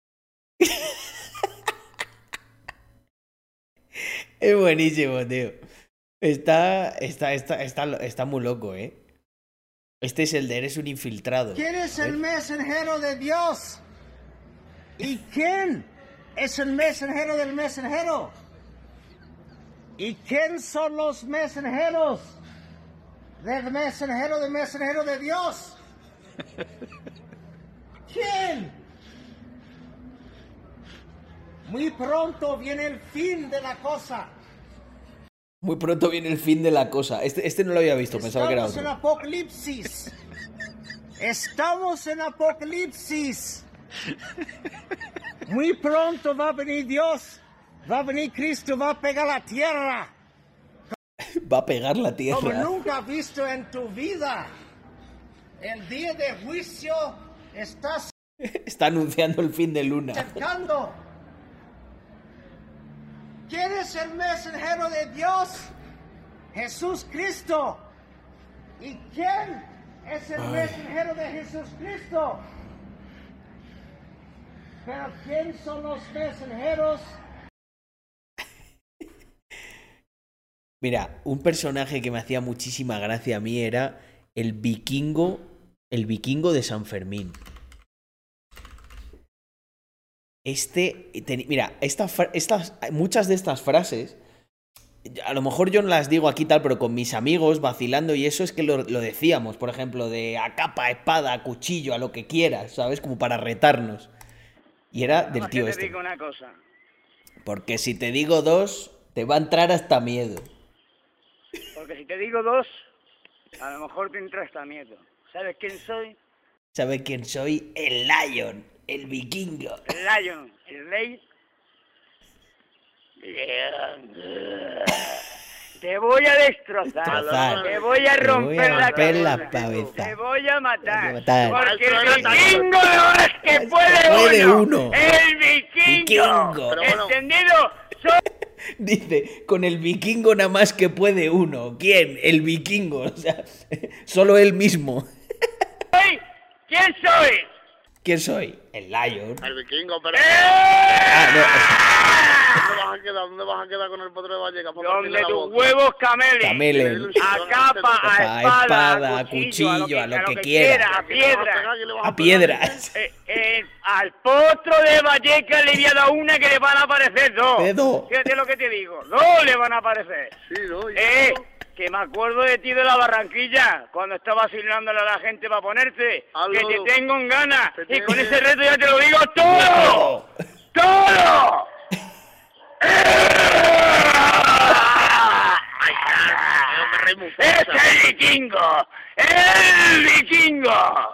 Es buenísimo, tío. Está, está, está, está, está muy loco, ¿eh? Este es el de eres un infiltrado. ¿Quién es el mensajero de Dios? ¿Y quién es el mensajero del mensajero? ¿Y quién son los mensajeros del mensajero del mensajero de Dios? ¿Quién? Muy pronto viene el fin de la cosa. Muy pronto viene el fin de la cosa. Este, este no lo había visto, pensaba que era Estamos otro. en apocalipsis. Estamos en apocalipsis. Muy pronto va a venir Dios. Va a venir Cristo, va a pegar la tierra. Va a pegar la Como tierra. nunca has visto en tu vida. El día de juicio está Está anunciando el fin de Luna. cercando. ¿Quién es el mensajero de Dios? Jesús Cristo. ¿Y quién es el Ay. mensajero de Jesús Cristo? Pero ¿quién son los mensajeros? Mira, un personaje que me hacía muchísima gracia a mí era el vikingo, el vikingo de San Fermín. Este, ten- mira, esta fra- estas, muchas de estas frases, a lo mejor yo no las digo aquí tal, pero con mis amigos vacilando y eso es que lo, lo decíamos, por ejemplo, de a capa, a espada, a cuchillo, a lo que quieras, ¿sabes? Como para retarnos. Y era del Nada más tío que te este. digo una cosa. Porque si te digo dos, te va a entrar hasta miedo. Porque si te digo dos, a lo mejor te entra hasta miedo. ¿Sabes quién soy? ¿Sabes quién soy? El Lion, el vikingo. El Lion, el rey. Te voy a destrozar. Destrozar. Te voy a Te romper, voy a la, romper la cabeza. cabeza. Te voy a matar. Te voy a matar. Porque el vikingo no es que puede, Puede uno. uno. El vikingo. Vikingo. Pero bueno. ¿Entendido? Soy... Dice, con el vikingo nada más que puede uno. ¿Quién? El vikingo. O sea, solo él mismo. ¿Quién soy? ¿Quién soy? El Lion. El vikingo, pero... Ah, no. ¿Dónde vas a quedar? ¿Dónde vas a quedar con el potro de Vallecas? para Donde partirle la tus boca? huevos camelen. Camelen. A capa, a A espada, espada, a a cuchillo, cuchillo, a lo que, a lo que quiera, quiera. a piedra. A piedras. Eh, eh, al potro de Vallecas le voy a dar una que le van a aparecer dos. ¿De dos? Fíjate lo que te digo. Dos le van a aparecer. Sí, dos. Eh, que me acuerdo de ti de la Barranquilla, cuando estabas vacilándole a la gente para ponerte. Aló. Que te tengo en ganas. Te Y tengo con en- ese reto ya te lo digo todo. ¡Todo! ¡Es el vikingo! ¡El vikingo!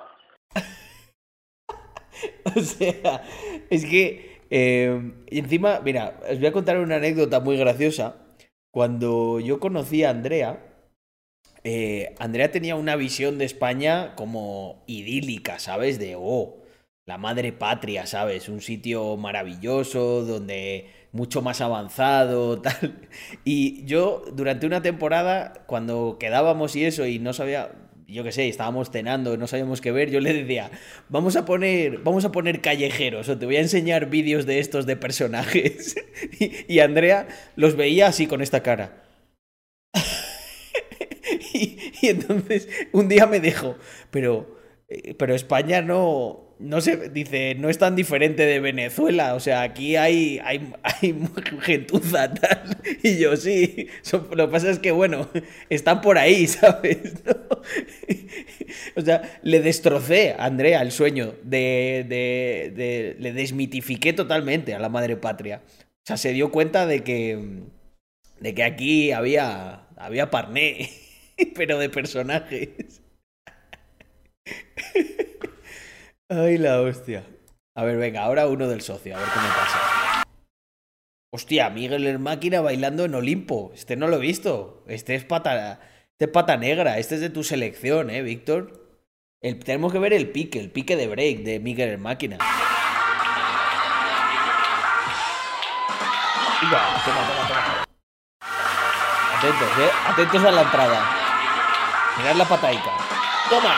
O sea, es que... eh, y encima, mira, os voy a contar una anécdota muy graciosa. Cuando yo conocí a Andrea, eh, Andrea tenía una visión de España como idílica, ¿sabes? De, oh, la madre patria, ¿sabes? Un sitio maravilloso, donde mucho más avanzado, tal. Y yo, durante una temporada, cuando quedábamos y eso, y no sabía, yo qué sé, estábamos cenando, no sabíamos qué ver, yo le decía, vamos a poner, vamos a poner callejeros, o te voy a enseñar vídeos de estos de personajes. Y, y Andrea los veía así con esta cara. Y, y entonces un día me dijo, pero Pero España no, no se dice, no es tan diferente de Venezuela. O sea, aquí hay, hay, hay gentuza, tal. Y yo sí. Son, lo que pasa es que, bueno, están por ahí, ¿sabes? ¿No? O sea, le destrocé a Andrea el sueño. De, de, de, le desmitifiqué totalmente a la madre patria. O sea, se dio cuenta de que, de que aquí había, había parné, pero de personajes. Ay, la hostia. A ver, venga, ahora uno del socio, a ver qué me pasa. Hostia, Miguel el Máquina bailando en Olimpo. Este no lo he visto. Este es pata, este es pata negra. Este es de tu selección, ¿eh, Víctor? El, tenemos que ver el pique, el pique de break de Miguel el Máquina. Toma, toma, toma. Atentos, eh. Atentos a la entrada. Mirad la pataica. ¡Toma!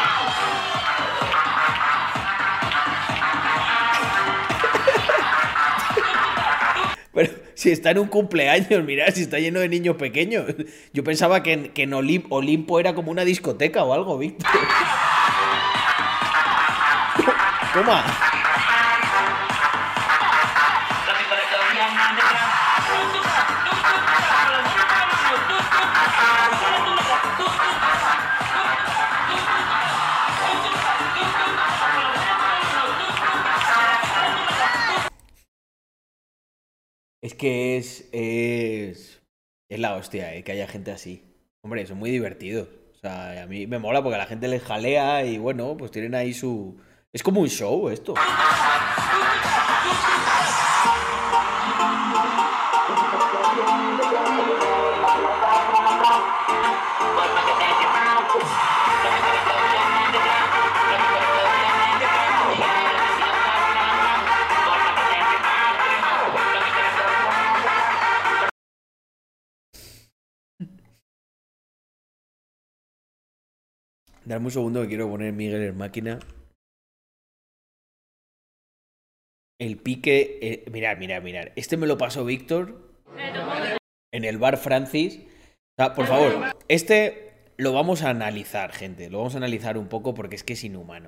Pero si está en un cumpleaños, mirad, si está lleno de niños pequeños. Yo pensaba que en, que en Olimp, Olimpo era como una discoteca o algo, Víctor. Toma. Es que es, es... Es la hostia, ¿eh? Que haya gente así. Hombre, son muy divertidos. O sea, a mí me mola porque a la gente les jalea y bueno, pues tienen ahí su... Es como un show esto. Dame un segundo que quiero poner Miguel el Máquina. El pique... Eh, mirad, mirad, mirad. Este me lo pasó Víctor en el bar Francis. O sea, por favor, este lo vamos a analizar, gente. Lo vamos a analizar un poco porque es que es inhumano.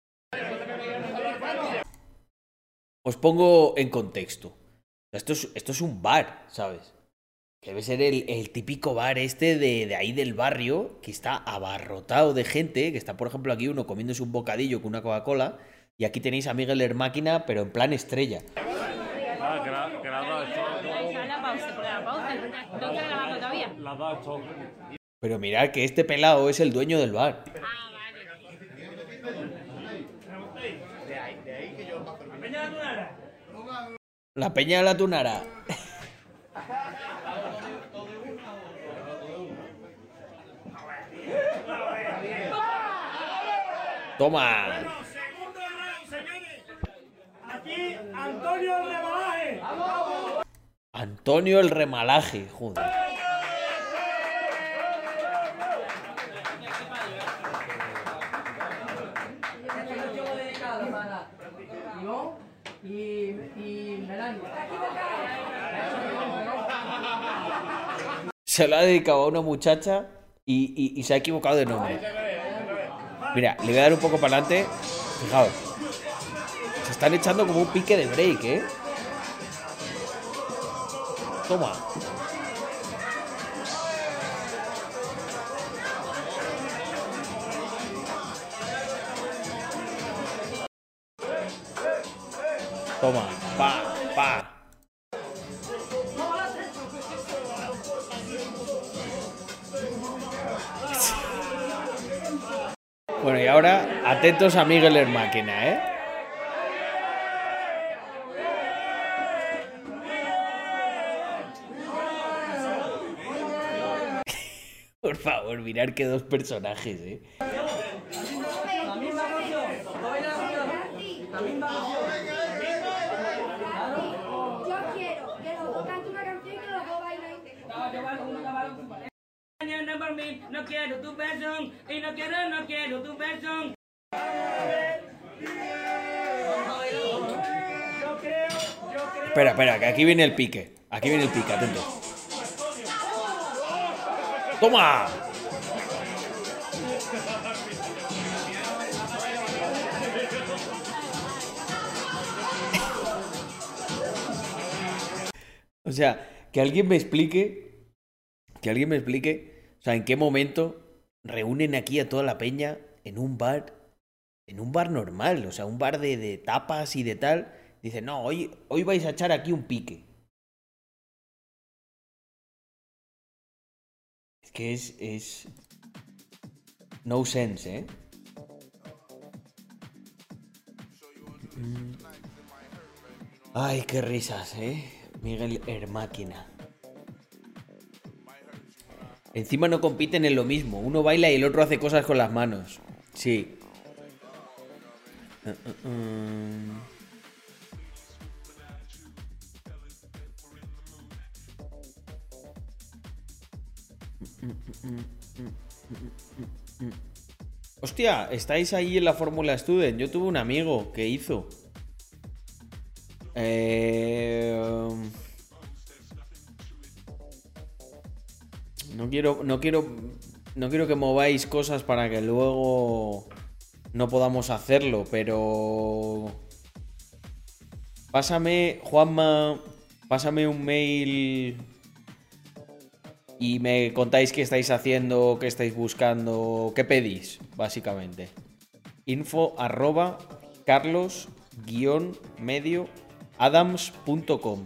Os pongo en contexto. Esto es, esto es un bar, ¿sabes? Que debe ser el, el típico bar este de, de ahí del barrio, que está abarrotado de gente, que está, por ejemplo, aquí uno comiéndose un bocadillo con una Coca-Cola, y aquí tenéis a Miguel el Máquina, pero en plan estrella. Ah, que la, que la ha dado esto. La pausa, porque la pausa, ¿no quiere grabarlo todavía? La ha dado esto. Pero mirad que este pelado es el dueño del bar. Ah, vale. La Peña de la Tunara. Toma. Segundo round, señores. Aquí Antonio el Remalaje. Antonio el Remalaje, joder. Y, y Melania. Se lo ha dedicado a una muchacha y, y, y se ha equivocado de nombre. Mira, le voy a dar un poco para adelante. Fijaos. Se están echando como un pique de break, ¿eh? Toma. Toma. Pa, pa. Bueno, y ahora, atentos a Miguel el Máquina, ¿eh? Por favor, mirad que dos personajes, ¿eh? No quiero tu beso y no quiero, no quiero tu beso. Espera, espera, que aquí viene el pique. Aquí viene el pique, atento. ¡Toma! O sea, que alguien me explique, que alguien me explique, o sea, en qué momento reúnen aquí a toda la peña en un bar, en un bar normal, o sea, un bar de, de tapas y de tal. Dicen, no, hoy, hoy vais a echar aquí un pique. Es que es, es... no sense, ¿eh? Ay, qué risas, ¿eh? Miguel Hermáquina. Encima no compiten en lo mismo. Uno baila y el otro hace cosas con las manos. Sí. Uh, uh, uh. Hostia, estáis ahí en la Fórmula Student. Yo tuve un amigo que hizo. Eh... No quiero, no quiero, no quiero que mováis cosas para que luego no podamos hacerlo, pero pásame, Juanma, pásame un mail y me contáis qué estáis haciendo, qué estáis buscando, qué pedís, básicamente. Info arroba carlos guión medio adams punto com.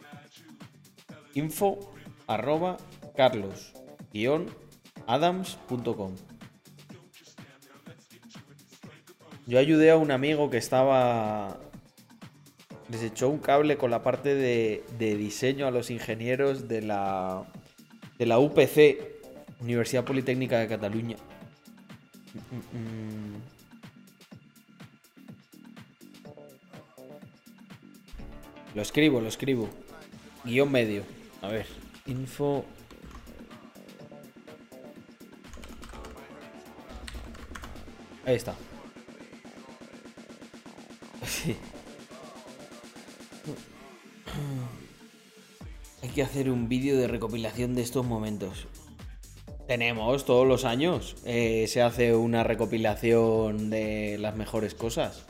Info arroba carlos guión adams punto com. Yo ayudé a un amigo que estaba... Les echó un cable con la parte de, de diseño a los ingenieros de la, de la U P C, Universidad Politécnica de Cataluña. Lo escribo, lo escribo. Guión medio. A ver. Info... Ahí está. Sí. Hay que hacer un vídeo de recopilación de estos momentos. Tenemos todos los años. Eh, se hace una recopilación de las mejores cosas.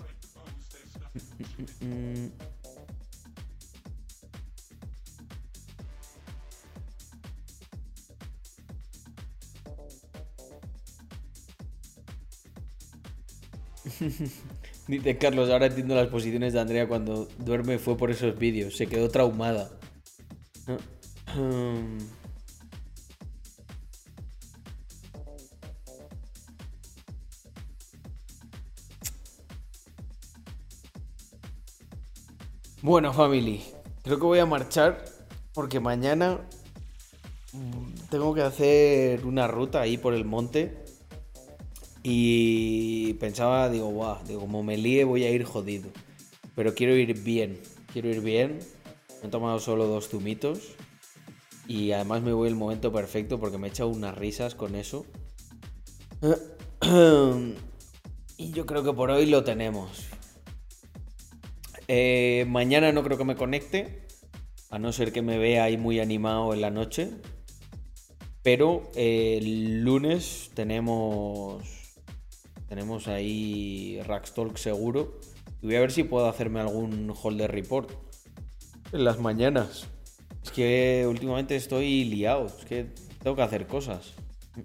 Dice Carlos, ahora entiendo las posiciones de Andrea cuando duerme, fue por esos vídeos, se quedó traumada. Bueno, family, creo que voy a marchar porque mañana tengo que hacer una ruta ahí por el monte. Y pensaba, digo, guau, digo, como me líe voy a ir jodido. Pero quiero ir bien, quiero ir bien. Me he tomado solo dos zumitos. Y además me voy el momento perfecto porque me he echado unas risas con eso. Y yo creo que por hoy lo tenemos. Eh, mañana no creo que me conecte, a no ser que me vea ahí muy animado en la noche. Pero eh, el lunes tenemos... Tenemos ahí Rackstalk seguro. Y voy a ver si puedo hacerme algún holder report en las mañanas. Es que últimamente estoy liado. Es que tengo que hacer cosas.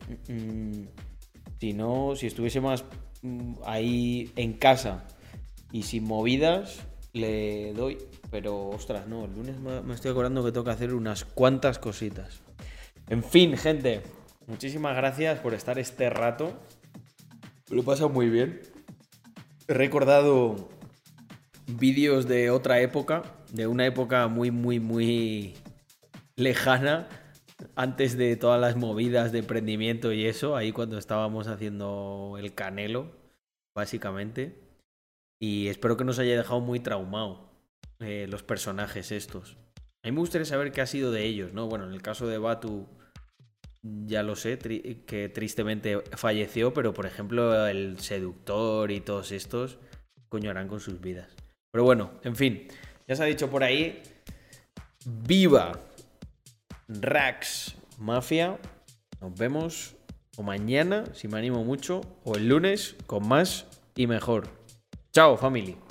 Si no, si estuviese más ahí en casa y sin movidas, le doy. Pero, ostras, no. El lunes me estoy acordando que tengo que hacer unas cuantas cositas. En fin, gente. Muchísimas gracias por estar este rato. Me lo he pasado muy bien. He recordado vídeos de otra época, de una época muy, muy, muy lejana, antes de todas las movidas de emprendimiento y eso, ahí cuando estábamos haciendo el Canelo, básicamente. Y espero que nos haya dejado muy traumado eh, los personajes estos. A mí me gustaría saber qué ha sido de ellos, ¿no? Bueno, en el caso de Batu... Ya lo sé, tri- que tristemente falleció, pero por ejemplo el seductor y todos estos, coño harán con sus vidas. Pero bueno, en fin, ya se ha dicho por ahí, ¡viva Rax Mafia! Nos vemos o mañana, si me animo mucho, o el lunes con más y mejor. ¡Chao, family!